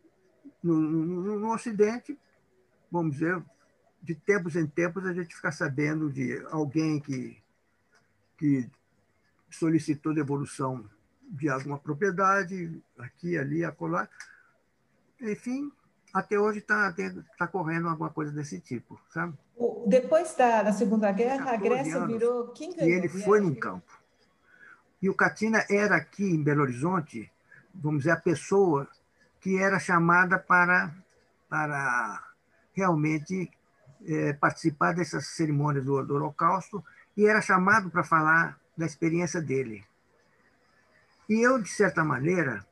no Ocidente, vamos dizer, de tempos em tempos a gente fica sabendo de alguém que solicitou devolução de alguma propriedade, aqui, ali, acolá. Enfim, até hoje está correndo alguma coisa desse tipo, sabe? Depois da Segunda Guerra, a 14 Grécia anos, virou... Quem e ganhou? ele foi num campo. E o Katina era aqui em Belo Horizonte, vamos dizer, a pessoa que era chamada para realmente participar dessas cerimônias do Holocausto, e era chamado para falar da experiência dele. E eu, de certa maneira,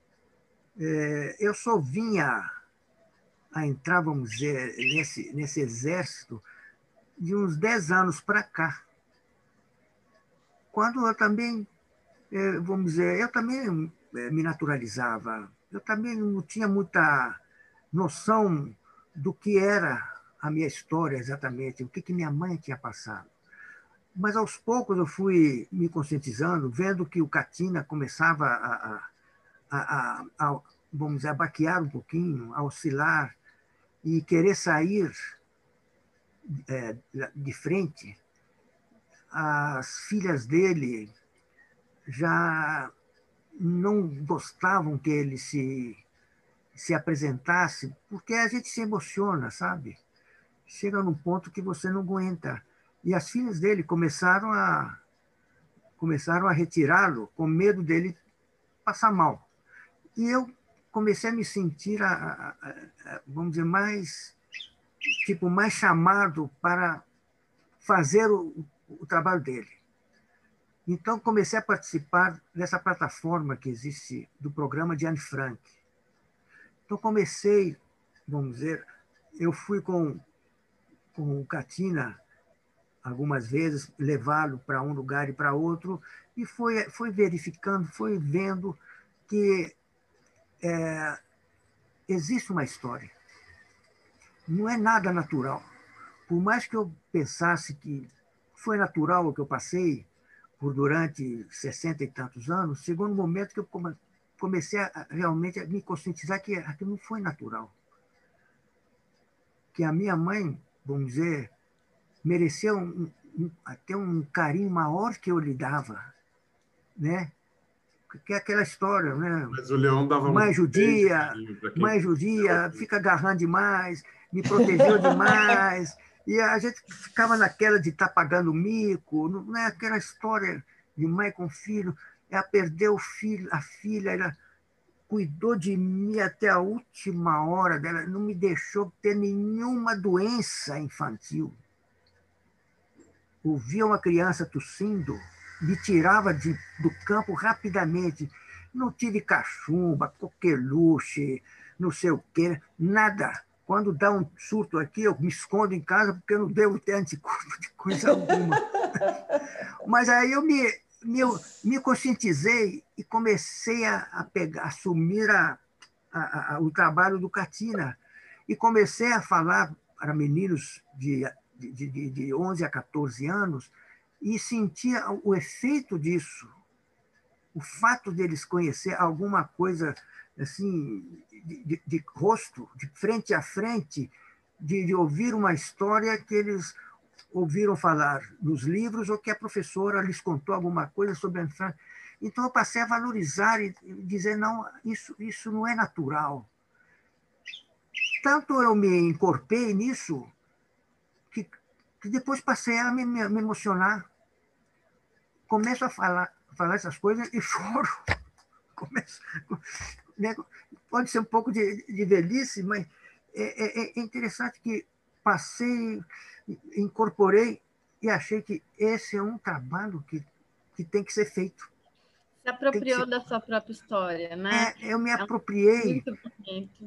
eu só vinha a entrar, vamos dizer, nesse exército de uns 10 anos para cá, quando eu também, vamos dizer, eu também me naturalizava, eu também não tinha muita noção do que era a minha história exatamente, o que minha mãe tinha passado. Mas, aos poucos, eu fui me conscientizando, vendo que o Katina começava vamos dizer, a baquear um pouquinho, a oscilar e querer sair de frente. As filhas dele já não gostavam que ele se apresentasse, porque a gente se emociona, sabe? Chega num ponto que você não aguenta. E as filhas dele começaram a retirá-lo com medo dele passar mal. E eu comecei a me sentir, vamos dizer, mais chamado para fazer o trabalho dele. Então, comecei a participar dessa plataforma que existe, do programa de Anne Frank. Então, comecei, vamos dizer, eu fui com o Katina algumas vezes, levá-lo para um lugar e para outro, e foi verificando, foi vendo que existe uma história. Não é nada natural. Por mais que eu pensasse que foi natural o que eu passei durante 60 e tantos anos, chegou no momento que eu comecei realmente a me conscientizar que aquilo não foi natural. Que a minha mãe, vamos dizer, merecia até um carinho maior que eu lhe dava, né? Que é aquela história, né? Mas o Leão dava mãe um judia, fica agarrando demais, me protegeu demais, e a gente ficava naquela de estar pagando mico, não é aquela história de mãe com filho, ela perdeu o filho, a filha, ela cuidou de mim até a última hora dela, não me deixou ter nenhuma doença infantil. Ouvia uma criança tossindo, me tirava do campo rapidamente. Não tive cachumba, coqueluche, não sei o quê, nada. Quando dá um surto aqui, eu me escondo em casa porque eu não devo ter anticorpo de coisa alguma. Mas aí eu me conscientizei e comecei a assumir o trabalho do Katina. E comecei a falar para meninos de 11 a 14 anos e sentia o efeito disso. O fato deles conhecer alguma coisa assim, de rosto, de frente a frente, de ouvir uma história que eles ouviram falar nos livros ou que a professora lhes contou alguma coisa sobre a infância. Então, eu passei a valorizar e dizer, não, isso não é natural. Tanto eu me encorpei nisso E depois passei a me emocionar. Começo a falar essas coisas e choro. Começo, né? Pode ser um pouco de velhice, mas é interessante que passei, incorporei e achei que esse é um trabalho que tem que ser feito. Se apropriou da sua própria história, né? Eu me apropriei, Muito bonito.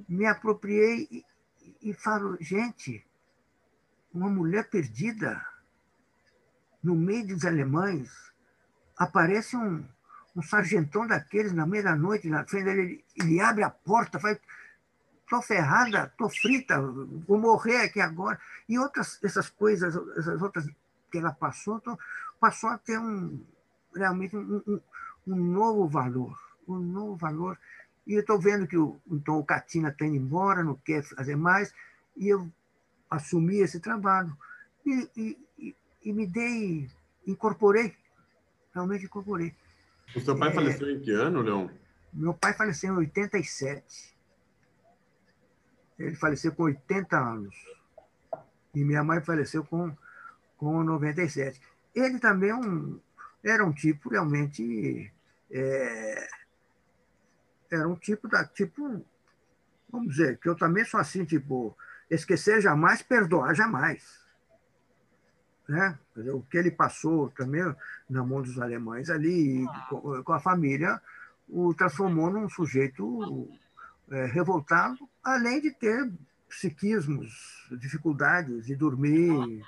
e falo, gente, uma mulher perdida no meio dos alemães, aparece um sargentão daqueles na meia-noite na frente dele, ele abre a porta, faz, estou ferrada, estou frita, vou morrer aqui agora. E essas coisas, essas outras que ela passou, passou a ter realmente um novo valor, um novo valor. E eu estou vendo que então, o Catina está indo embora, não quer fazer mais, e eu assumi esse trabalho e incorporei, realmente incorporei. O seu pai faleceu em que ano, Leon? Meu pai faleceu em 87. Ele faleceu com 80 anos. E minha mãe faleceu com 97. Ele também era um tipo realmente... era um tipo vamos dizer, que eu também sou assim, tipo, esquecer jamais, perdoar jamais. Né? O que ele passou também na mão dos alemães ali, com a família, o transformou num sujeito revoltado, além de ter psiquismos, dificuldades de dormir.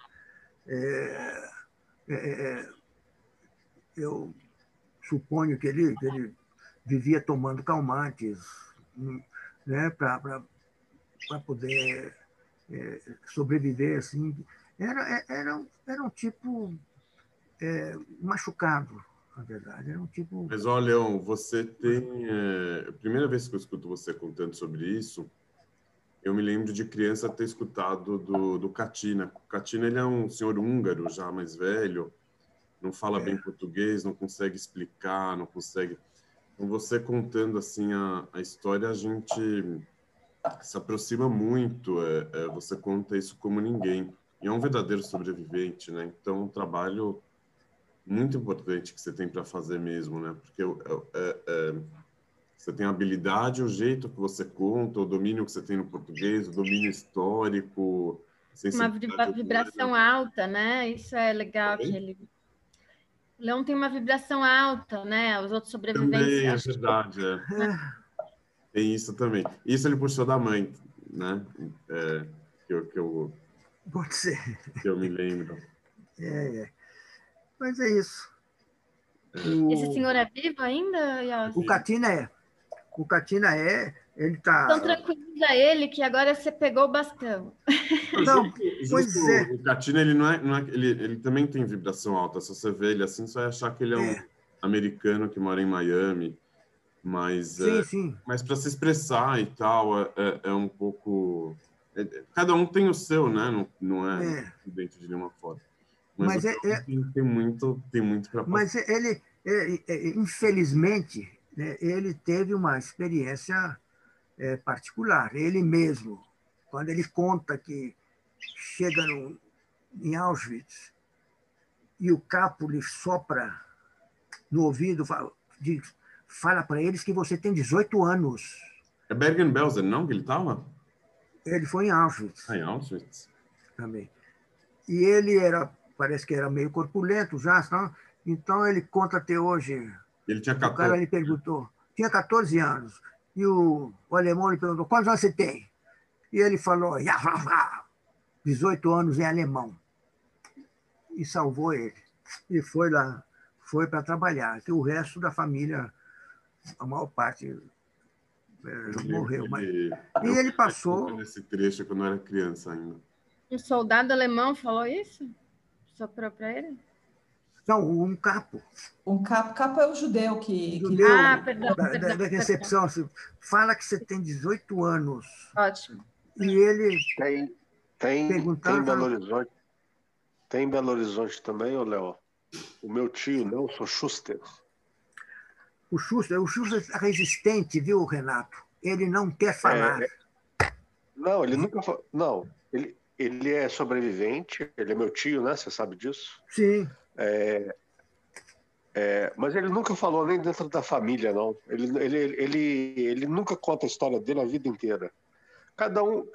Eu suponho que ele vivia tomando calmantes, né, para poder sobreviver. Assim. Era um tipo machucado, na verdade. Era um tipo... Mas, ó, Leon, você tem... a primeira vez que eu escuto você contando sobre isso, eu me lembro de criança ter escutado do Catina. O Catina, ele é um senhor húngaro, já mais velho, não fala bem português, não consegue explicar, não consegue... Então, você contando assim a história, a gente se aproxima muito. Você conta isso como ninguém. E é um verdadeiro sobrevivente, né? Então, é um trabalho muito importante que você tem para fazer mesmo, né? Porque você tem a habilidade, o jeito que você conta, o domínio que você tem no português, o domínio histórico, uma vibração alta, né? Isso é legal que ele... O Leão tem uma vibração alta, né? Os outros sobreviventes... Também, é verdade, Tem isso também. Isso ele puxou da mãe, né? Pode ser. Que eu me lembro. Mas é isso. Esse senhor é vivo ainda, Yos? O Catina ele está... Então tranquiliza ele que agora você pegou o bastão. Não, Justo, o Catina, ele não é ele também tem vibração alta. Se você vê ele assim, você vai achar que ele é um americano que mora em Miami. Mas, sim. Mas para se expressar e tal, é um pouco... cada um tem o seu, né? Não é dentro de nenhuma forma. Mas tem muito para passar. Mas ele, infelizmente, né, ele teve uma experiência particular. Ele mesmo, quando ele conta que chega em Auschwitz e o capo lhe sopra no ouvido, fala para eles que você tem 18 anos. É Bergen-Belsen, não? Que ele estava? Ele foi em Auschwitz. Em Auschwitz. Também. E ele parece que era meio corpulento já, então ele conta até hoje. Ele tinha 14. O cara lhe perguntou, tinha 14 anos, e o alemão lhe perguntou, quantos anos você tem? E ele falou, 18 anos em alemão. E salvou ele. E foi lá, foi para trabalhar. E o resto da família, a maior parte morreu. E ele passou... Nesse trecho quando eu era criança ainda. Um soldado alemão falou isso? Soprou para ele? Não, um capo. Um capo é o judeu que... Perdão, da recepção. Perdão. Fala que você tem 18 anos. Ótimo. E ele... Tem em Belo Horizonte. Tem em Belo Horizonte também, ô Léo? O meu tio, Nelson Schuster. O Schuster é resistente, viu, Renato? Ele não quer falar. Não, ele nunca falou. Não, ele é sobrevivente, ele é meu tio, né? Você sabe disso? Sim. Mas ele nunca falou nem dentro da família, não. Ele nunca conta a história dele a vida inteira. Cada um